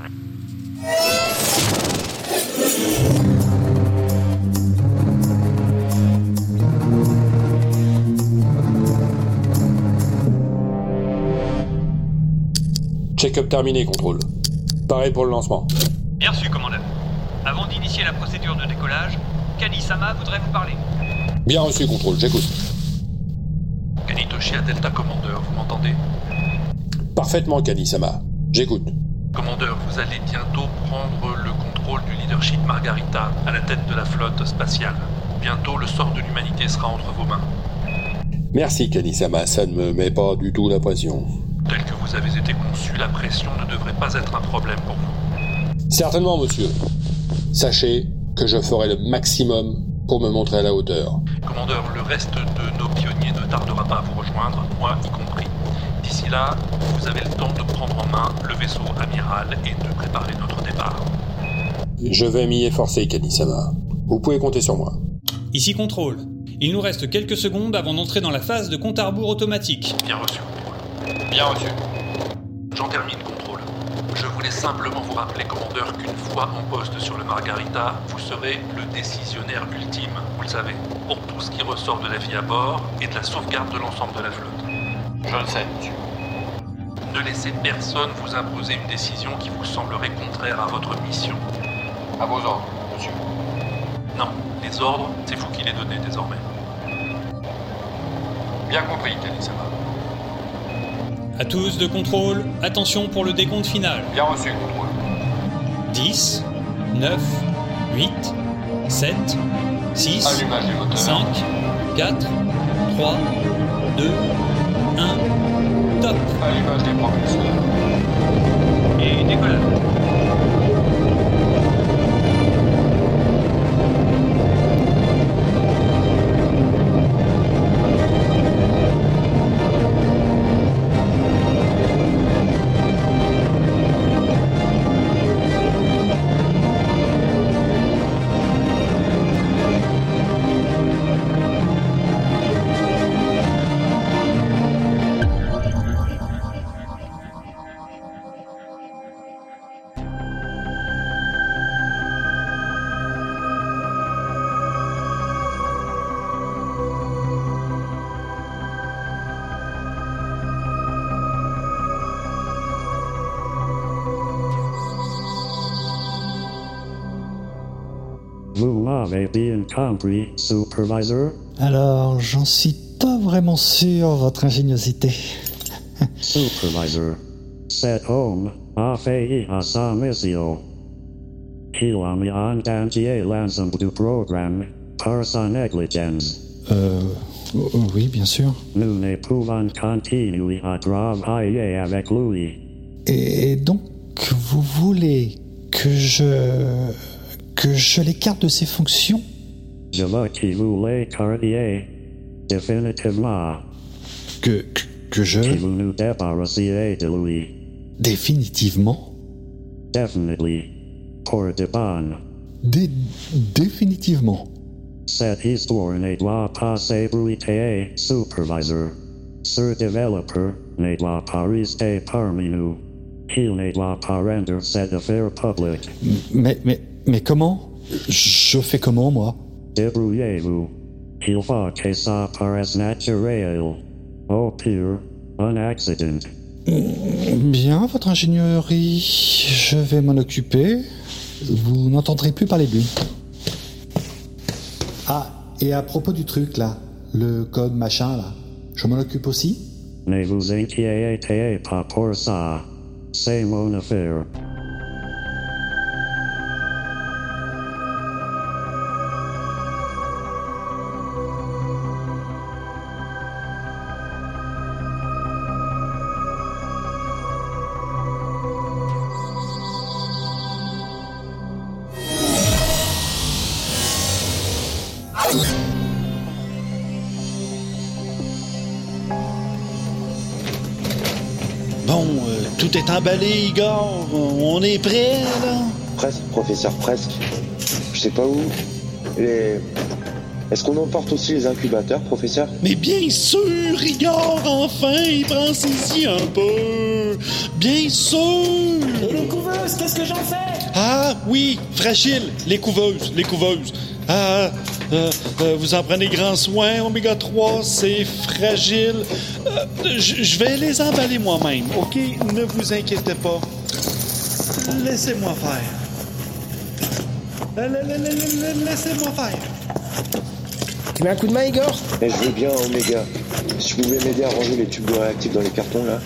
Check-up terminé, contrôle. Pareil pour le lancement. Bien reçu, commandeur. Avant d'initier la procédure de décollage, Kani-sama voudrait vous parler. Bien reçu, contrôle, j'écoute. Kanitoshi à Delta, commandeur, vous m'entendez? Parfaitement, Kani-sama. J'écoute. Commandeur, vous allez bientôt prendre le contrôle du leadership Margarita à la tête de la flotte spatiale. Bientôt, le sort de l'humanité sera entre vos mains. Merci, Kani-sama, ça ne me met pas du tout la pression. Tel que vous avez été conçu, la pression ne devrait pas être un problème pour vous. Certainement, monsieur. Sachez que je ferai le maximum pour me montrer à la hauteur. Commandeur, le reste de nos pionniers ne tardera pas à vous rejoindre, moi y compris. D'ici là, vous avez le temps de prendre en main le vaisseau amiral et de préparer notre départ. Je vais m'y efforcer, Kani-sama. Vous pouvez compter sur moi. Ici contrôle. Il nous reste quelques secondes avant d'entrer dans la phase de compte à rebours automatique. Bien reçu. Bien reçu. J'en termine, contrôle. Je voulais simplement vous rappeler, commandeur, qu'une fois en poste sur le Margarita, vous serez le décisionnaire ultime, vous le savez, pour tout ce qui ressort de la vie à bord et de la sauvegarde de l'ensemble de la flotte. Je le sais, monsieur. Ne laissez personne vous imposer une décision qui vous semblerait contraire à votre mission. À vos ordres, monsieur. Non, les ordres, c'est vous qui les donnez désormais. Bien compris, Kani-sama. À tous de contrôle, attention pour le décompte final. Bien reçu, contrôle. dix, neuf, huit, sept, six, Allumage du moteur. cinq, quatre, trois, deux, un, top. Allumage des propulseurs. Et décollage. Vous m'avez bien compris, supervisor? Alors, j'en suis pas vraiment sûr, votre ingéniosité. Supervisor, cet homme a failli à sa mission. Il a mis en danger l'ensemble du programme par sa négligence. Euh... Oui, bien sûr. Nous ne pouvons continuer à travailler avec lui. Et donc, vous voulez que je... que je l'écarte de ses fonctions? Je veux que vous l'écartiez définitivement. Que... que, que je... Que vous nous débarrassiez de lui. Définitivement? Definitely. Pour de bon. Dé... définitivement. Cette histoire ne doit pas s'ébruiter, supervisor. Ce développeur ne doit pas rester parmi nous. Il ne doit pas rendre cette affaire publique. Mais, mais, mais comment? Je fais comment, moi? Débrouillez-vous. Il faut que ça paraisse naturel. Au pire, un accident. Bien, votre ingénierie. Je vais m'en occuper. Vous n'entendrez plus parler de lui. Ah, et à propos du truc, là, le code machin, là, je m'en occupe aussi? Ne vous inquiétez pas pour ça. C'est mon affaire. Bon, euh, tout est emballé, Igor. On est prêt, là? Presque, professeur, presque. Je sais pas où. Les... Est-ce qu'on emporte aussi les incubateurs, professeur? Mais bien sûr, Igor, enfin, il prend ici un peu. Bien sûr. Et les couveuses, qu'est-ce que j'en fais? Ah, oui, fragile, les couveuses, les couveuses. Ah, euh, euh, vous en prenez grand soin, oméga trois, c'est fragile. Euh, je vais les emballer moi-même, OK? Ne vous inquiétez pas. Laissez-moi faire. Laissez-moi faire. Tu mets un coup de main, Igor? Eh, je veux bien, Oméga. Si vous pouvez m'aider à ranger les tubes de réactifs dans les cartons, là.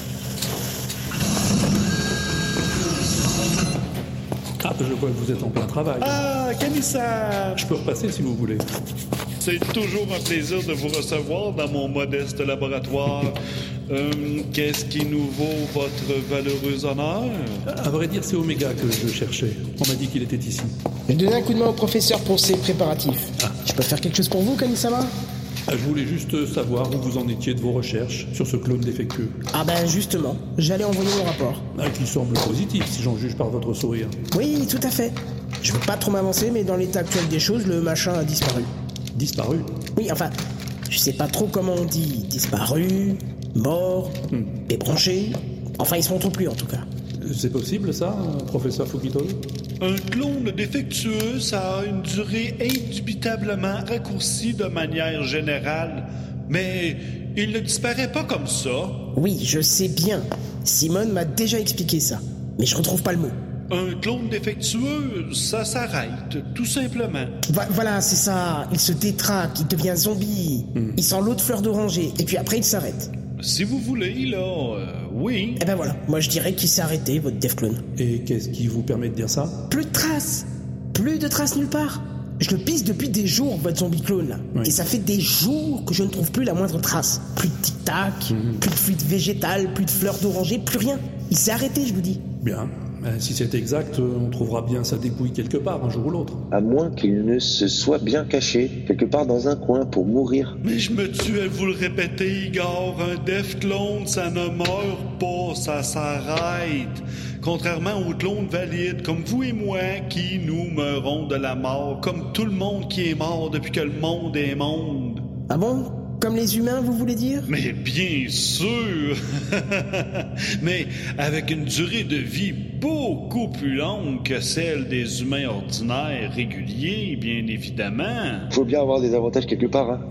Ah, je vois que vous êtes en plein travail. Ah, Kanissa! Je peux repasser si vous voulez. C'est toujours un plaisir de vous recevoir dans mon modeste laboratoire. Euh, qu'est-ce qui nous vaut votre valeureux honneur? À vrai dire, c'est Oméga que je cherchais. On m'a dit qu'il était ici. Je vais donner un coup de main au professeur pour ses préparatifs. Ah. Je peux faire quelque chose pour vous, Kamisama? Je voulais juste savoir où vous en étiez de vos recherches sur ce clone défectueux. Ah ben justement, j'allais envoyer mon rapport. Ah, qui semble positif si j'en juge par votre sourire. Oui, tout à fait. Je veux pas trop m'avancer, mais dans l'état actuel des choses, le machin a disparu. Disparu? Oui, enfin, je sais pas trop comment on dit. Disparu, mort, hmm. débranché. Enfin, ils se retrouvent plus en tout cas. C'est possible ça, professeur Fukito? Un clone défectueux, ça a une durée indubitablement raccourcie de manière générale. Mais il ne disparaît pas comme ça. Oui, je sais bien. Simone m'a déjà expliqué ça. Mais je retrouve pas le mot. Un clone défectueux, ça s'arrête, tout simplement. Va- voilà, c'est ça. Il se détraque, il devient zombie. Hmm. Il sent l'eau de fleur d'oranger. Et puis après, il s'arrête. Si vous voulez, là, euh, oui. Eh ben voilà, moi je dirais qu'il s'est arrêté, votre Def Clone. Et qu'est-ce qui vous permet de dire ça? Plus de traces. Plus de traces nulle part. Je le pisse depuis des jours, votre zombie clone, là. Oui. Et ça fait des jours que je ne trouve plus la moindre trace. Plus de tic-tac, mmh. plus de fluide végétal, plus de fleurs d'oranger, plus rien. Il s'est arrêté, je vous dis. Bien. Si c'est exact, on trouvera bien sa dépouille quelque part, un jour ou l'autre. À moins qu'il ne se soit bien caché, quelque part dans un coin pour mourir. Mais je me tue à vous le répéter, Igor. Un Def Clone, ça ne meurt pas, ça s'arrête. Contrairement aux clones valides comme vous et moi, qui nous meurons de la mort, comme tout le monde qui est mort depuis que le monde est monde. Ah bon? Comme les humains, vous voulez dire? Mais bien sûr! Mais avec une durée de vie beaucoup plus longue que celle des humains ordinaires réguliers, bien évidemment. Faut bien avoir des avantages quelque part, hein.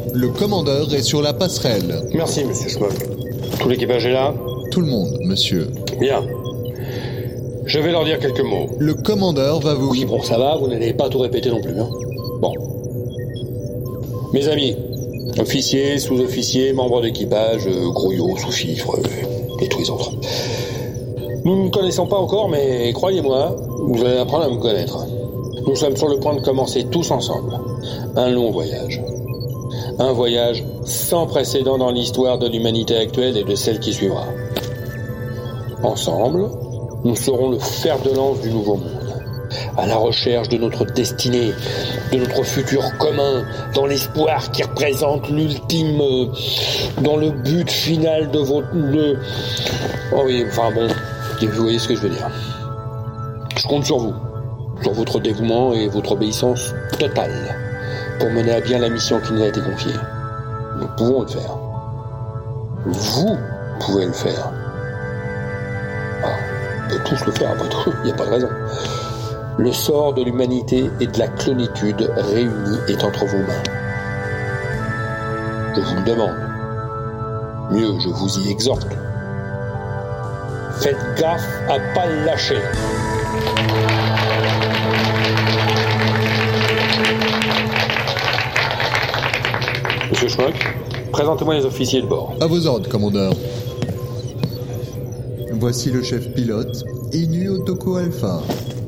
Le commandeur est sur la passerelle. Merci, monsieur Schmock. Tout l'équipage est là? Tout le monde, monsieur. Bien. Je vais leur dire quelques mots. Le commandeur va vous... Oui, bon, ça va, vous n'allez pas tout répéter non plus, hein. Bon. Mes amis, officiers, sous-officiers, membres d'équipage, euh, grouillots, sous-fifres, euh, et tous les autres. Nous ne nous connaissons pas encore, mais croyez-moi, vous allez apprendre à me connaître. Nous sommes sur le point de commencer tous ensemble un long voyage. Un voyage sans précédent dans l'histoire de l'humanité actuelle et de celle qui suivra. Ensemble, nous serons le fer de lance du nouveau monde. À la recherche de notre destinée, de notre futur commun, dans l'espoir qui représente l'ultime, euh, dans le but final de votre... De... Oh oui, enfin bon, vous voyez ce que je veux dire. Je compte sur vous, sur votre dévouement et votre obéissance totale, pour mener à bien la mission qui nous a été confiée. Nous pouvons le faire. Vous pouvez le faire. Ah, on peut tous le faire après tout, il n'y a pas de raison. Le sort de l'humanité et de la clonitude réunis est entre vos mains. Je vous le demande. Mieux, je vous y exhorte. Faites gaffe à pas le lâcher. Monsieur Schmock, présentez-moi les officiers de bord. À vos ordres, commandeur. Voici le chef pilote, Inu Otoko Alpha.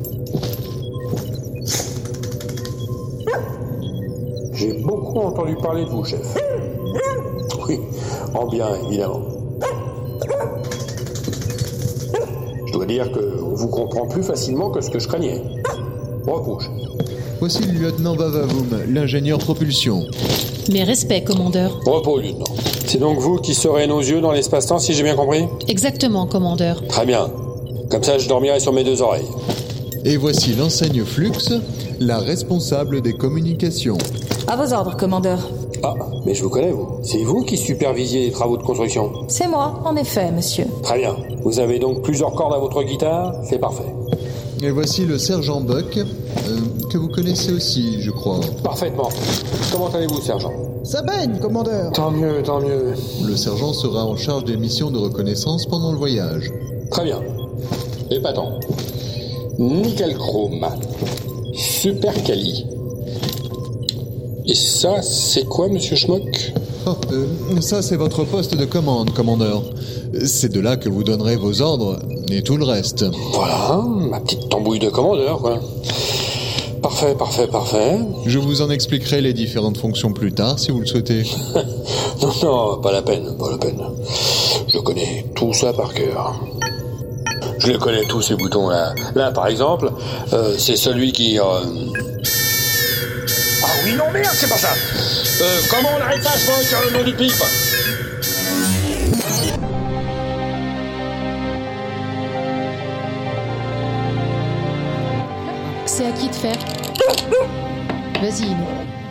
J'ai beaucoup entendu parler de vous, chef. Oui, en bien, évidemment. Je dois dire qu'on vous comprend plus facilement que ce que je craignais. Repos, chef. Voici le lieutenant Vavavoum, l'ingénieur propulsion. Mes respects, commandeur. Repos, lieutenant. C'est donc vous qui serez nos yeux dans l'espace-temps, si j'ai bien compris? Exactement, commandeur. Très bien. Comme ça, je dormirai sur mes deux oreilles. Et voici l'enseigne Flux, la responsable des communications. À vos ordres, commandeur. Ah, mais je vous connais, vous. C'est vous qui supervisiez les travaux de construction? C'est moi, en effet, monsieur. Très bien. Vous avez donc plusieurs cordes à votre guitare? C'est parfait. Et voici le sergent Buck, euh, que vous connaissez aussi, je crois. Parfaitement. Comment allez-vous, sergent? Ça baigne, commandeur. Tant mieux, tant mieux. Le sergent sera en charge des missions de reconnaissance pendant le voyage. Très bien. Épatant. Nickel chrome. Super quali. Et ça, c'est quoi, monsieur Schmock? Oh, euh, ça, c'est votre poste de commande, commandeur. C'est de là que vous donnerez vos ordres et tout le reste. Voilà, ma petite tambouille de commandeur, quoi. Parfait, parfait, parfait. Je vous en expliquerai les différentes fonctions plus tard, si vous le souhaitez. Non, non, pas la peine, pas la peine. Je connais tout ça par cœur. Je les connais tous, ces boutons-là. Là, par exemple, euh, c'est celui qui... Euh... Ah oui, non, merde, c'est pas ça. Euh, comment on arrête ça, je vois, le nom du pipe? C'est à qui de faire? Vas-y, Inu.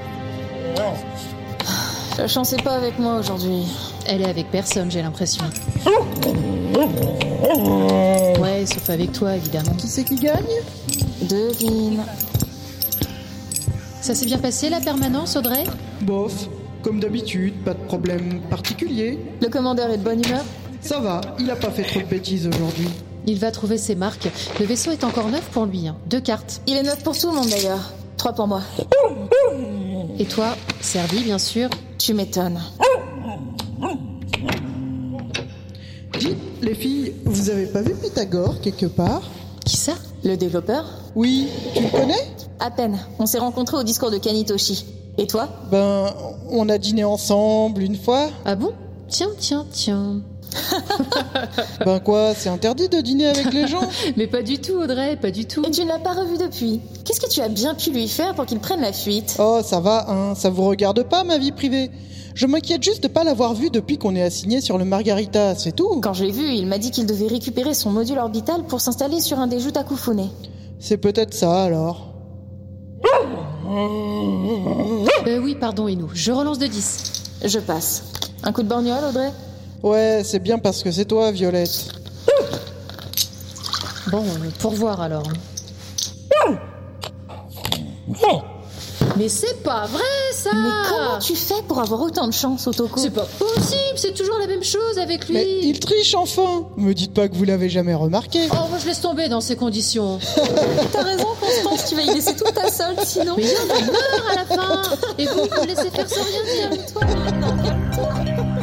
La chance est pas avec moi aujourd'hui. Elle est avec personne, j'ai l'impression. Ouais, sauf avec toi, évidemment. Qui c'est qui gagne? Devine. Ça s'est bien passé, la permanence, Audrey? Bof, comme d'habitude, pas de problème particulier. Le commandeur est de bonne humeur? Ça va, il a pas fait trop de bêtises aujourd'hui. Il va trouver ses marques. Le vaisseau est encore neuf pour lui, hein. Deux cartes. Il est neuf pour tout le monde d'ailleurs. Trois pour moi. Et toi, servi, bien sûr. Tu m'étonnes. Dites, les filles, vous avez pas vu Pythagore quelque part? Qui ça? Le développeur? Oui, tu le connais? À peine. On s'est rencontrés au discours de Kanitoshi. Et toi? Ben, on a dîné ensemble une fois. Ah bon? Tiens, tiens, tiens. Ben quoi, c'est interdit de dîner avec les gens? Mais pas du tout, Audrey, pas du tout. Et tu ne l'as pas revu depuis. Qu'est-ce que tu as bien pu lui faire pour qu'il prenne la fuite? Oh, ça va, hein, ça vous regarde pas, ma vie privée. Je m'inquiète juste de pas l'avoir vu depuis qu'on est assigné sur le Margarita, c'est tout. Quand je l'ai vu, il m'a dit qu'il devait récupérer son module orbital pour s'installer sur un des Jutakufune. C'est peut-être ça, alors. Euh, oui, pardon, Inu. Je relance de dix. Je passe. Un coup de borgnole, Audrey? Ouais, c'est bien parce que c'est toi, Violette. Bon, euh, pour voir alors. Mais c'est pas vrai, ça. Mais comment tu fais pour avoir autant de chance, Otoko? C'est pas possible, c'est toujours la même chose avec lui. Mais il triche enfin. Me dites pas que vous l'avez jamais remarqué. Oh, moi je laisse tomber dans ces conditions. T'as raison, Constance, tu vas y laisser toute ta solde sinon. Mais il y en a marre à la fin. Et vous, vous me laissez faire sans rien dire. Toi, non, calme-toi.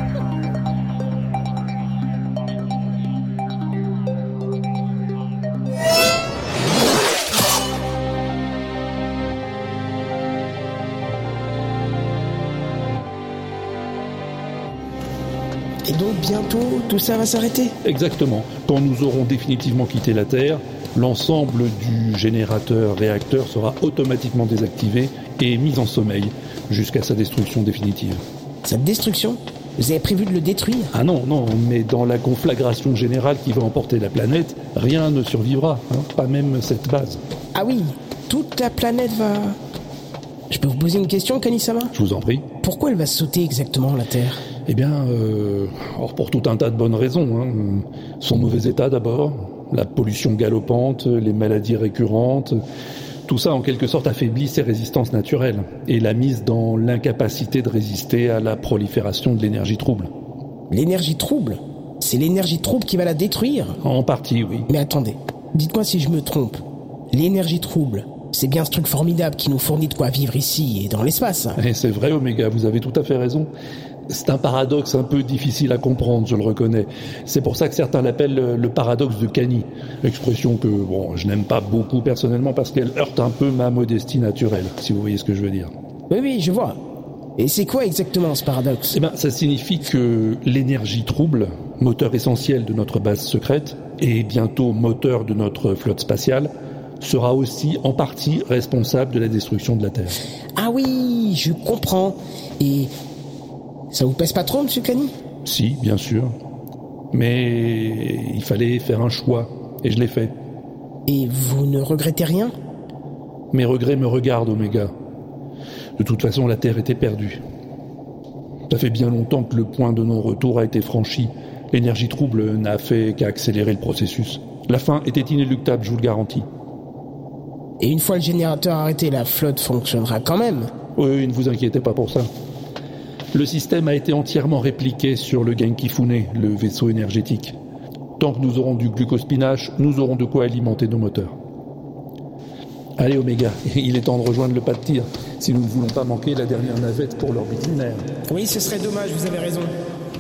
Et donc bientôt, tout ça va s'arrêter? Exactement. Quand nous aurons définitivement quitté la Terre, l'ensemble du générateur-réacteur sera automatiquement désactivé et mis en sommeil jusqu'à sa destruction définitive. Sa destruction? Vous avez prévu de le détruire? Ah non, non, mais dans la conflagration générale qui va emporter la planète, rien ne survivra, hein, pas même cette base. Ah oui, toute la planète va... Je peux vous poser une question, Kani-sama? Je vous en prie. Pourquoi elle va sauter exactement, la Terre? Eh bien, euh, or pour tout un tas de bonnes raisons. Hein. Son mauvais état d'abord, la pollution galopante, les maladies récurrentes, tout ça en quelque sorte affaiblit ses résistances naturelles et la mise dans l'incapacité de résister à la prolifération de l'énergie trouble. L'énergie trouble? C'est l'énergie trouble qui va la détruire? En partie, oui. Mais attendez, dites-moi si je me trompe. L'énergie trouble, c'est bien ce truc formidable qui nous fournit de quoi vivre ici et dans l'espace. Et c'est vrai, Oméga, vous avez tout à fait raison. C'est un paradoxe un peu difficile à comprendre, je le reconnais. C'est pour ça que certains l'appellent le paradoxe de Kani. Expression que, bon, je n'aime pas beaucoup personnellement parce qu'elle heurte un peu ma modestie naturelle, si vous voyez ce que je veux dire. Oui, oui, je vois. Et c'est quoi exactement ce paradoxe? Eh ben, ça signifie que l'énergie trouble, moteur essentiel de notre base secrète, et bientôt moteur de notre flotte spatiale, sera aussi en partie responsable de la destruction de la Terre. Ah oui, je comprends. Et... ça vous pèse pas trop, monsieur Kani? Si, bien sûr. Mais il fallait faire un choix, et je l'ai fait. Et vous ne regrettez rien? Mes regrets me regardent, Oméga. De toute façon, la Terre était perdue. Ça fait bien longtemps que le point de non-retour a été franchi. L'énergie trouble n'a fait qu'accélérer le processus. La fin était inéluctable, je vous le garantis. Et une fois le générateur arrêté, la flotte fonctionnera quand même? Oui, ne vous inquiétez pas pour ça. Le système a été entièrement répliqué sur le Genkifune, le vaisseau énergétique. Tant que nous aurons du glucospinach, nous aurons de quoi alimenter nos moteurs. Allez Oméga, il est temps de rejoindre le pas de tir, si nous ne voulons pas manquer la dernière navette pour l'orbite lunaire. Oui, ce serait dommage, vous avez raison.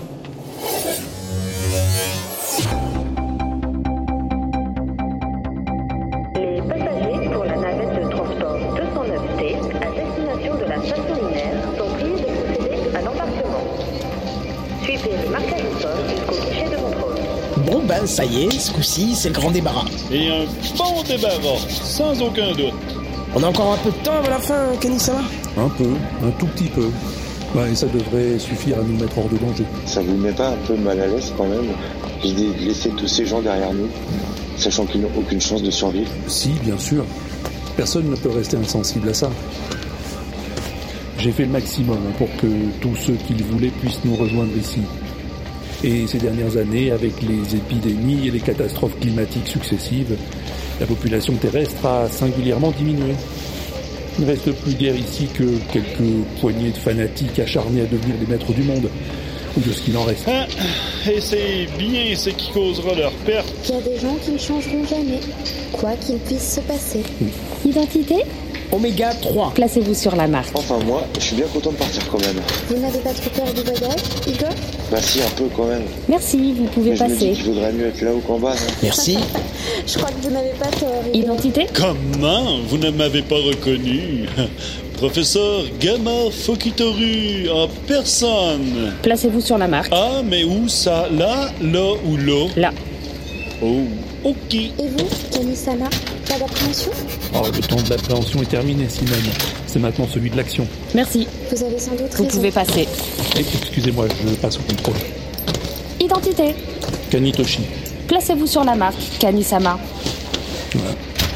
Les passagers pour la navette de transport deux cent neuf T à destination de la station lunaire sont priés de procéder à l'embarquement. Suivez les marquages au sol jusqu'au guichet de contrôle. Bon ben, ça y est, ce coup-ci, c'est le grand débarras. Et un bon débarras, sans aucun doute. On a encore un peu de temps avant la fin, Kani-sama? Un peu, un tout petit peu. Ouais, et ça devrait suffire à nous mettre hors de danger. Ça vous met pas un peu mal à l'aise quand même, l'idée de laisser tous ces gens derrière nous, sachant qu'ils n'ont aucune chance de survivre? Si, bien sûr. Personne ne peut rester insensible à ça. J'ai fait le maximum pour que tous ceux qui le voulaient puissent nous rejoindre ici. Et ces dernières années, avec les épidémies et les catastrophes climatiques successives, la population terrestre a singulièrement diminué. Il ne reste plus guère ici que quelques poignées de fanatiques acharnés à devenir les maîtres du monde, ou de ce qu'il en reste. Ah, et c'est bien ce qui causera leur perte. Il y a des gens qui ne changeront jamais, quoi qu'il puisse se passer. Oui. Identité? Oméga trois. Placez-vous sur la marque. Enfin moi, je suis bien content de partir quand même. Vous n'avez pas trop peur du voyage, Igor? Bah si, un peu quand même. Merci, vous pouvez Mais je passer. me dis qu'il vaudrait mieux être là-haut qu'en bas. Non? Merci. Je crois que vous n'avez pas tort, Igor. Identité? Comment? Vous ne m'avez pas reconnu? Professeur Gamma Fokitoru en personne. Placez-vous sur la marque. Ah, mais où ça? Là, là ou là? Là. Oh, ok. Et vous, Kani-sama? Pas d'appréhension? Oh, le temps de l'appréhension est terminé, Simone. C'est maintenant celui de l'action. Merci. Vous avez sans doute Vous raison. pouvez passer. Et, excusez-moi, je passe au contrôle. Identité. Kanitoshi. Placez-vous sur la marque, Kani-sama. Voilà.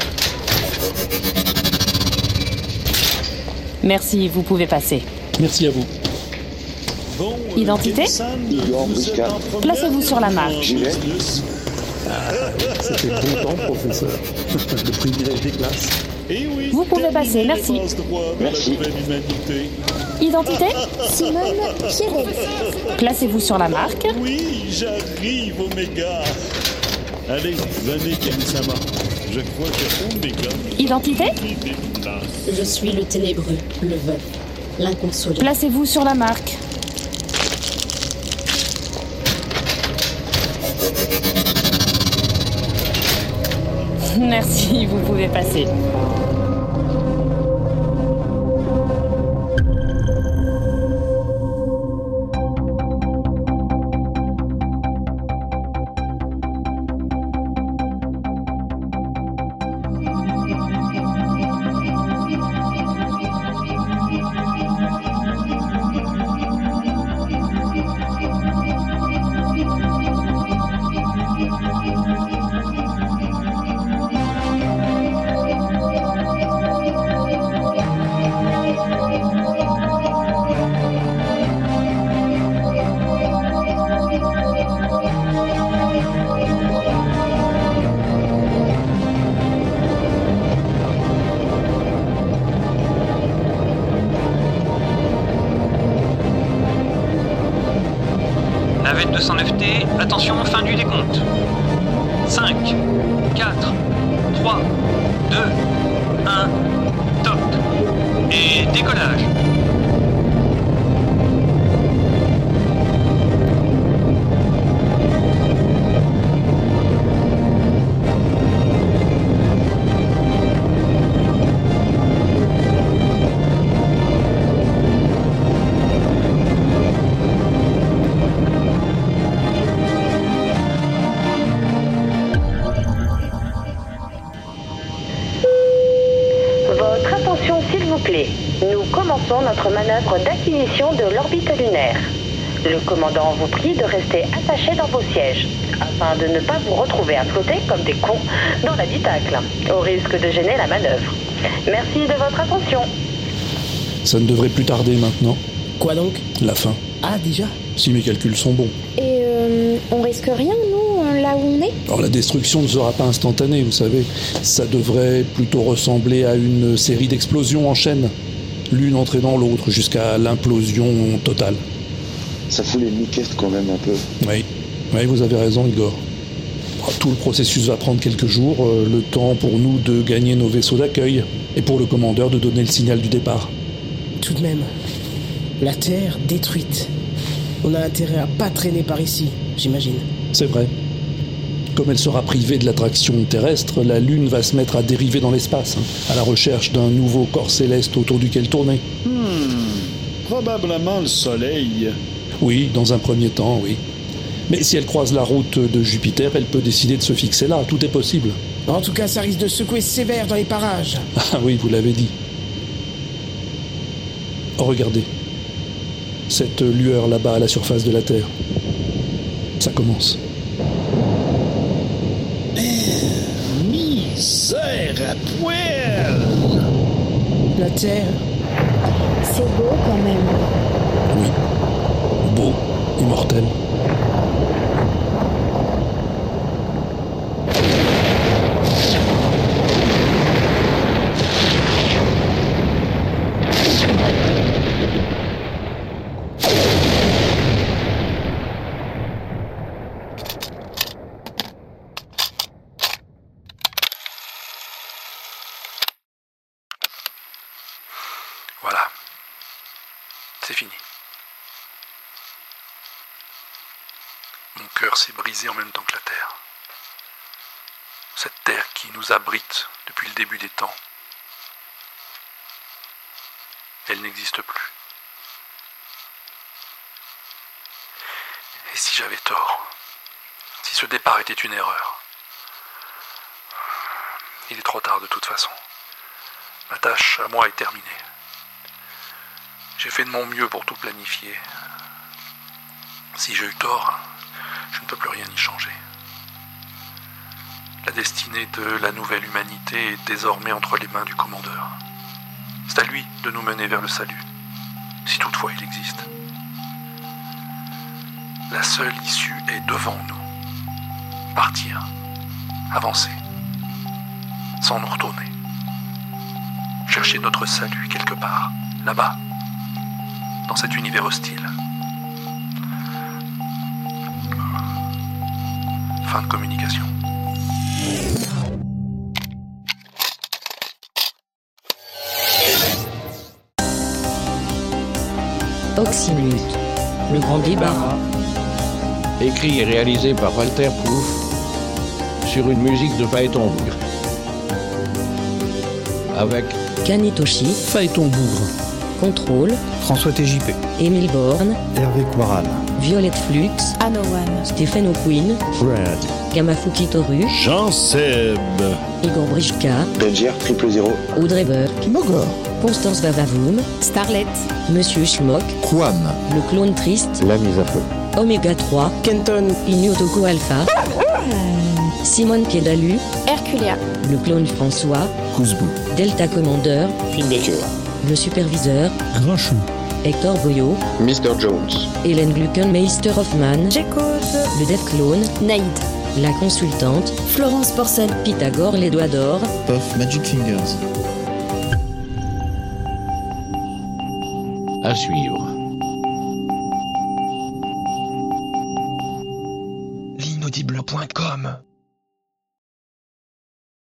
Merci, vous pouvez passer. Merci à vous. Bon, Identité. Igor, Busca. Placez-vous sur la marque. J'y vais. Ah, c'était bon temps, professeur. Le privilège des classes. Et oui, Vous pouvez passer, merci. Merci. Identité? Simone Pierret. Placez-vous sur la marque. Oui, j'arrive, Oméga. Allez, venez, Kamisama. Je crois que Oméga... Identité? Je suis le ténébreux, le veuf, l'inconsolable. Placez-vous sur la marque. Merci, vous pouvez passer. Navette deux cent neuf T, attention, fin du décompte. cinq, quatre, trois, deux, un, top. Et décollage. Votre attention s'il vous plaît. Nous commençons notre manœuvre d'acquisition de l'orbite lunaire. Le commandant vous prie de rester attaché dans vos sièges, afin de ne pas vous retrouver à flotter comme des cons dans l'habitacle, au risque de gêner la manœuvre. Merci de votre attention. Ça ne devrait plus tarder maintenant. Quoi donc? La fin. Ah, déjà? Si mes calculs sont bons. Et euh, on risque rien, nous, là où on est? Alors la destruction ne sera pas instantanée, vous savez. Ça devrait plutôt ressembler à une série d'explosions en chaîne, l'une entraînant l'autre jusqu'à l'implosion totale. Ça fout les miquettes quand même un peu. Oui, oui, vous avez raison, Igor. Tout le processus va prendre quelques jours, euh, le temps pour nous de gagner nos vaisseaux d'accueil, et pour le commandeur de donner le signal du départ. Tout de même, la Terre détruite. On a intérêt à pas traîner par ici, j'imagine. C'est vrai. Comme elle sera privée de l'attraction terrestre, la Lune va se mettre à dériver dans l'espace, hein, à la recherche d'un nouveau corps céleste autour duquel tourner. Hmm, probablement le Soleil. Oui, dans un premier temps, oui. Mais si elle croise la route de Jupiter, elle peut décider de se fixer là, tout est possible. En tout cas, ça risque de secouer sévère dans les parages. Ah oui, vous l'avez dit. Oh, regardez. Cette lueur là-bas à la surface de la Terre. Ça commence. Misère à poil! La Terre. C'est beau quand même. Oui. Beau, immortel. Voilà. C'est fini. Mon cœur s'est brisé en même temps que la Terre. Cette Terre qui nous abrite depuis le début des temps. Elle n'existe plus. Et si j'avais tort? Si ce départ était une erreur? Il est trop tard de toute façon. Ma tâche à moi est terminée. J'ai fait de mon mieux pour tout planifier. Si j'ai eu tort, je ne peux plus rien y changer. La destinée de la nouvelle humanité est désormais entre les mains du commandeur. C'est à lui de nous mener vers le salut, si toutefois il existe. La seule issue est devant nous. Partir, avancer, sans nous retourner. chercher notre salut quelque part, là-bas, dans cet univers hostile. Fin de communication. Oxymute, le grand débarras. Écrit et réalisé par Walter Proof sur une musique de Phaéton Bougre. Avec Kanitoshi, Phaéton Bougre, Contrôle, François T J P, Émile Borne, Hervé Quaral, Violette Flux, Anowan, Stéphane O'Quinn, Fred, Gamafuki Toru, Jean-Seb, Igor Brichka, Belgier, triple zéro, Audrey Burke, Kimogor, Constance Vavavoum, Starlet, Monsieur Schmock, Quam, le clone triste, La mise à feu, Oméga trois, Kenton, Inyotoko Alpha, Simone Piedalu, Herculea, le clone François, Kouzbou, Delta Commander, Finn Baker, le superviseur, Grinchou, Hector Boyo, Mister Jones, Hélène Gluckenmeister Hoffman, J'écoute, le Dev Clone, Naïd, la consultante, Florence Porcel, Pythagore les doigts d'or, Puff Magic Fingers. à suivre. l'inaudible point com